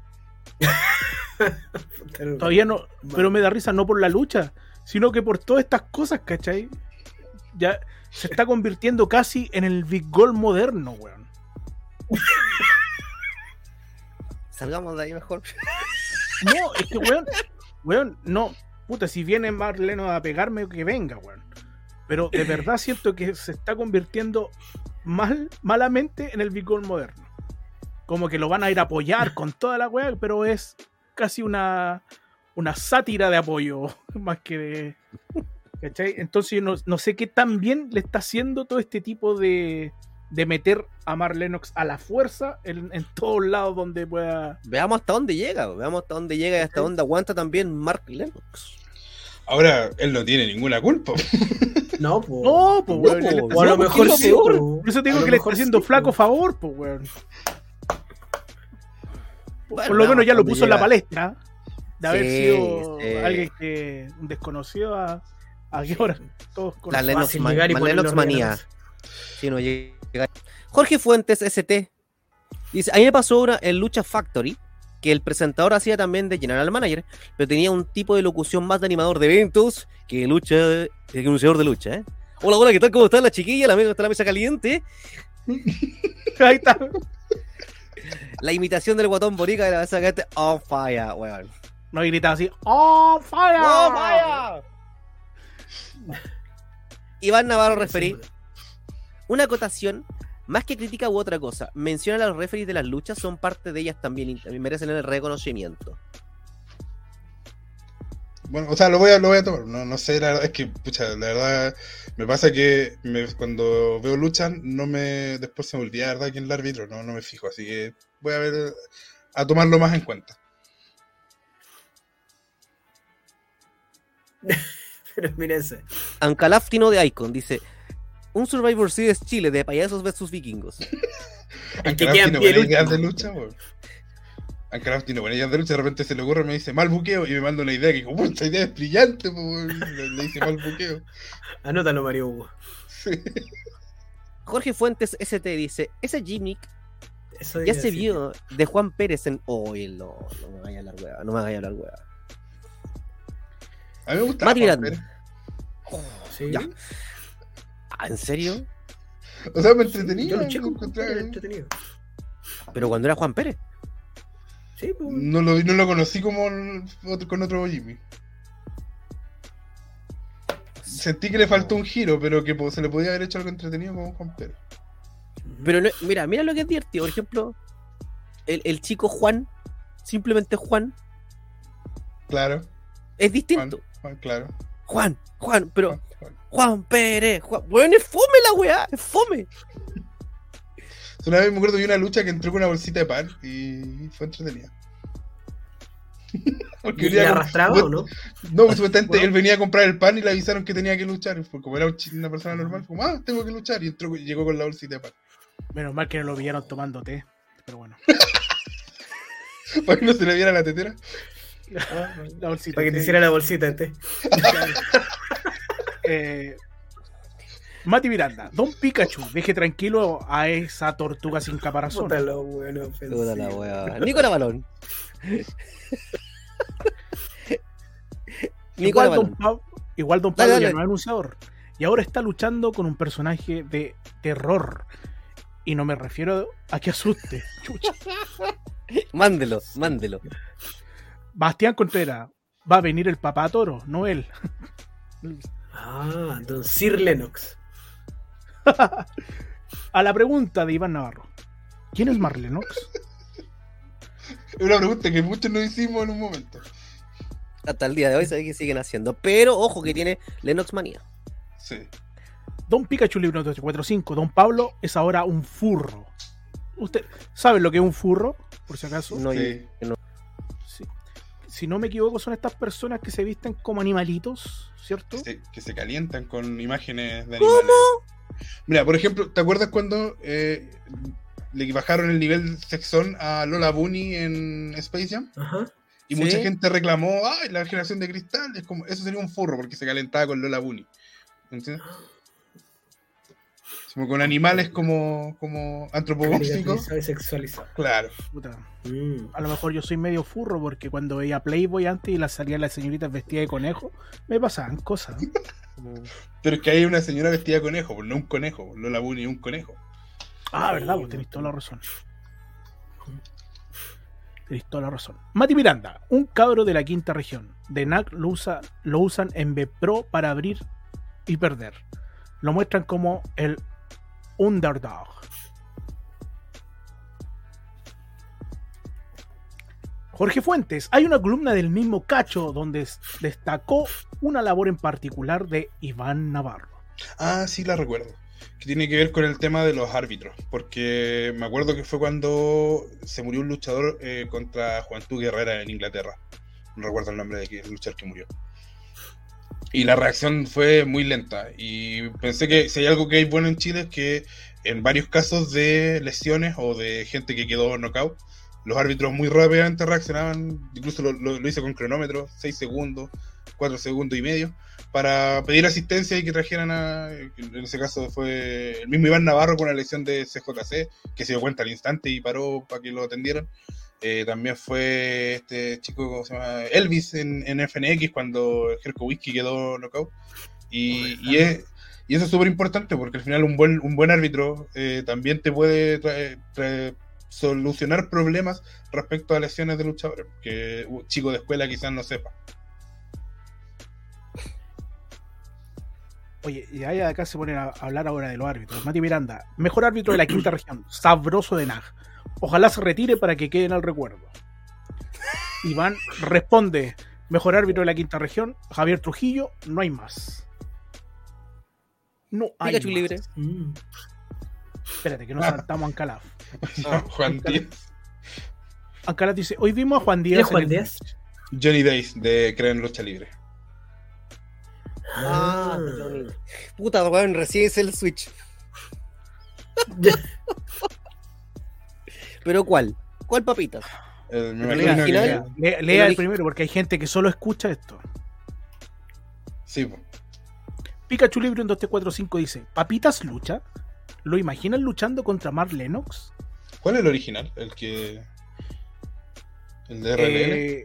Todavía no, pero me da risa no por la lucha, sino que por todas estas cosas, ¿cachai? Ya se está convirtiendo casi en el Big Goal moderno, weón. Salgamos de ahí mejor. No, es que, weón, no. Puta, si viene Mark Lennox a pegarme, que venga, weón. Pero de verdad siento que se está convirtiendo malamente en el Big Goal moderno. Como que lo van a ir a apoyar con toda la weá, pero es casi una sátira de apoyo, más que de... ¿Cachai? Entonces yo no sé qué tan bien le está haciendo todo este tipo de meter a Mark Lennox a la fuerza en todos lados donde pueda... Veamos hasta dónde llega, y hasta dónde aguanta también Mark Lennox. Ahora, él no tiene ninguna culpa. No, pues. No, pues, weón. No, le po. está O a lo haciendo mejor peor. sí, po. Por eso te A digo lo que le mejor está haciendo sí, flaco po. favor, pues, weón. Bueno, Por lo menos ya lo dónde puso en la llega. palestra. De haber Sí, sido sí. alguien que... un desconocido a qué hora. Todos con La Lennox, Fácil llegar y ponerlo Lennox arriba de la manía. mesa. Sí, no llega. Jorge Fuentes, ST. Dice, a mí me pasó una en Lucha Factory, que el presentador hacía también de general manager, pero tenía un tipo de locución más de animador de eventos que anunciador de lucha, ¿eh? Hola, hola, ¿qué tal? ¿Cómo está la chiquilla? La amiga está en la mesa caliente. Ahí está. La imitación del guatón borica de la mesa caliente, on fire, weón. No gritaba así, ¡Oh, fire! ¡Oh, fire! Iván Navarro referí. Una acotación, más que crítica u otra cosa, menciona a los referees de las luchas, son parte de ellas también y merecen el reconocimiento. Bueno, o sea, lo voy a tomar. No sé, la verdad, es que, pucha, la verdad, me pasa que cuando veo lucha, después se me olvida, la verdad, quién es el árbitro, no me fijo, así que voy a tomarlo más en cuenta. Pero mira ese. Ancalaftino de Icon dice: un Survivor Series Chile de payasos versus vikingos. Que Ancaraft queda en tiene pie el buenas ideas de último. lucha, weón. Ancaraft tiene buenas ideas de lucha, de repente se le ocurre, me dice mal buqueo y me manda una idea que digo, esta idea es brillante, weón. Le dice mal buqueo. Anótalo, Mario Hugo. Sí. Jorge Fuentes ST dice, ese gimmick Eso ya iba a se decir. vio de Juan Pérez en... Oye, no me vaya a hablar hueá, no me vaya a hablar hueá. A mí me gustaba Mati Juan Miranda. Pérez. Sí. Ya. Ah, ¿en serio? O sea, me entretenía. Yo luché lo con encontraba- era entretenido. Pero cuando era Juan Pérez. Sí, pues. no lo conocí como con otro Jimmy. Sentí que le faltó un giro, pero que se le podía haber hecho algo entretenido como Juan Pérez. Pero no- mira lo que es divertido. Por ejemplo, el chico Juan, simplemente Juan, Claro. es distinto. Juan, claro. Juan, pero Juan. Juan Pérez, bueno, es fome la weá, es fome. Una vez me acuerdo de una lucha que entró con una bolsita de pan y fue entretenida. Porque ¿Y venía con- arrastraba o no? No, pues supuestamente Bueno. él venía a comprar el pan y le avisaron que tenía que luchar. Y como era una persona normal, como, tengo que luchar. Y llegó con la bolsita de pan. Menos mal que no lo vieron tomando té. Pero bueno. Para que no se le viera la tetera. La bolsita. Para que de te té. hiciera la bolsita de té. Mati Miranda, Don Pikachu, deje tranquilo a esa tortuga sin caparazón. Puta lo bueno, Puta la weá. Nicola Balón. Nicola Balón. Igual Don Dale, Pablo dale. ya no es anunciador. Y ahora está luchando con un personaje de terror. Y no me refiero a que asuste. Chucha. Mándelo. Bastián Contreras, va a venir el papá toro, no él. Ah, Don Sir Lennox. A la pregunta de Iván Navarro, ¿quién es Mark Lennox? Es una pregunta que muchos nos hicimos en un momento. Hasta el día de hoy sabe que siguen haciendo. Pero ojo que tiene Lennox manía. Sí. Don Pikachu Libro 845, Don Pablo es ahora un furro. ¿Usted sabe lo que es un furro? Por si acaso. No, Sí. Sí. Si no me equivoco, son estas personas que se visten como animalitos, ¿cierto? Que se calientan con imágenes de animales. ¿Cómo? Mira, por ejemplo, ¿te acuerdas cuando le bajaron el nivel sexón a Lola Bunny en Space Jam? Ajá. Y Sí. mucha gente reclamó, la generación de cristal, es como, eso sería un furro porque se calentaba con Lola Bunny. ¿Entiendes? Como con animales como antropomórficos. Caricaturizado y sexualizado. Claro. Puta. Mm. A lo mejor yo soy medio furro porque cuando veía Playboy antes y salían las señoritas vestidas de conejo, me pasaban cosas. Pero es que hay una señora vestida de conejo, pues no un conejo. Lola Bunny es un conejo. Ah, verdad, vos tenéis toda la razón. Tenéis toda la razón. Mati Miranda, un cabro de la quinta región. De NAC lo usan en B-Pro para abrir y perder. Lo muestran como el underdog. Jorge Fuentes, hay una columna del mismo Cacho donde destacó una labor en particular de Iván Navarro. Ah, sí, la recuerdo. Que tiene que ver con el tema de los árbitros. Porque me acuerdo que fue cuando se murió un luchador contra Juventud Guerrera en Inglaterra. No recuerdo el nombre del luchador que murió. Y la reacción fue muy lenta. Y pensé que si hay algo que hay bueno en Chile es que en varios casos de lesiones o de gente que quedó knockout, los árbitros muy rápidamente reaccionaban. Incluso lo hice con cronómetro, 6 segundos, 4 segundos y medio, para pedir asistencia y que trajeran en ese caso fue el mismo Iván Navarro con la lesión de CJC, que se dio cuenta al instante y paró para que lo atendieran. También fue este chico, ¿cómo se llama? Elvis en FNX cuando Jerko Whisky quedó knockout. Y eso es súper importante porque al final un buen árbitro también te puede solucionar problemas respecto a lesiones de luchadores, que un chico de escuela quizás no sepa. Oye, y ahí acá se ponen a hablar ahora de los árbitros. Mati Miranda, mejor árbitro de la quinta región, sabroso de Nag. Ojalá se retire para que queden al recuerdo. Iván responde, mejor árbitro de la quinta región, Javier Trujillo, no hay más. No hay Pikachu más. libre. Mm. Espérate, que nos saltamos a Ancalaf. Juan Díaz. Ancalaf dice, hoy vimos a Juan ¿Quién Díaz. es Juan en el Díaz? match. Johnny Days de Creen Lucha Libre. Ah, Johnny. Puta, weón, recién es el Switch. ¿Pero cuál? ¿Cuál papitas? Me ¿El imagino original? que- Lea el origen- primero porque hay gente que solo escucha esto. sí, po. Pikachu Libre en 2345 dice: ¿Papitas lucha? ¿Lo imaginan luchando contra Mark Lennox? ¿Cuál es el original? El de RLL.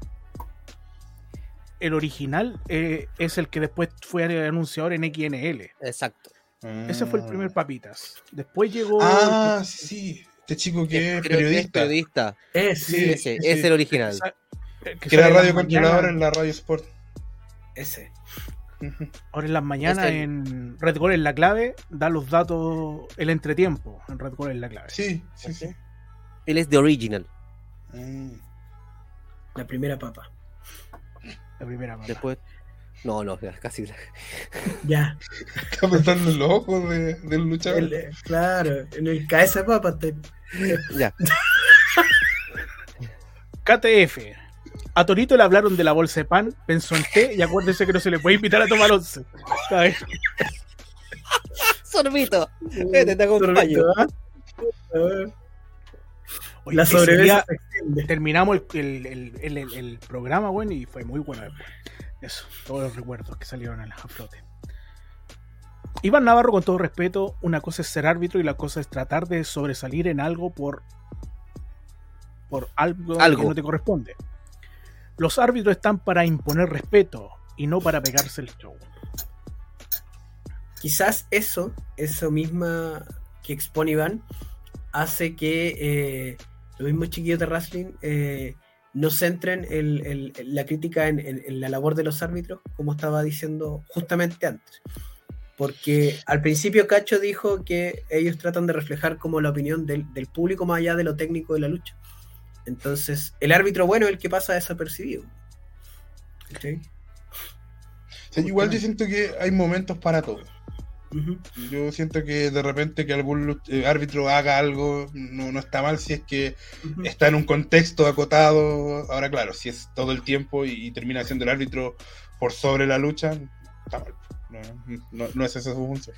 El original es el que después fue anunciador en XNL. Exacto. Ese fue el primer Papitas. Después llegó. Ah, sí. Este chico que es Creo que periodista. es periodista. Ese, Sí, ese, es el original. Que era radio controlador en la Radio Sport. ese. Ahora en las mañanas Es el- en Red Gol en la clave da los datos el entretiempo en Red Gol en la clave. Sí. Él es de original. La primera papa. La primera mamá. Después. No, casi. Ya. Está pensando en los ojos del luchador. Claro, en el cabeza de papa. Ya. KTF. A Torito le hablaron de la bolsa de pan, pensó en té y acuérdese que no se le puede invitar a tomar once. ¿Sabes? Sorbito. Te acompaño. Oye, La ese sobremesa día se extiende. terminamos el programa, bueno, y fue muy bueno después. Eso, todos los recuerdos que salieron a flote. Iván Navarro, con todo respeto, una cosa es ser árbitro y la cosa es tratar de sobresalir en algo por algo que no te corresponde. Los árbitros están para imponer respeto y no para pegarse el show. Quizás eso misma que expone Iván, hace que los mismos chiquillos de wrestling no centren la crítica en la labor de los árbitros, como estaba diciendo justamente antes. Porque al principio Cacho dijo que ellos tratan de reflejar como la opinión del público más allá de lo técnico de la lucha. Entonces, el árbitro bueno es el que pasa desapercibido. ¿Sí? O sea, igual yo siento que hay momentos para todo. Uh-huh. Yo siento que de repente que algún árbitro haga algo no está mal si es que está en un contexto acotado. Ahora claro, si es todo el tiempo y termina siendo el árbitro por sobre la lucha, está mal. No es esa su función.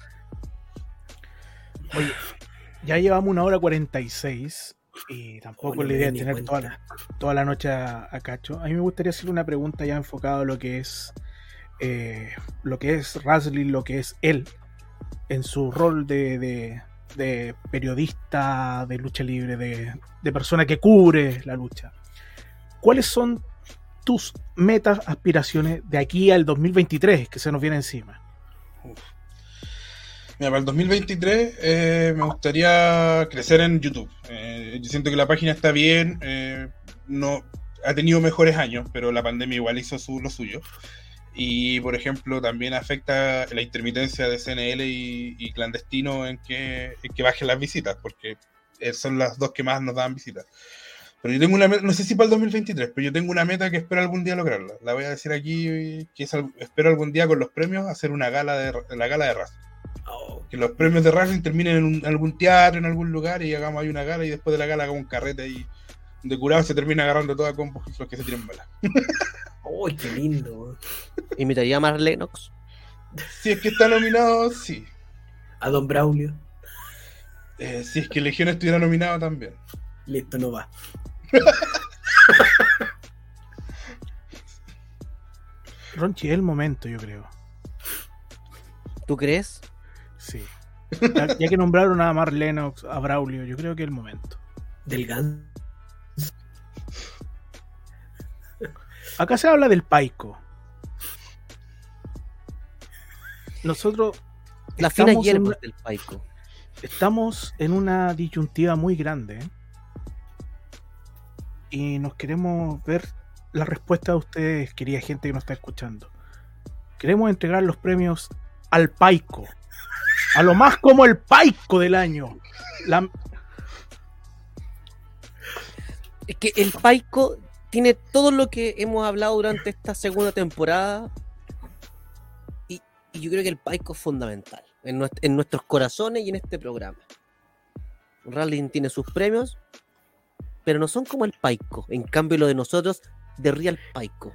Oye, ya llevamos 1 hora 46 y tampoco Oh, no la idea es me di tener cuenta. toda la noche a Cacho. A mí me gustaría hacerle una pregunta ya enfocada a lo que es wrestling, lo que es él en su rol de periodista de lucha libre, de persona que cubre la lucha. ¿Cuáles son tus metas, aspiraciones de aquí al 2023 que se nos viene encima? Mira, para el 2023 me gustaría crecer en YouTube. Yo siento que la página está bien, no ha tenido mejores años, pero la pandemia igual hizo lo suyo. Y, por ejemplo, también afecta la intermitencia de CNL y clandestino en que bajen las visitas, porque son las dos que más nos dan visitas. Pero yo tengo una meta, no sé si para el 2023, pero yo tengo una meta que espero algún día lograrla. La voy a decir aquí, que espero algún día con los premios hacer la gala de wrestling. Oh, Que los premios de wrestling terminen en algún teatro, en algún lugar, y hagamos ahí una gala, y después de la gala hagamos un carrete ahí de curado, se termina agarrando toda combos los que se tienen balas. oh, qué lindo. Imitaría a Mark Lennox. Si es que está nominado, sí. A Don Braulio. Si es que Legión estuviera nominado, también. Listo, no va. Ronchi, es el momento, yo creo. ¿Tú crees? Sí. Ya que nombraron a Mark Lennox, a Braulio, yo creo que es el momento. Del Gan. Acá se habla del Paico. Nosotros Las finas estamos en hierbas una- del Paico. estamos en una disyuntiva muy grande, ¿eh? Y nos queremos ver la respuesta de ustedes, querida gente que nos está escuchando. Queremos entregar los premios al Paico, a lo más como el Paico del año. Es que el Paico tiene todo lo que hemos hablado durante esta segunda temporada. Y yo creo que el Paico es fundamental en nuestros corazones y en este programa. Rally tiene sus premios, pero no son como el Paico. En cambio, lo de nosotros, de Real Paico.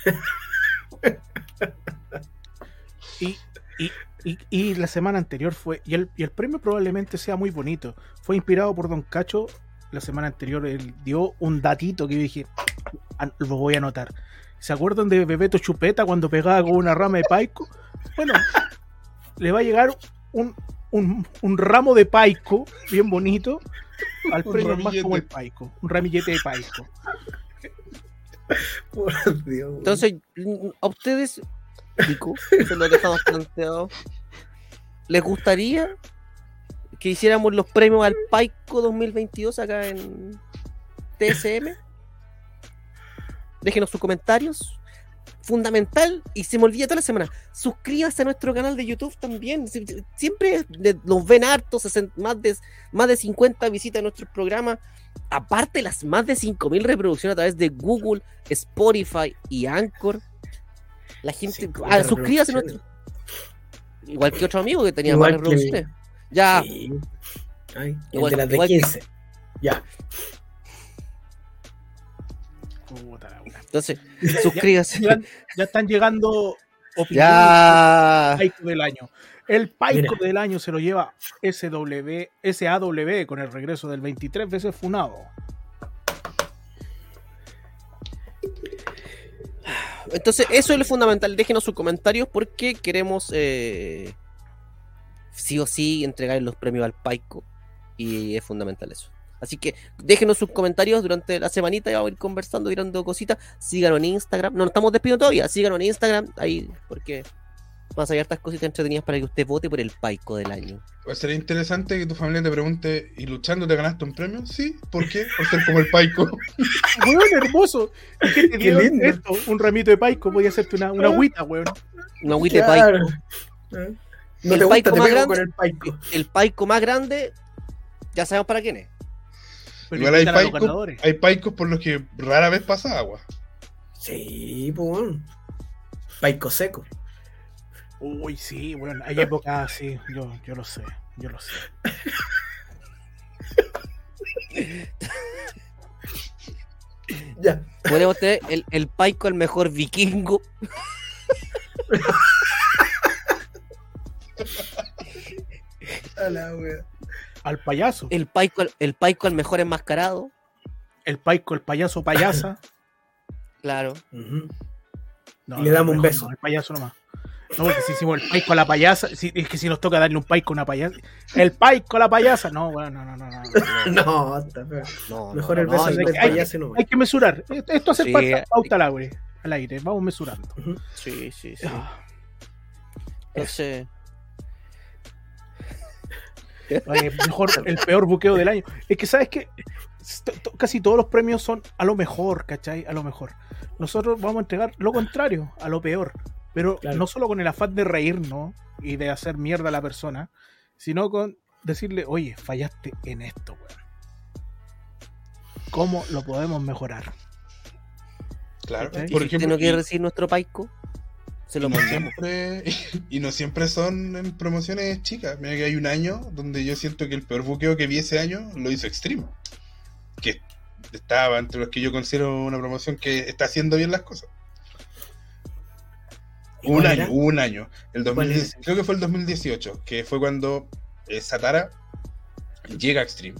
Y la semana anterior fue, y el premio probablemente sea muy bonito, fue inspirado por Don Cacho. La semana anterior él dio un datito que yo dije, lo voy a anotar. ¿Se acuerdan de Bebeto Chupeta cuando pegaba con una rama de Paico? Bueno, le va a llegar un ramo de paico bien bonito al premio más como el paico, un ramillete de paico. Por Dios. Entonces, a ustedes, Nico, se lo dejamos planteado. ¿Les gustaría que hiciéramos los premios al Paico 2022 acá en TSM? Déjenos sus comentarios. Fundamental, y se me olvida toda la semana, suscríbase a nuestro canal de YouTube también. Siempre nos ven hartos, más de 50 visitas a nuestro programa, aparte las más de 5.000 reproducciones a través de Google, Spotify y Anchor. La gente, suscríbase a nuestro, igual que otro amigo que tenía Igual más reproducciones. Ya. Sí. Ay, Igual- de las de igual- 15. Ya. Puta la wea. Entonces, suscríbase. Ya están llegando opiniones Ya. del Paico del año. El Paico Mira. del año se lo lleva SAW con el regreso del 23 veces funado. Entonces, eso es lo fundamental. Déjenos sus comentarios porque queremos sí o sí entregar los premios al Paico. Y es fundamental eso. Así que déjenos sus comentarios durante la semanita y vamos a ir conversando, tirando cositas. Síganos en Instagram. No nos estamos despidiendo todavía. Síganos en Instagram. Ahí, porque vamos a ver estas cositas entretenidas para que usted vote por el Paico del año. Pues sería interesante que tu familia te pregunte, ¿y luchando te ganaste un premio? Sí, ¿por qué? Por ser como el Paico. Weón, hermoso. ¿Y qué te Qué dieron lindo. esto? Un ramito de paico. Podía hacerte una agüita, weón. Una agüita de Claro. Paico. No El te gusta, Paico te más pego grande. con el Paico. El Paico más grande, ya sabemos para quién es. Pero Igual hay invitan a los paicos, ganadores. hay paicos por los que rara vez pasa agua. Sí, pues. Paico seco. Uy, sí, weón. Hay épocas así. Yo lo sé. Yo lo sé. Ya. Podemos tener el Paico, el mejor vikingo. A la wea. Al payaso. El Paico, el mejor enmascarado. El paico, el payaso, payasa. Claro. Ujú. No, Y le damos un mejor beso. no, el payaso nomás. No, porque si hicimos el paico a la payasa, es que si nos toca darle un paico a una payasa. El paico a la payasa. No, bueno, no. No, está feo. No, Mejor no, el no, beso no, del hay- payaso no. Hay que mesurar. Esto hace Sí, pauta al aire. Vamos mesurando. Ujú. Sí. Ah, Entonces, oye, mejor, el peor buqueo del año. Es que, ¿sabes qué? Casi todos los premios son a lo mejor, ¿cachai? A lo mejor. Nosotros vamos a entregar lo contrario, a lo peor. Pero Claro. no solo con el afán de reírnos y de hacer mierda a la persona, sino con decirle, oye, fallaste en esto, weón. ¿Cómo lo podemos mejorar? Claro. ¿Cachai? ¿y Por si usted ejemplo, no quiere recibir nuestro Paico? Se lo y no mandamos. siempre, y no siempre son en promociones chicas. Mira que hay un año donde yo siento que el peor buqueo que vi ese año lo hizo Extreme. Que estaba entre los que yo considero una promoción que está haciendo bien las cosas. ¿Cuál era? Un año. El ¿Cuál 2010, era? creo que fue el 2018, que fue cuando Satara llega a Extreme.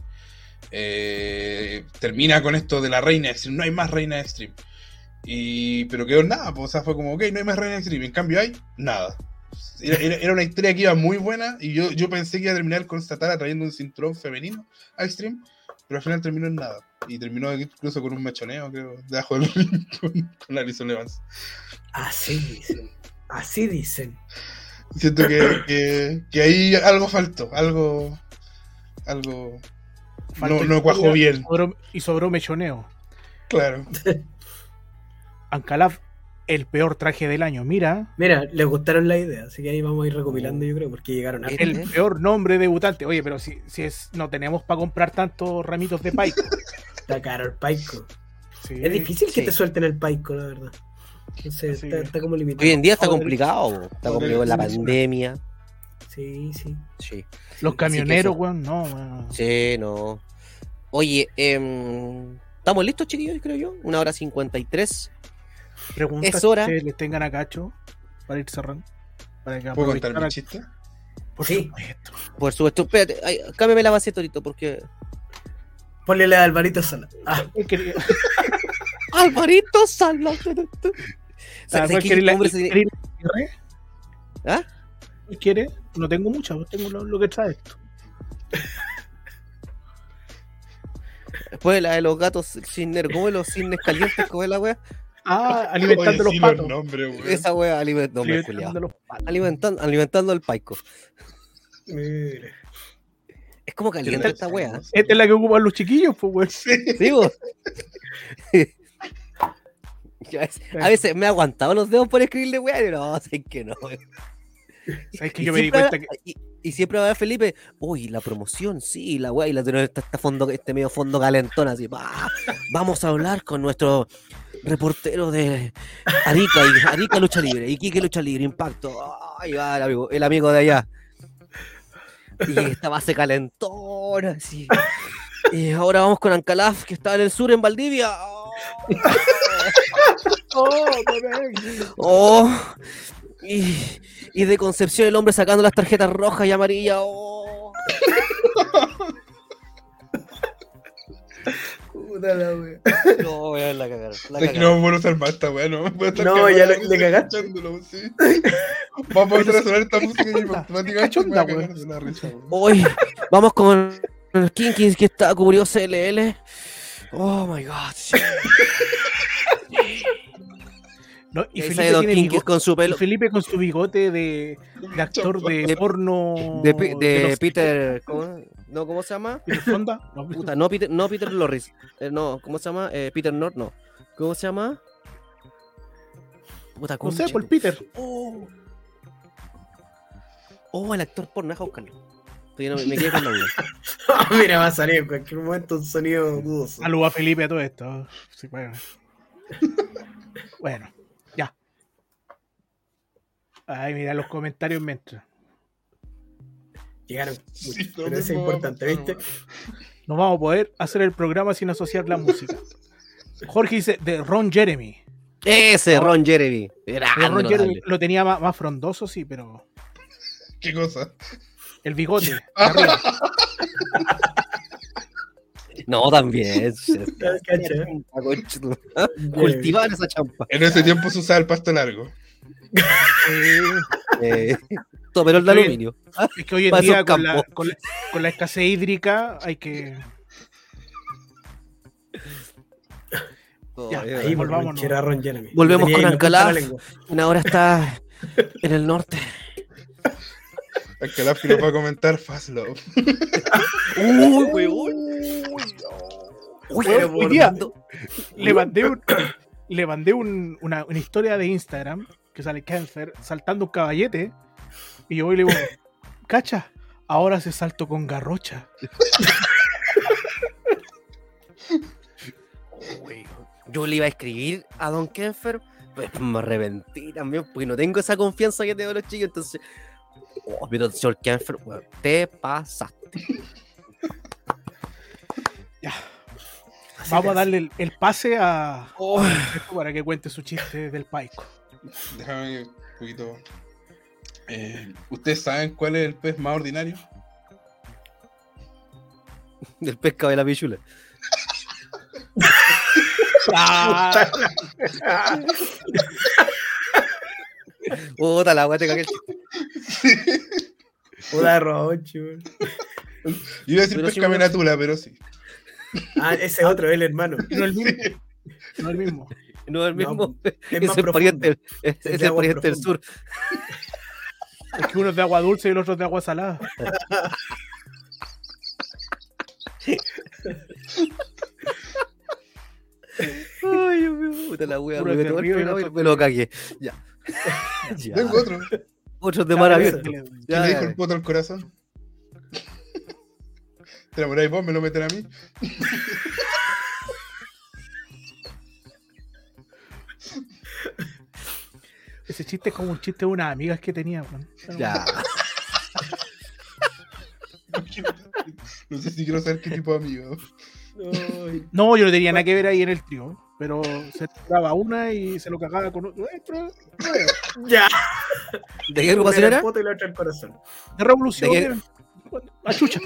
Termina con esto de la reina Extreme. No hay más reina Extreme. Pero quedó en nada, pues, o sea, fue como, ok, no hay más reina Extreme. En cambio hay nada. Era una historia que iba muy buena y yo pensé que iba a terminar con Satara trayendo un cinturón femenino a Extreme, pero al final terminó en nada. Y terminó incluso con un mechoneo, creo, debajo del ring con Alison Evans. Así dicen. Así dicen. Siento que ahí algo faltó, algo Faltó no cuajó historia bien. Y sobró mechoneo. Claro. Ancalaf, el peor traje del año. Mira, Mira, les gustaron la idea, así que ahí vamos a ir recopilando, yo creo, porque llegaron a. el peor nombre debutante. Oye, pero si no tenemos para comprar tantos ramitos de paico. Está caro el Paico. Sí. Es difícil que sí. te suelten el Paico, la verdad. Entonces, Sí. está como limitado. Hoy en día está Joder. complicado, po. Está complicado con la pandemia. Sí, sí. Sí. Los Así camioneros, que weón, no, weón. Sí, no. Oye, ¿estamos listos, chiquillos? Creo yo. 1:53. Preguntas Es hora. que ustedes les tengan a cacho para ir cerrando. Para que ¿Puedo contar mi aprovechar chiste? por Sí. supuesto. Por supuesto. Espérate, ay, cámbiame la base, Torito, porque. Ponle a Alvarito Sala. Ah, Él quería- Alvarito Sala. Ah, ¿Sabes ¿cuál qué quería hombre quería ir al cierre? ¿Ah? ¿Quiere? No tengo muchas, tengo lo que trae esto. Después la de los gatos cisneros, ¿cómo es los cisnes calientes? ¿Cómo es la wea? Alimentando Oye, los sí, patos. nombres, weón. Esa wea Alimentando los patos. alimentando al paico. Mira. Es como caliente esta wea. Esta es la que ocupan los chiquillos, pues, weón. ¿Sí, vos? A veces me he aguantado los dedos por escribirle wea, y no, sé que no. ¿Sabes que yo me di cuenta que Y siempre va a ver Felipe, uy, la promoción, sí, la weá, y la tenemos este medio fondo calentón, así, vamos a hablar con nuestro reportero de Arica Lucha Libre, Iquique Lucha Libre, Impacto, ay, va el amigo de allá. Y esta base calentona, así. Y ahora vamos con Ancalaf, que está en el sur, en Valdivia. Y de Concepción el hombre sacando las tarjetas rojas y amarillas. Puta la wea. No, voy a ver la cagada. Es que no puedo usar más esta weá, no. No, ya le cagaste. Sí. Vamos a empezar a sonar esta música y automáticamente Cachonda, me voy a cagar de la risa, weón. Hoy vamos con el Kinkins que está cubrió CLL. Oh my god. no, y Ahí Felipe sale Don tiene Kinkis bigote, con su pelo. Felipe con su bigote de actor de porno De los- Peter. ¿Cómo se llama? Peter Fonda. No, Puta, no Peter Lorris. No, ¿cómo se llama? Peter North, no. ¿Cómo se llama? Puta, no sé, concha. por el Peter. El actor porno, deja buscarlo. Todavía no me quedé con la duda. Mira, va a salir en cualquier momento un sonido dudoso. Saludos a Felipe a todo esto. Sí, bueno. Bueno, ya. Ay, mira los comentarios mientras. Llegaron. Sí, lo Pero eso es mismo importante, va a pasar, ¿viste? No vamos a poder hacer el programa sin asociar la música. Jorge dice de Ron Jeremy. Ese Ron Jeremy. Pero Ron Jeremy lo tenía más frondoso, sí, pero ¿Qué cosa? el bigote. de arriba. No, también. Cacha. Cultivar esa champa. En ese tiempo se usaba el pasto largo. Pero el de Está bien. aluminio. Es que hoy en Para día esos campos. con la escasez hídrica hay que. Ya, Ahí volvámonos. volvamos. Ron Jeremy. Volvemos Tenía con ahí la punta de la Ancalaf. lengua. Ahora está en el norte. El que la filo para comentar Fast Love. Uy, weón. Uy, Weón, hoy día Orlando. le mandé una historia de Instagram que sale Cáncer saltando un caballete. Y yo voy y le digo, cacha, ahora se salto con garrocha. Yo le iba a escribir a Don Kenfer, pues me arrepentí también, porque no tengo esa confianza que tengo en los chicos, entonces. Pero señor Kenfer, weón, te pasaste. Ya. Así Vamos a es. darle el pase a para que cuente su chiste del paico. Déjame un poquito. ¿Ustedes saben cuál es el pez más ordinario? Del pescado de la pichula. Puta la weá, te cagué el chiste. Puta Roche, weón. Yo iba a decir Pero pez si caminatula, pero sí. Ah, ese otro, el hermano. No el mismo. No el mismo. No es el mismo. No, es es más el pariente, profundo. es Es de el agua pariente del sur. Es que uno es de agua dulce y el otro es de agua salada. Ay, Dios mío, puta la wea, Puro me de tomé el río y programa y otro me lo cagué. Ya. Ya. Tengo otro. Otros de Ya, mar pero abierto. ¿Qué Ya, le dijo ya, el poto al corazón? ¿Te enamoráis vos? ¿Me lo meten a mí? Ese chiste es como un chiste de unas amigas que tenía. weón. ya. No sé si quiero saber qué tipo de amigo. Ay, No, yo no tenía nada que ver ahí en el trío. Pero se traba una y se lo cagaba con otro. ya. ¿De qué agrupación Una era? el poto y la otra el corazón. De revolución. ¿De qué? weón. La chucha.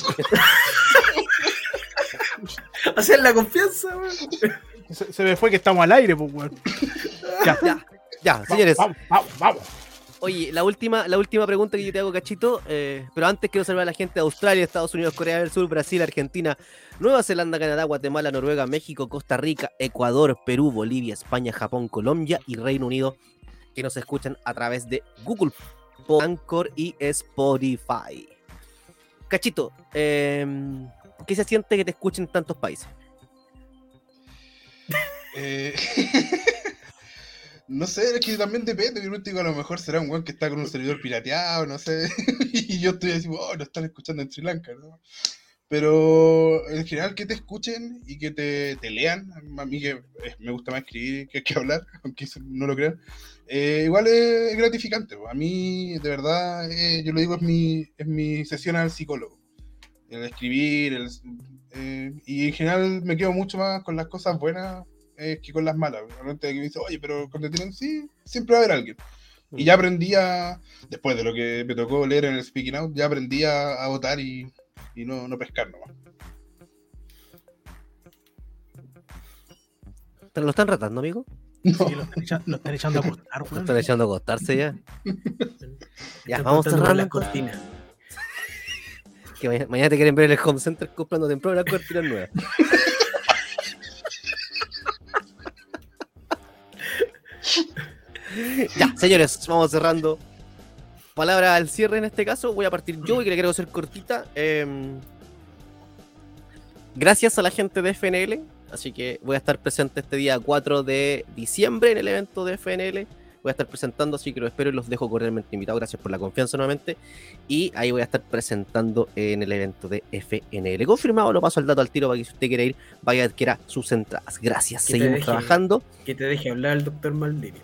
Hacer la confianza, weón. Se me fue que estamos al aire, pues, weón. Ya, Ya, señores. Vamos. Oye, la última pregunta que yo te hago, Cachito, pero antes quiero saludar a la gente de Australia, Estados Unidos, Corea del Sur, Brasil, Argentina, Nueva Zelanda, Canadá, Guatemala, Noruega, México, Costa Rica, Ecuador, Perú, Bolivia, España, Japón, Colombia y Reino Unido, que nos escuchan a través de Google, Anchor y Spotify. Cachito, ¿qué se siente que te escuchen en tantos países? No sé, es que también depende. Mi último a lo mejor será un weón que está con un servidor pirateado, no sé. Y yo estoy así, oh, lo están escuchando en Sri Lanka, ¿no? Pero en general que te escuchen y que te lean, a mí que me gusta más escribir que hablar, aunque no lo crean, igual es gratificante. A mí, de verdad, yo lo digo, es mi sesión al psicólogo. El escribir, y en general me quedo mucho más con las cosas buenas que con las malas. Realmente que me dice, oye, pero cuando tienen sí, siempre va a haber alguien. Y ya aprendí después de lo que me tocó leer en el Speaking Out, ya aprendí a votar y no pescar nomás. ¿Te lo están retando, amigo? Sí, lo están echando a acostar, Lo weón. están echando a acostarse ya. Ya, Están vamos cortando cerrando las entonces. cortinas. Que mañana te quieren ver en el home center comprando temprano las cortinas nuevas. Ya, señores, vamos cerrando. Palabra al cierre en este caso. Voy a partir yo y que le quiero hacer cortita. Gracias a la gente de FNL. Así que voy a estar presente este día 4 de diciembre en el evento de FNL. Voy a estar presentando, así que los espero y los dejo cordialmente invitados. Gracias por la confianza nuevamente. Y ahí voy a estar presentando en el evento de FNL. Confirmado, lo paso al dato al tiro para que si usted quiere ir, vaya a adquirir sus entradas. Gracias, Que te seguimos deje- trabajando. Que te deje hablar el doctor Maldini.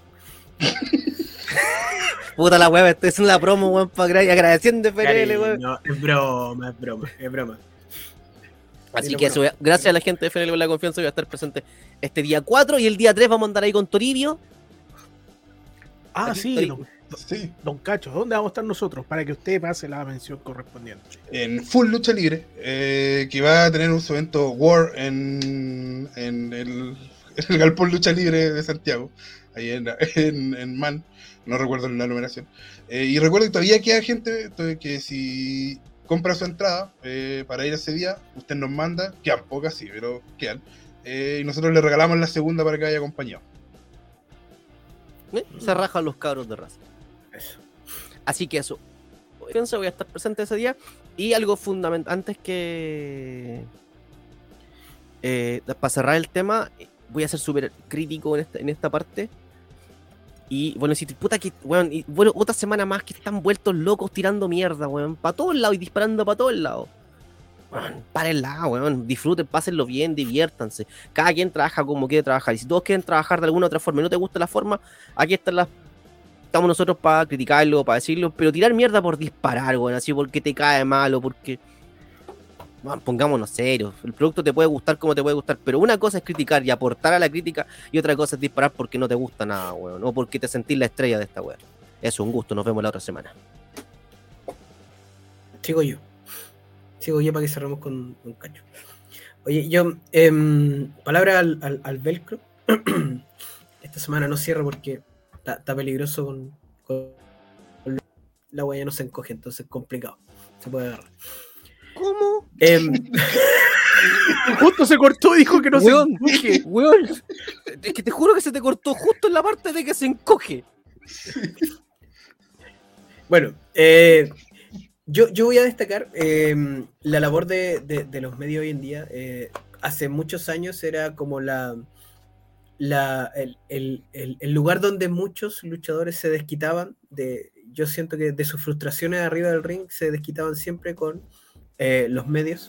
Puta la weá, estoy haciendo la promo, weón, para agradeciendo FNL, Cariño, weón. es broma. Así Dilo, que bueno. eso, gracias a la gente de FNL por la confianza, voy a estar presente este día 4 y el día 3 vamos a andar ahí con Toribio. Ah, Aquí, sí, Toribio. Sí, don Cacho, ¿dónde vamos a estar nosotros? Para que usted pase la mención correspondiente. en Full Lucha Libre, que va a tener un su evento War en el Galpón Lucha Libre de Santiago, ahí en Man, no recuerdo la numeración. Y recuerdo que todavía queda gente que si compra su entrada para ir ese día, usted nos manda, quedan pocas, sí, pero quedan. Y nosotros le regalamos la segunda para que vaya acompañado. Se rajan los cabros de raza. Eso. Así que eso. Voy a estar presente ese día. Y algo fundamental, antes que... para cerrar el tema, voy a ser súper crítico en esta parte. Y bueno, si puta que, weón, y bueno, otra semana más que están vueltos locos tirando mierda, weón, para todos lados y disparando para todos lados. Weón, párenla, weón, disfruten, pásenlo bien, diviértanse. Cada quien trabaja como quiere trabajar. Y si todos quieren trabajar de alguna otra forma y no te gusta la forma, aquí estamos nosotros para criticarlo, para decirlo, pero tirar mierda por disparar, weón, así porque te cae mal o porque... Man, pongámonos serios, el producto te puede gustar como te puede gustar, pero una cosa es criticar y aportar a la crítica y otra cosa es disparar porque no te gusta nada, weón, o porque te sentís la estrella de esta weón. Eso, un gusto, nos vemos la otra semana. Sigo yo para que cerremos con Cacho. Oye, yo, palabra al velcro. Esta semana no cierro porque está peligroso con la huella no se encoge, entonces es complicado. Se puede agarrar. ¿Cómo? Justo se cortó y dijo que no Weón, se encoge. weón, es que te juro que se te cortó justo en la parte de que se encoge. Bueno, yo voy a destacar la labor de los medios hoy en día. Hace muchos años era como el lugar donde muchos luchadores se desquitaban. Yo siento que de sus frustraciones arriba del ring se desquitaban siempre con los medios.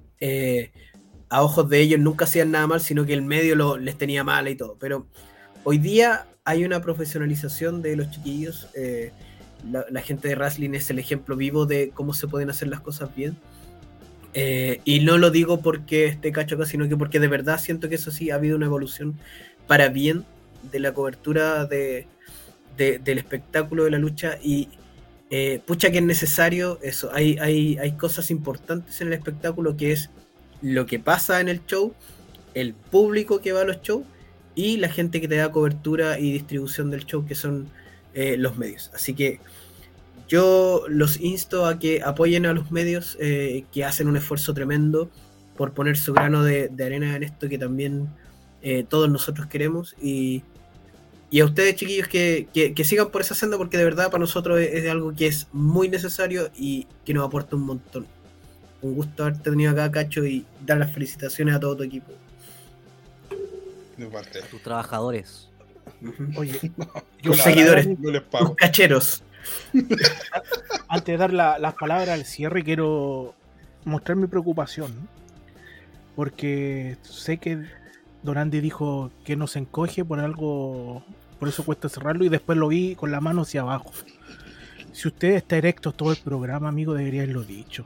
A ojos de ellos nunca hacían nada mal, sino que el medio les tenía mal y todo. Pero hoy día hay una profesionalización de los chiquillos. La gente de wrestling es el ejemplo vivo de cómo se pueden hacer las cosas bien. Y no lo digo porque esté Cacho acá, sino que porque de verdad siento que eso sí ha habido una evolución para bien de la cobertura del espectáculo de la lucha. Y pucha que es necesario eso. Hay cosas importantes en el espectáculo, que es lo que pasa en el show, el público que va a los shows y la gente que te da cobertura y distribución del show, que son los medios. Así que yo los insto a que apoyen a los medios que hacen un esfuerzo tremendo por poner su grano de arena en esto que también todos nosotros queremos. Y a ustedes, chiquillos, que sigan por esa senda, porque de verdad para nosotros es algo que es muy necesario y que nos aporta un montón. Un gusto haberte tenido acá, Cacho, y dar las felicitaciones a todo tu equipo. De parte. A tus trabajadores. Oye, Tus seguidores, No les tus pago. cacheros. antes de dar las palabras al cierre, quiero mostrar mi preocupación. Porque sé que Don Andy dijo que nos encoge por algo, por eso cuesta cerrarlo, y después lo vi con la mano hacia abajo. Si usted está erecto todo el programa, amigo, debería haberlo dicho.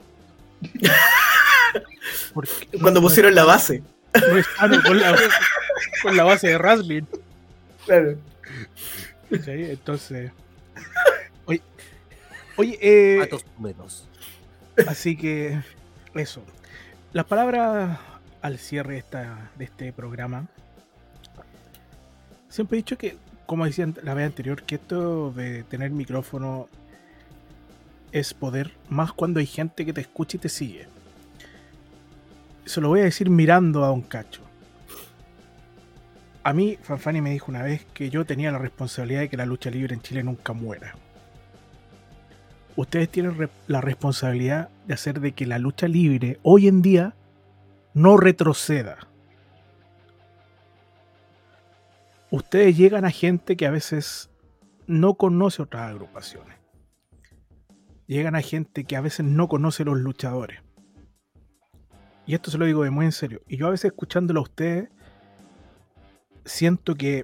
Porque Cuando pusieron la base. no es sano con la base de wrestling. Claro. ¿Sí? Entonces. Oye, Patos húmedos. así que eso. Las palabras al cierre de este programa. Siempre he dicho que, como decía la vez anterior, que esto de tener micrófono es poder, más cuando hay gente que te escucha y te sigue. Se lo voy a decir mirando a Don Cacho. A mí, Fanfani me dijo una vez que yo tenía la responsabilidad de que la lucha libre en Chile nunca muera. Ustedes tienen la responsabilidad de hacer de que la lucha libre hoy en día no retroceda. Ustedes llegan a gente que a veces no conoce otras agrupaciones. Llegan a gente que a veces no conoce los luchadores. Y esto se lo digo de muy en serio. Y yo a veces escuchándolo a ustedes, siento que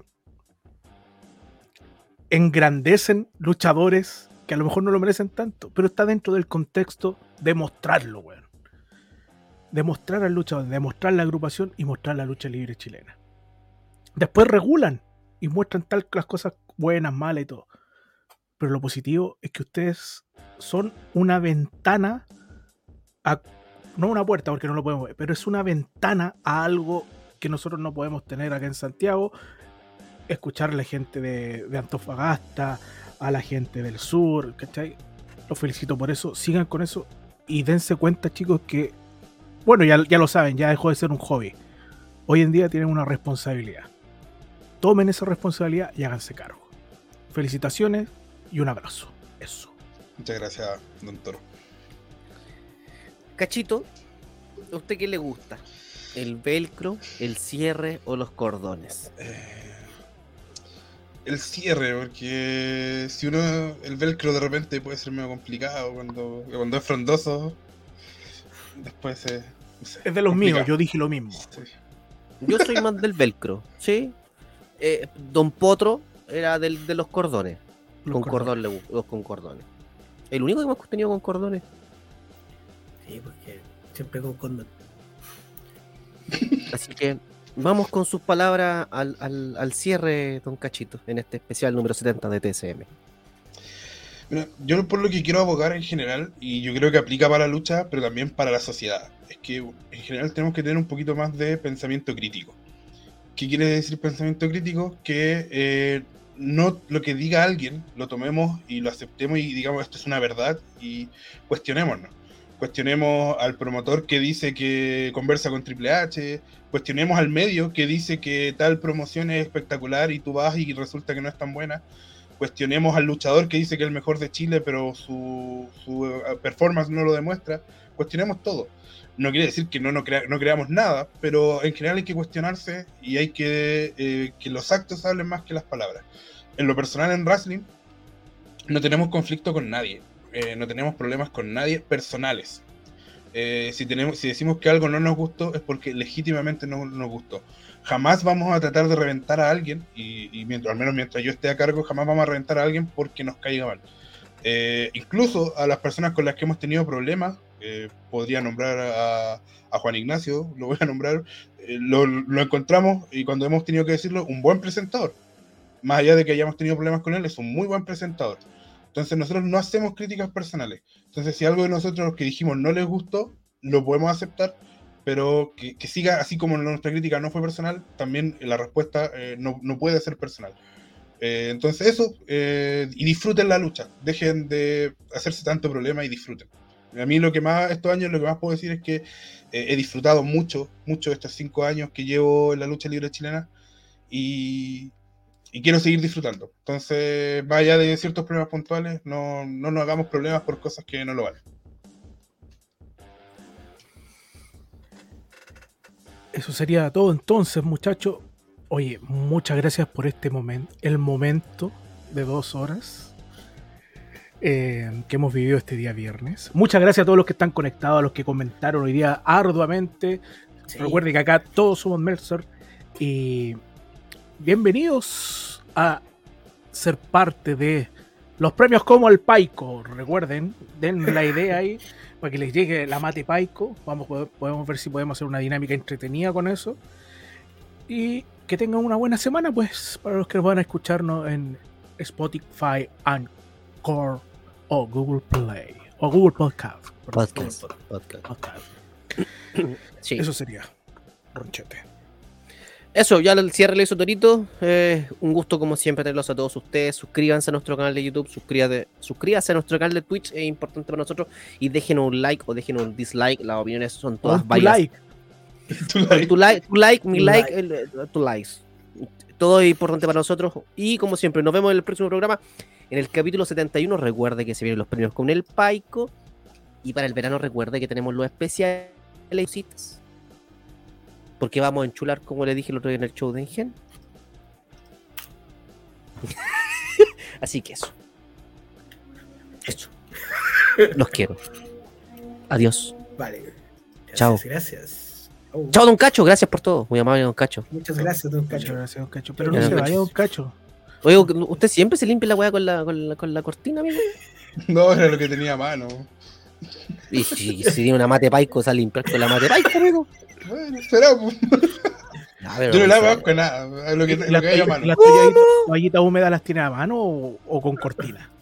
engrandecen luchadores que a lo mejor no lo merecen tanto, pero está dentro del contexto de mostrarlo, weón. De mostrar al luchador, de mostrar la agrupación y mostrar la lucha libre chilena. Después regulan y muestran tal las cosas buenas, malas y todo. Pero lo positivo es que ustedes son una ventana no una puerta porque no lo podemos ver, pero es una ventana a algo que nosotros no podemos tener acá en Santiago. Escuchar a la gente de Antofagasta, a la gente del sur, ¿cachai? Los felicito por eso, sigan con eso y dense cuenta, chicos, que bueno, ya lo saben, ya dejó de ser un hobby. Hoy en día tienen una responsabilidad. Tomen esa responsabilidad y háganse cargo. Felicitaciones y un abrazo. Eso. Muchas gracias, don Toro. Cachito, ¿a usted qué le gusta? ¿El velcro, el cierre o los cordones? El cierre, porque si uno, el velcro de repente puede ser medio complicado cuando es frondoso. Después no sé, Es de los complicado. míos, yo dije lo mismo. Sí. Yo soy más del velcro, ¿sí? Don Potro era de los cordones. Los Con cordones. cordón le gustan, los con cordones. El único que hemos tenido con cordones. Sí, porque siempre con condón. Así que vamos con sus palabras al cierre, don Cachito, en este especial número 70 de TSM. Mira, yo por lo que quiero abogar en general, y yo creo que aplica para la lucha, pero también para la sociedad, es que en general tenemos que tener un poquito más de pensamiento crítico. ¿Qué quiere decir pensamiento crítico? Que no lo que diga alguien lo tomemos y lo aceptemos y digamos esto es una verdad y cuestionémonos. Cuestionemos al promotor que dice que conversa con Triple H, cuestionemos al medio que dice que tal promoción es espectacular y tú vas y resulta que no es tan buena. Cuestionemos al luchador que dice que es el mejor de Chile, pero su performance no lo demuestra. Cuestionemos todo. No quiere decir que no creamos nada, pero en general hay que cuestionarse y hay que los actos hablen más que las palabras. En lo personal en wrestling no tenemos conflicto con nadie, no tenemos problemas con nadie personales. Si decimos que algo no nos gustó es porque legítimamente no nos gustó. Jamás vamos a tratar de reventar a alguien y al menos mientras yo esté a cargo jamás vamos a reventar a alguien porque nos caiga mal. Incluso a las personas con las que hemos tenido problemas, podría nombrar a Juan Ignacio, lo voy a nombrar, lo encontramos y cuando hemos tenido que decirlo, un buen presentador. Más allá de que hayamos tenido problemas con él, es un muy buen presentador. Entonces nosotros no hacemos críticas personales. Entonces si algo de nosotros que dijimos no les gustó, lo podemos aceptar, pero que siga así como nuestra crítica no fue personal, también la respuesta no puede ser personal. Entonces eso, y disfruten la lucha, dejen de hacerse tanto problema y disfruten. A mí estos años lo que más puedo decir es que he disfrutado mucho estos 5 años que llevo en la lucha libre chilena y quiero seguir disfrutando. Entonces, más allá de ciertos problemas puntuales, no nos hagamos problemas por cosas que no lo valen. Eso sería todo entonces, muchachos. Oye, muchas gracias por este momento, el momento de 2 horas que hemos vivido este día viernes. Muchas gracias a todos los que están conectados, a los que comentaron hoy día arduamente. Sí. Recuerden que acá todos somos Mercer y bienvenidos a ser parte de los premios como el Paico. Recuerden, den la idea ahí para que les llegue la mate Paico. Podemos ver si podemos hacer una dinámica entretenida con eso. Y que tengan una buena semana, pues, para los que van a escucharnos en Spotify, Anchor o Google Play o Google Podcast. Podcast. Sí. Eso sería, Ronchete. Eso, ya el cierre lo hizo Torito. Un gusto como siempre tenerlos a todos ustedes. Suscríbanse a nuestro canal de YouTube, suscríbanse a nuestro canal de Twitch, es importante para nosotros. Y déjenos un like o déjenos un dislike. Las opiniones son todas válidas. Tu like, mi like, tu likes. Todo es importante para nosotros. Y como siempre, nos vemos en el próximo programa. En el capítulo 71, recuerde que se vienen los premios con el Paico. Y para el verano, recuerde que tenemos los especiales. Porque vamos a enchular, como le dije el otro día en el show de Ingen. Así que eso. Los quiero. Adiós. Vale. Gracias, Chao. Gracias. Chao, Don Cacho. Gracias por todo. Muy amable, Don Cacho. Muchas gracias, Don Muchas Cacho. gracias, Don Cacho. Pero Ya, no se Don vaya, Cacho. Don Cacho. Oye, ¿usted siempre se limpia la weá con la cortina, amigo? No, era lo que tenía a mano. Y si tiene una mate Paico, sale a limpiar con la mate Paico, amigo. Bueno, esperamos. Ya, pero Yo no le hago o sea, asco a nada, a lo que ¿Las haya a mano. toallitas húmedas las tiene a mano o con cortina?